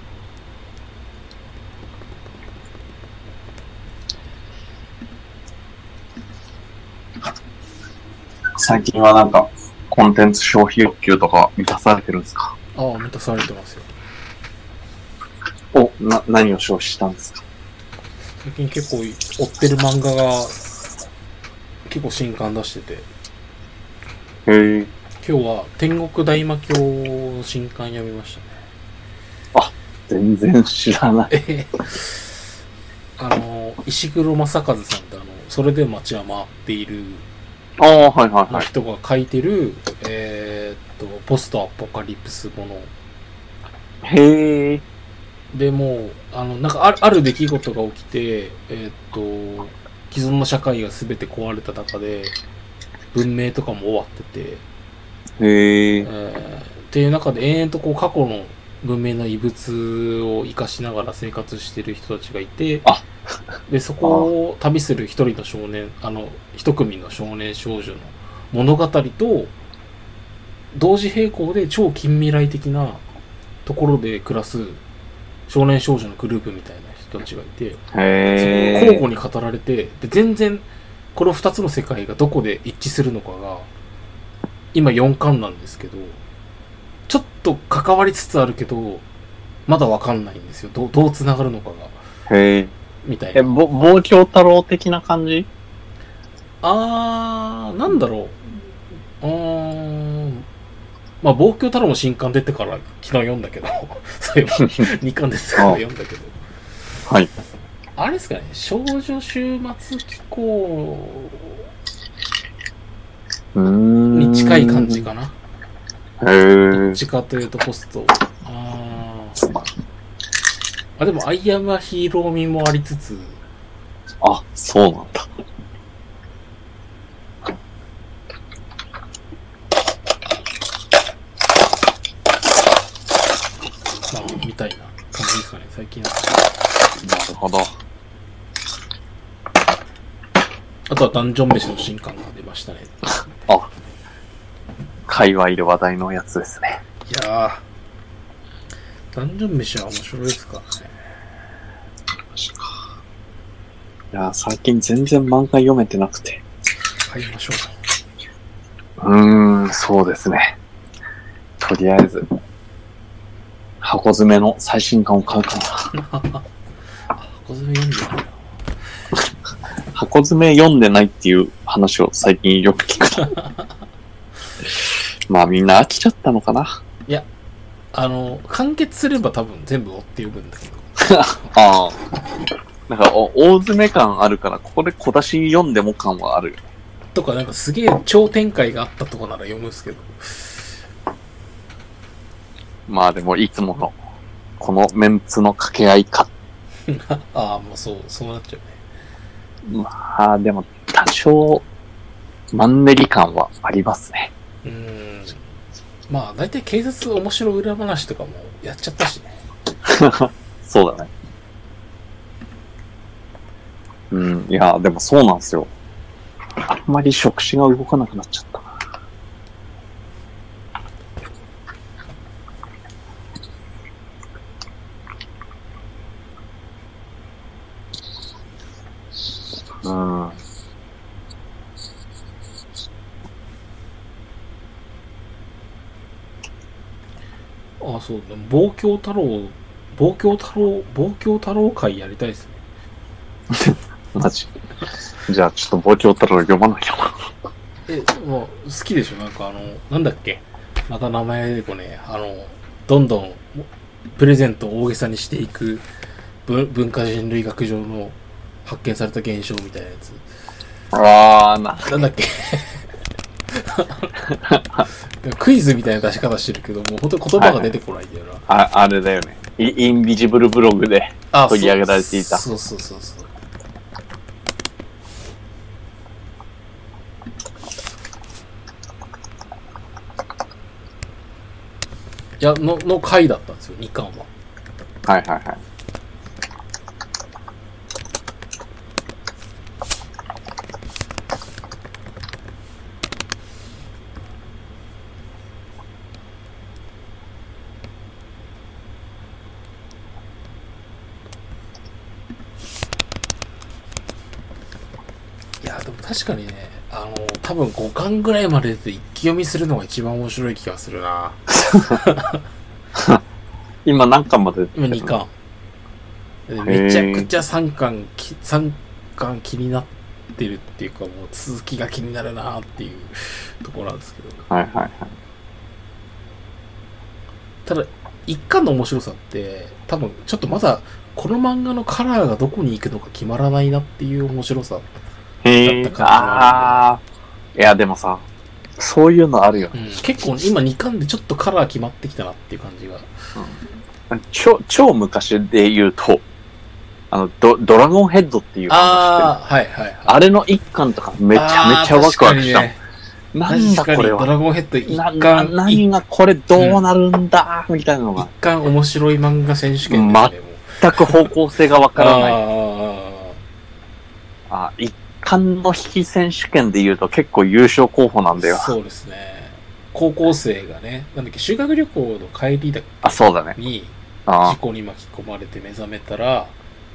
最近はなんかコンテンツ消費欲求とか満たされてるんですか？ ああ、満たされてますよ。何を消費したんですか？ 最近結構追ってる漫画が結構新刊出してて。 へえ。 今日は天国大魔教の新刊読みましたね。 あ、全然知らない。 石黒正和さんってそれで街は回っているの人が書いてる、ポストアポカリプスもの。 へえ。 でもなんかある出来事が起きて、既存の社会が全て壊れた中で文明とかも終わってて、っていう中で延々とこう過去の文明の遺物を生かしながら生活してる人たちがいて、でそこを旅する一人の少年、一組の少年少女の物語と同時並行で超近未来的なところで暮らす少年少女のグループみたいな人たちがいて、そこ交互に語られて、で全然この2つの世界がどこで一致するのかが今4巻なんですけど、ちょっと関わりつつあるけどまだ分かんないんですよ。どう繋がるのかが。みたいな。 望郷太郎的な感じ？ なんだろう。まあ、望郷太郎の新刊出てから昨日読んだけど、そういえば2巻ですから読んだけど。 はい。 あれですかね、少女終末機構に近い感じかな。どっちかというとポスト。でも、アイアムアヒーロー味もありつつ。 そうなんだ。 みたいな感じですかね、最近は。 なるほど。 あとはダンジョン飯の新刊が出ましたね。 界隈で話題のやつですね。 いやー、ダンジョン飯は面白いですからね。 いやー、最近全然漫画読めてなくて。 買いましょう。そうですね。とりあえず、箱詰めの最新刊を買うかな。 箱詰め読んでないな。 箱詰め読んでないっていう話を最近よく聞くな。まあみんな飽きちゃったのかな。 いや、完結すれば多分全部追って読むんだけど。 なんか大詰め感あるから、ここで小出し読んでも感はあるよね。 とかなんかすげえ超展開があったとこなら読むんですけど。 まあでもいつものこのメンツの掛け合いか。 もうそうなっちゃうね。まあでも多少マンネリ感はありますね。 まあ大体警察面白裏話とかもやっちゃったしね。 そうだね。いやでもそうなんですよ。あんまり触手が動かなくなっちゃったな。 そうだ、望郷太郎会やりたいですね。 マジ。じゃあちょっと望郷太郎読まなきゃな。 もう好きでしょ。なんかなんだっけ、また名前でこね、どんどんプレゼントを大げさにしていく文化人類学上の発見された現象みたいなやつ。なんだっけ。クイズみたいな出し方してるけど、もう本当に言葉が出てこないんだよな。 あれだよね。インビジブルブログで取り上げられていた。 そう。いや、の回だったんですよ、2巻は。 はい。 いや、でも確かにね、多分5巻ぐらいまでで一気読みするのが一番面白い気がするな。 今何巻まで？ 今2巻。めちゃくちゃ3巻気になってるっていうか、もう続きが気になるなっていうところなんですけど。 はい。 ただ、1巻の面白さって、多分ちょっとまだこの漫画のカラーがどこに行くのか決まらないなっていう面白さだった感じがある。 いや、でもさ、そういうのあるよね。 結構今2巻でちょっとカラー決まってきたなっていう感じが。 超昔で言うと、ドラゴンヘッドっていうはい。 あれの1巻とかめちゃめちゃワクワクした。 なんだこれは。 ドラゴンヘッド一巻。何がこれどうなるんだ、みたいなのが。 一巻面白い漫画選手権ですね。 全く方向性がわからない。一巻の引き選手権で言うと結構優勝候補なんだよ。 そうですね。高校生がね、なんだっけ、修学旅行の帰りだっけそうだね。 に、事故に巻き込まれて目覚めたら、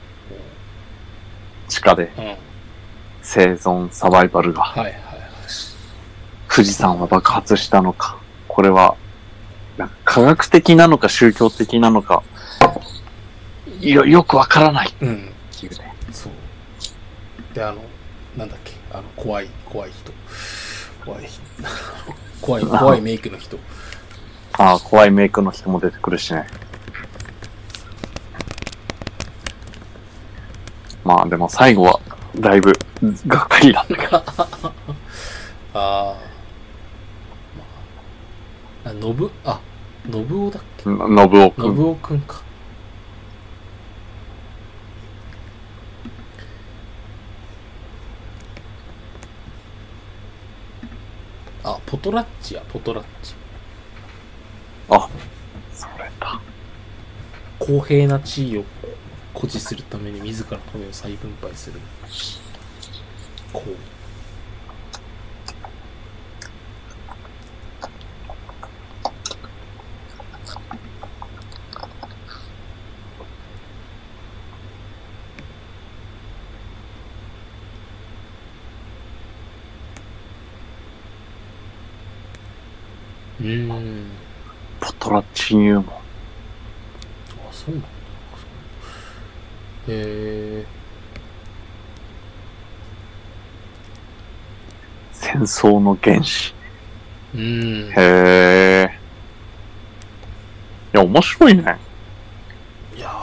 地下で、生存サバイバルが。 はいはいはい。 富士山は爆発したのか。これは、なんか科学的なのか宗教的なのか、よくわからない。っていうね。 そう。で、なんだっけ、怖い人。怖いメイクの人。 怖いメイクの人も出てくるしね。まあでも最後は、だいぶ、がっかりだったけど。 信夫だっけ？ 信夫くん。 信夫くんか。ポトラッチ。 それだ。 公平な地位を誇示するために自らの富を再分配する。こう。 ポトラッチ入門。 そうなんだ。へえ。 戦争の原始。へえ。いや、面白いね。 いや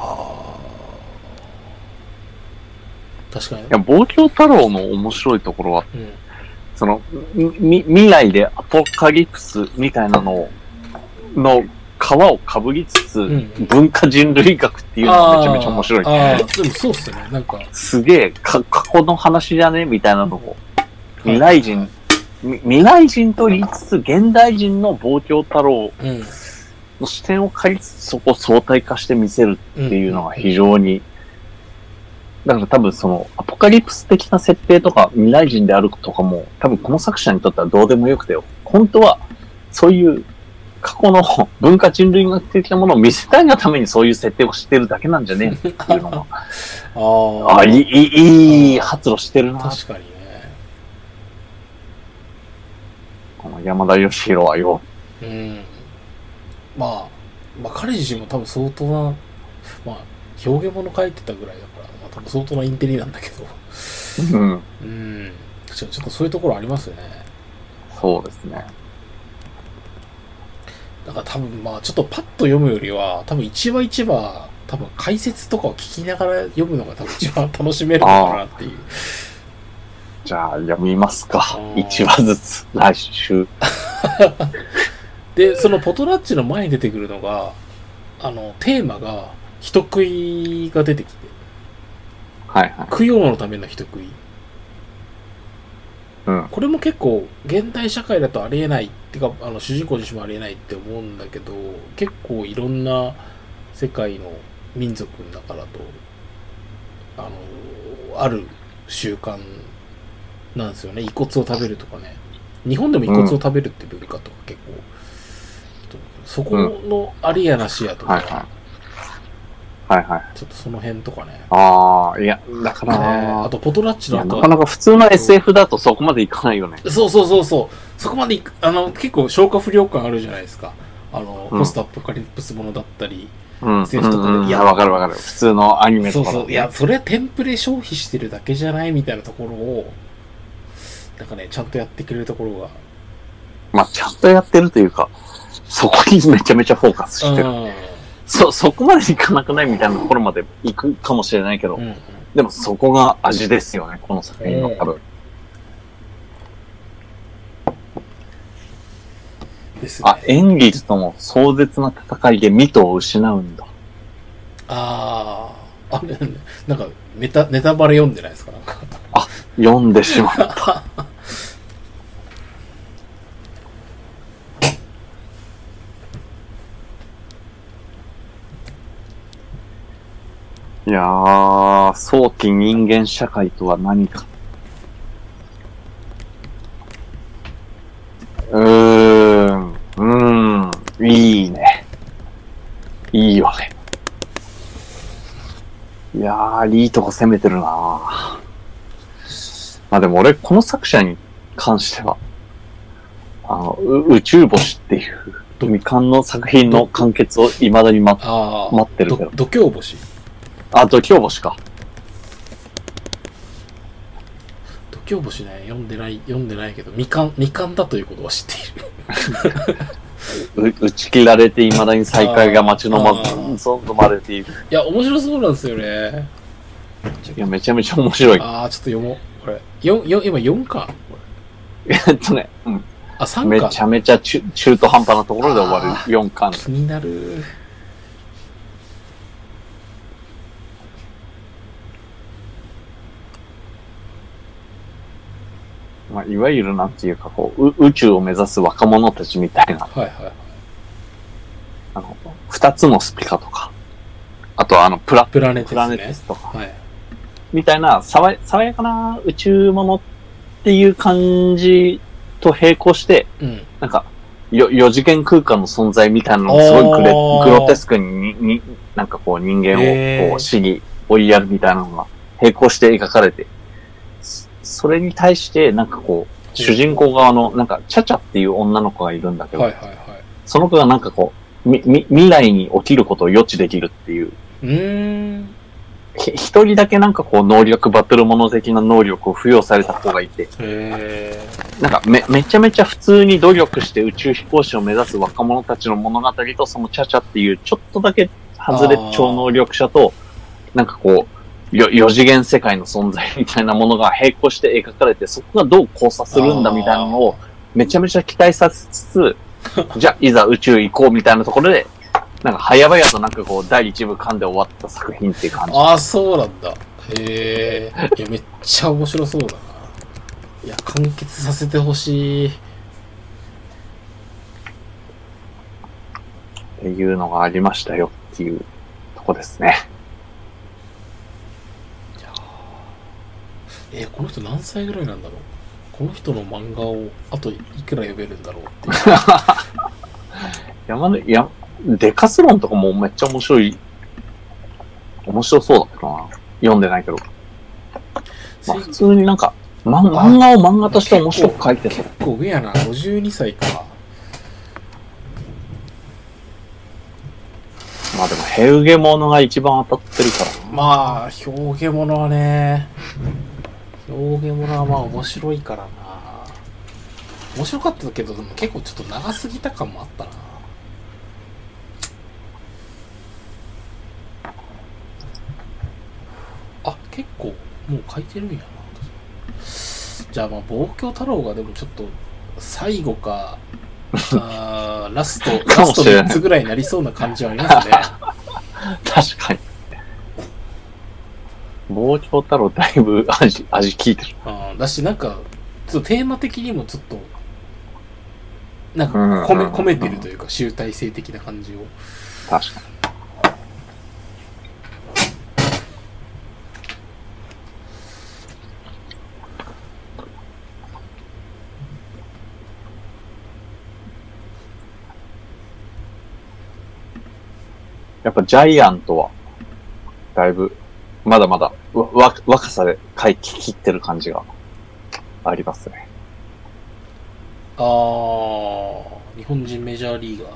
確かに。いや、望郷太郎の面白いところは、その、未来でアポカリプスみたいなの皮をかぶりつつ、文化人類学っていうのがめちゃめちゃ面白い。 でもそうっすね、なんか。 すげえ、過去の話じゃねみたいなのを、未来人と言いつつ、現代人の望郷太郎の視点を借りつつ、そこを相対化して見せるっていうのが非常に、だから多分その、アポカリプス的な設定とか、未来人であるとかも、多分この作者にとってはどうでもよくてよ。本当は、そういう過去の文化人類学的なものを見せたいがためにそういう設定をしてるだけなんじゃねえっていうのが。いい発露してるな。 確かにね。 この山田義弘はよ。 まあ彼自身も多分相当な、表現物書いてたぐらいだから、多分相当なインテリなんだけど。ちょっとそういうところありますよね。 そうですね。 だから多分ちょっとパッと読むよりは、多分一話一話、多分解説とかを聞きながら読むのが多分一番楽しめるのかなっていう。 じゃあ読みますか。1話ずつ、来週。 で、そのポトラッチの前に出てくるのが、テーマが、人食いが出てきて。供養のための人食い。これも結構、現代社会だとありえないってか、主人公自身もありえないって思うんだけど、結構いろんな世界の民族の中だと、ある習慣なんですよね。遺骨を食べるとかね。日本でも遺骨を食べるって文化とか結構、そこのありやなしやとか、ちょっとその辺とかね。 いや、だからね。 あと、ポトラッチの後なかなか普通の SF だとそこまでいかないよね。 そう。そこまで結構消化不良感あるじゃないですか。ポストアポカリプスものだったり、 SF とかで。いや、わかる。普通のアニメとか。 いや、それはテンプレ消費してるだけじゃないみたいなところを、なんかね、ちゃんとやってくれるところが。ちゃんとやってるというか、そこにめちゃめちゃフォーカスしてる。そこまでいかなくないみたいなところまで行くかもしれないけど、でもそこが味ですよね、この作品の多分。 ですね。 エンリルとの壮絶な戦いでミトを失うんだ。 あれ、なんかネタバレ読んでないですか？なんか読んでしまった。 いやー、早期人間社会とは何か。いいね。いいよね。いやー、いいとこ攻めてるな。まあでも俺、この作者に関しては、宇宙星っていう未完の作品の完結を未だに待ってるけど。 度胸星。 度胸星か。 度胸星ね、読んでないけど、未完だということは知っている。 打ち切られて未だに再開が待ち望まれている。 いや、面白そうなんですよね。 いや、めちゃめちゃ面白い。 ちょっと読もう。これ。今4か。 うん。 3か。 めちゃめちゃ中途半端なところで終わる4巻。 気になる。 まあ、いわゆるなんていうか、こう、宇宙を目指す若者たちみたいな。 はいはい。 2つのスピカとか、あとプラネテスとか、 はい、 みたいな爽やかな宇宙ものっていう感じと並行して、なんか、4次元空間の存在みたいなのをすごいグロテスクになんかこう人間をこう死に追いやるみたいなのが並行して描かれて、それに対してなんかこう、主人公側のなんかチャチャっていう女の子がいるんだけど、その子がなんかこう、未来に起きることを予知できるっていう。一人だけなんかこう能力バトルモノ的な能力を付与された子がいて、なんかめちゃめちゃ普通に努力して宇宙飛行士を目指す若者たちの物語と、そのチャチャっていうちょっとだけ外れ超能力者と、なんかこう、4次元世界の存在みたいなものが並行して描かれて、そこがどう交差するんだみたいなのをめちゃめちゃ期待させつつ、じゃあいざ宇宙行こうみたいなところで、なんか早々となんかこう第1部噛んで終わった作品っていう感じ。 そうなんだ。いや、めっちゃ面白そうだな。いや、完結させてほしい。 っていうのがありましたよっていうとこですね。 この人何歳ぐらいなんだろう。この人の漫画をあといくら読めるんだろうっていう。デカスロンとかもめっちゃ面白そうだったな。読んでないけど。まあ普通になんか、漫画を漫画として面白く書いてた。 結構上やな、52歳か。 まあでも、ヘウゲモノが一番当たってるから。 まあ、表現物はね、表現物はまあ面白いからな。面白かったけど、でも結構ちょっと長すぎた感もあったな。結構もう書いてるんやな。じゃあまあ望郷太郎がでもちょっと最後かラスト3つぐらいになりそうな感じはありますね。 確かに。望郷太郎だいぶ味効いてる。 だしなんかちょっとテーマ的にもちょっとなんか込めてるというか集大成的な感じを。 確かに。やっぱジャイアントは、だいぶ、まだまだ、若さで書き切ってる感じがありますね。 日本人メジャーリー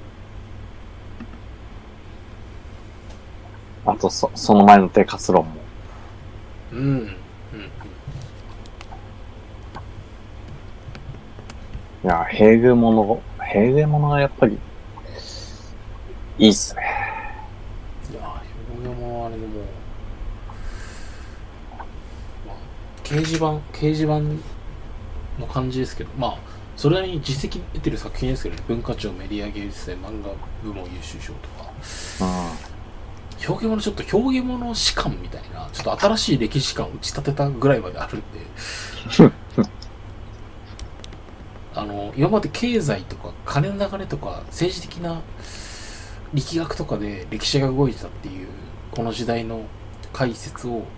ガー。 あと、その前のデカスロンも。いや、ヘーゲモノがやっぱり、いいっすね。 いや、表現もあれでも、掲示板の感じですけど、まあそれなりに実績得てる作品ですけどね。文化庁メディア芸術祭漫画部門優秀賞とか。表現物ちょっと表現物史観みたいな、ちょっと新しい歴史観を打ち立てたぐらいまであるんで。今まで経済とか金の流れとか政治的な力学とかで歴史が動いてたっていうこの時代の解説を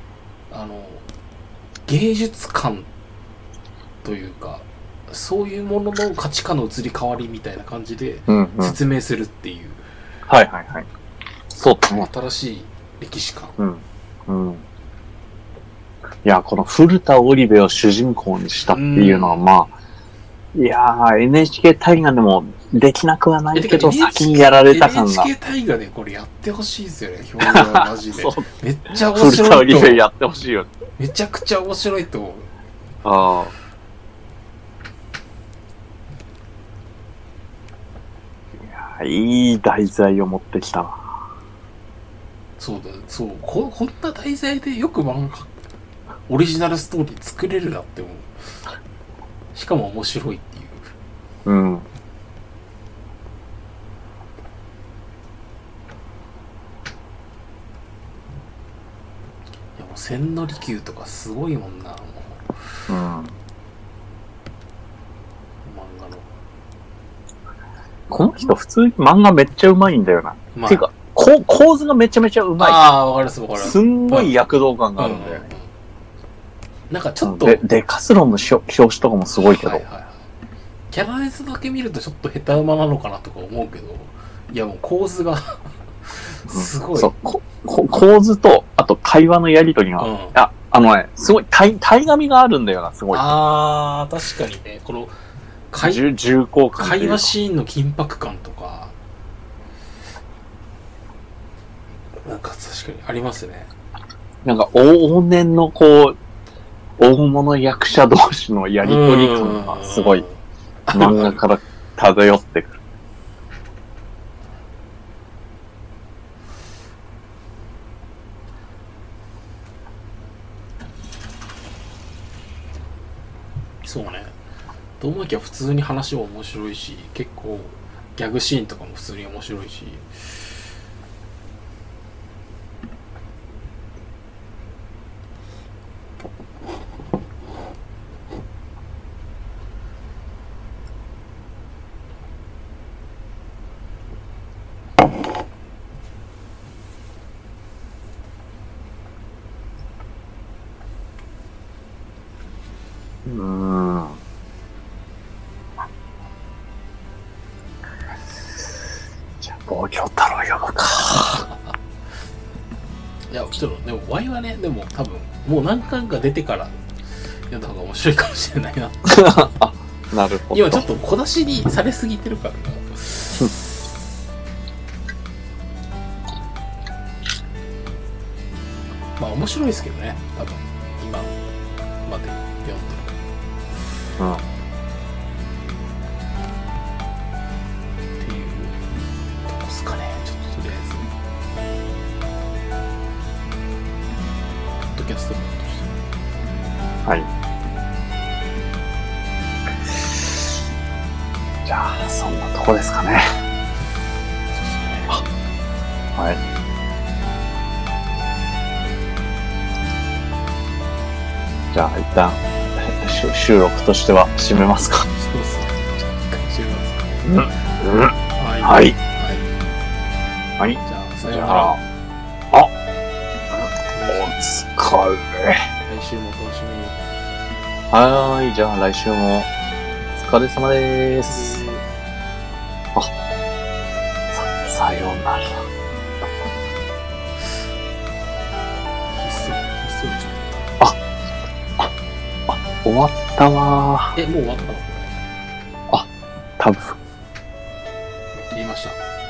芸術観というかそういうものの価値観の移り変わりみたいな感じで説明するっていう、 はいはいはい。そうだね。 新しい歴史観。 いや、この古田織部を主人公にしたっていうのは、まあ、いやー、NHK 大河でもできなくはないけど、先にやられた感が。 NHK 大河でこれやってほしいですよね、表現はマジで。めっちゃ面白いと思う。 古田織部やってほしいよ。 めちゃくちゃ面白いと思う。 ああ。いい題材を持ってきたな。 そうだ、そう。こんな題材でよく漫画、オリジナルストーリー作れるなって思う。しかも面白いっていう。 うん。いやもう千利休とかすごいもんな、もう。漫画の。 この人普通に漫画めっちゃうまいんだよな。ていうか、構図がめちゃめちゃうまい。 ああ、わかります、わかります。 すんごい躍動感があるんだよね。 なんかちょっと。 デカスロンの表紙とかもすごいけど。はいはいはい、 キャラデスだけ見るとちょっと下手馬なのかなとか思うけど、いやもう構図がすごい。 そう、構図と、あと会話のやりとりが、すごい、体紙があるんだよな、すごい。 あー、確かにね、この、 重厚感。 会話シーンの緊迫感とか、なんか確かにありますね。 なんか往年のこう、大物役者同士のやりとり感がすごい、漫画から漂ってくる。 そうね。と思いきや普通に話も面白いし、結構ギャグシーンとかも普通に面白いし。 じゃあ、望郷太郎読むか。 いや、ちょっと、でも、ワイはね、でも多分、もう何巻か出てから読んだ方が面白いかもしれないな。 あ、なるほど。 今ちょっと小出しにされすぎてるからな。まあ面白いですけどね、多分今まで読んでる。っていうとこっすかね。ちょっととりあえずポッドキャストとしてはい。じゃあそんなとこですかね。 そうですね。 はい。じゃあ一旦収録としては締めますか。 そうですね。じゃあ一回締めますか。 はい。はい。はい。 じゃあさようなら。 お疲れ。 来週もお楽しみに。 はい。じゃあ来週もお疲れ様です。さようなら。終わったわー。 もう終わったのこれ。 多分。 切りました。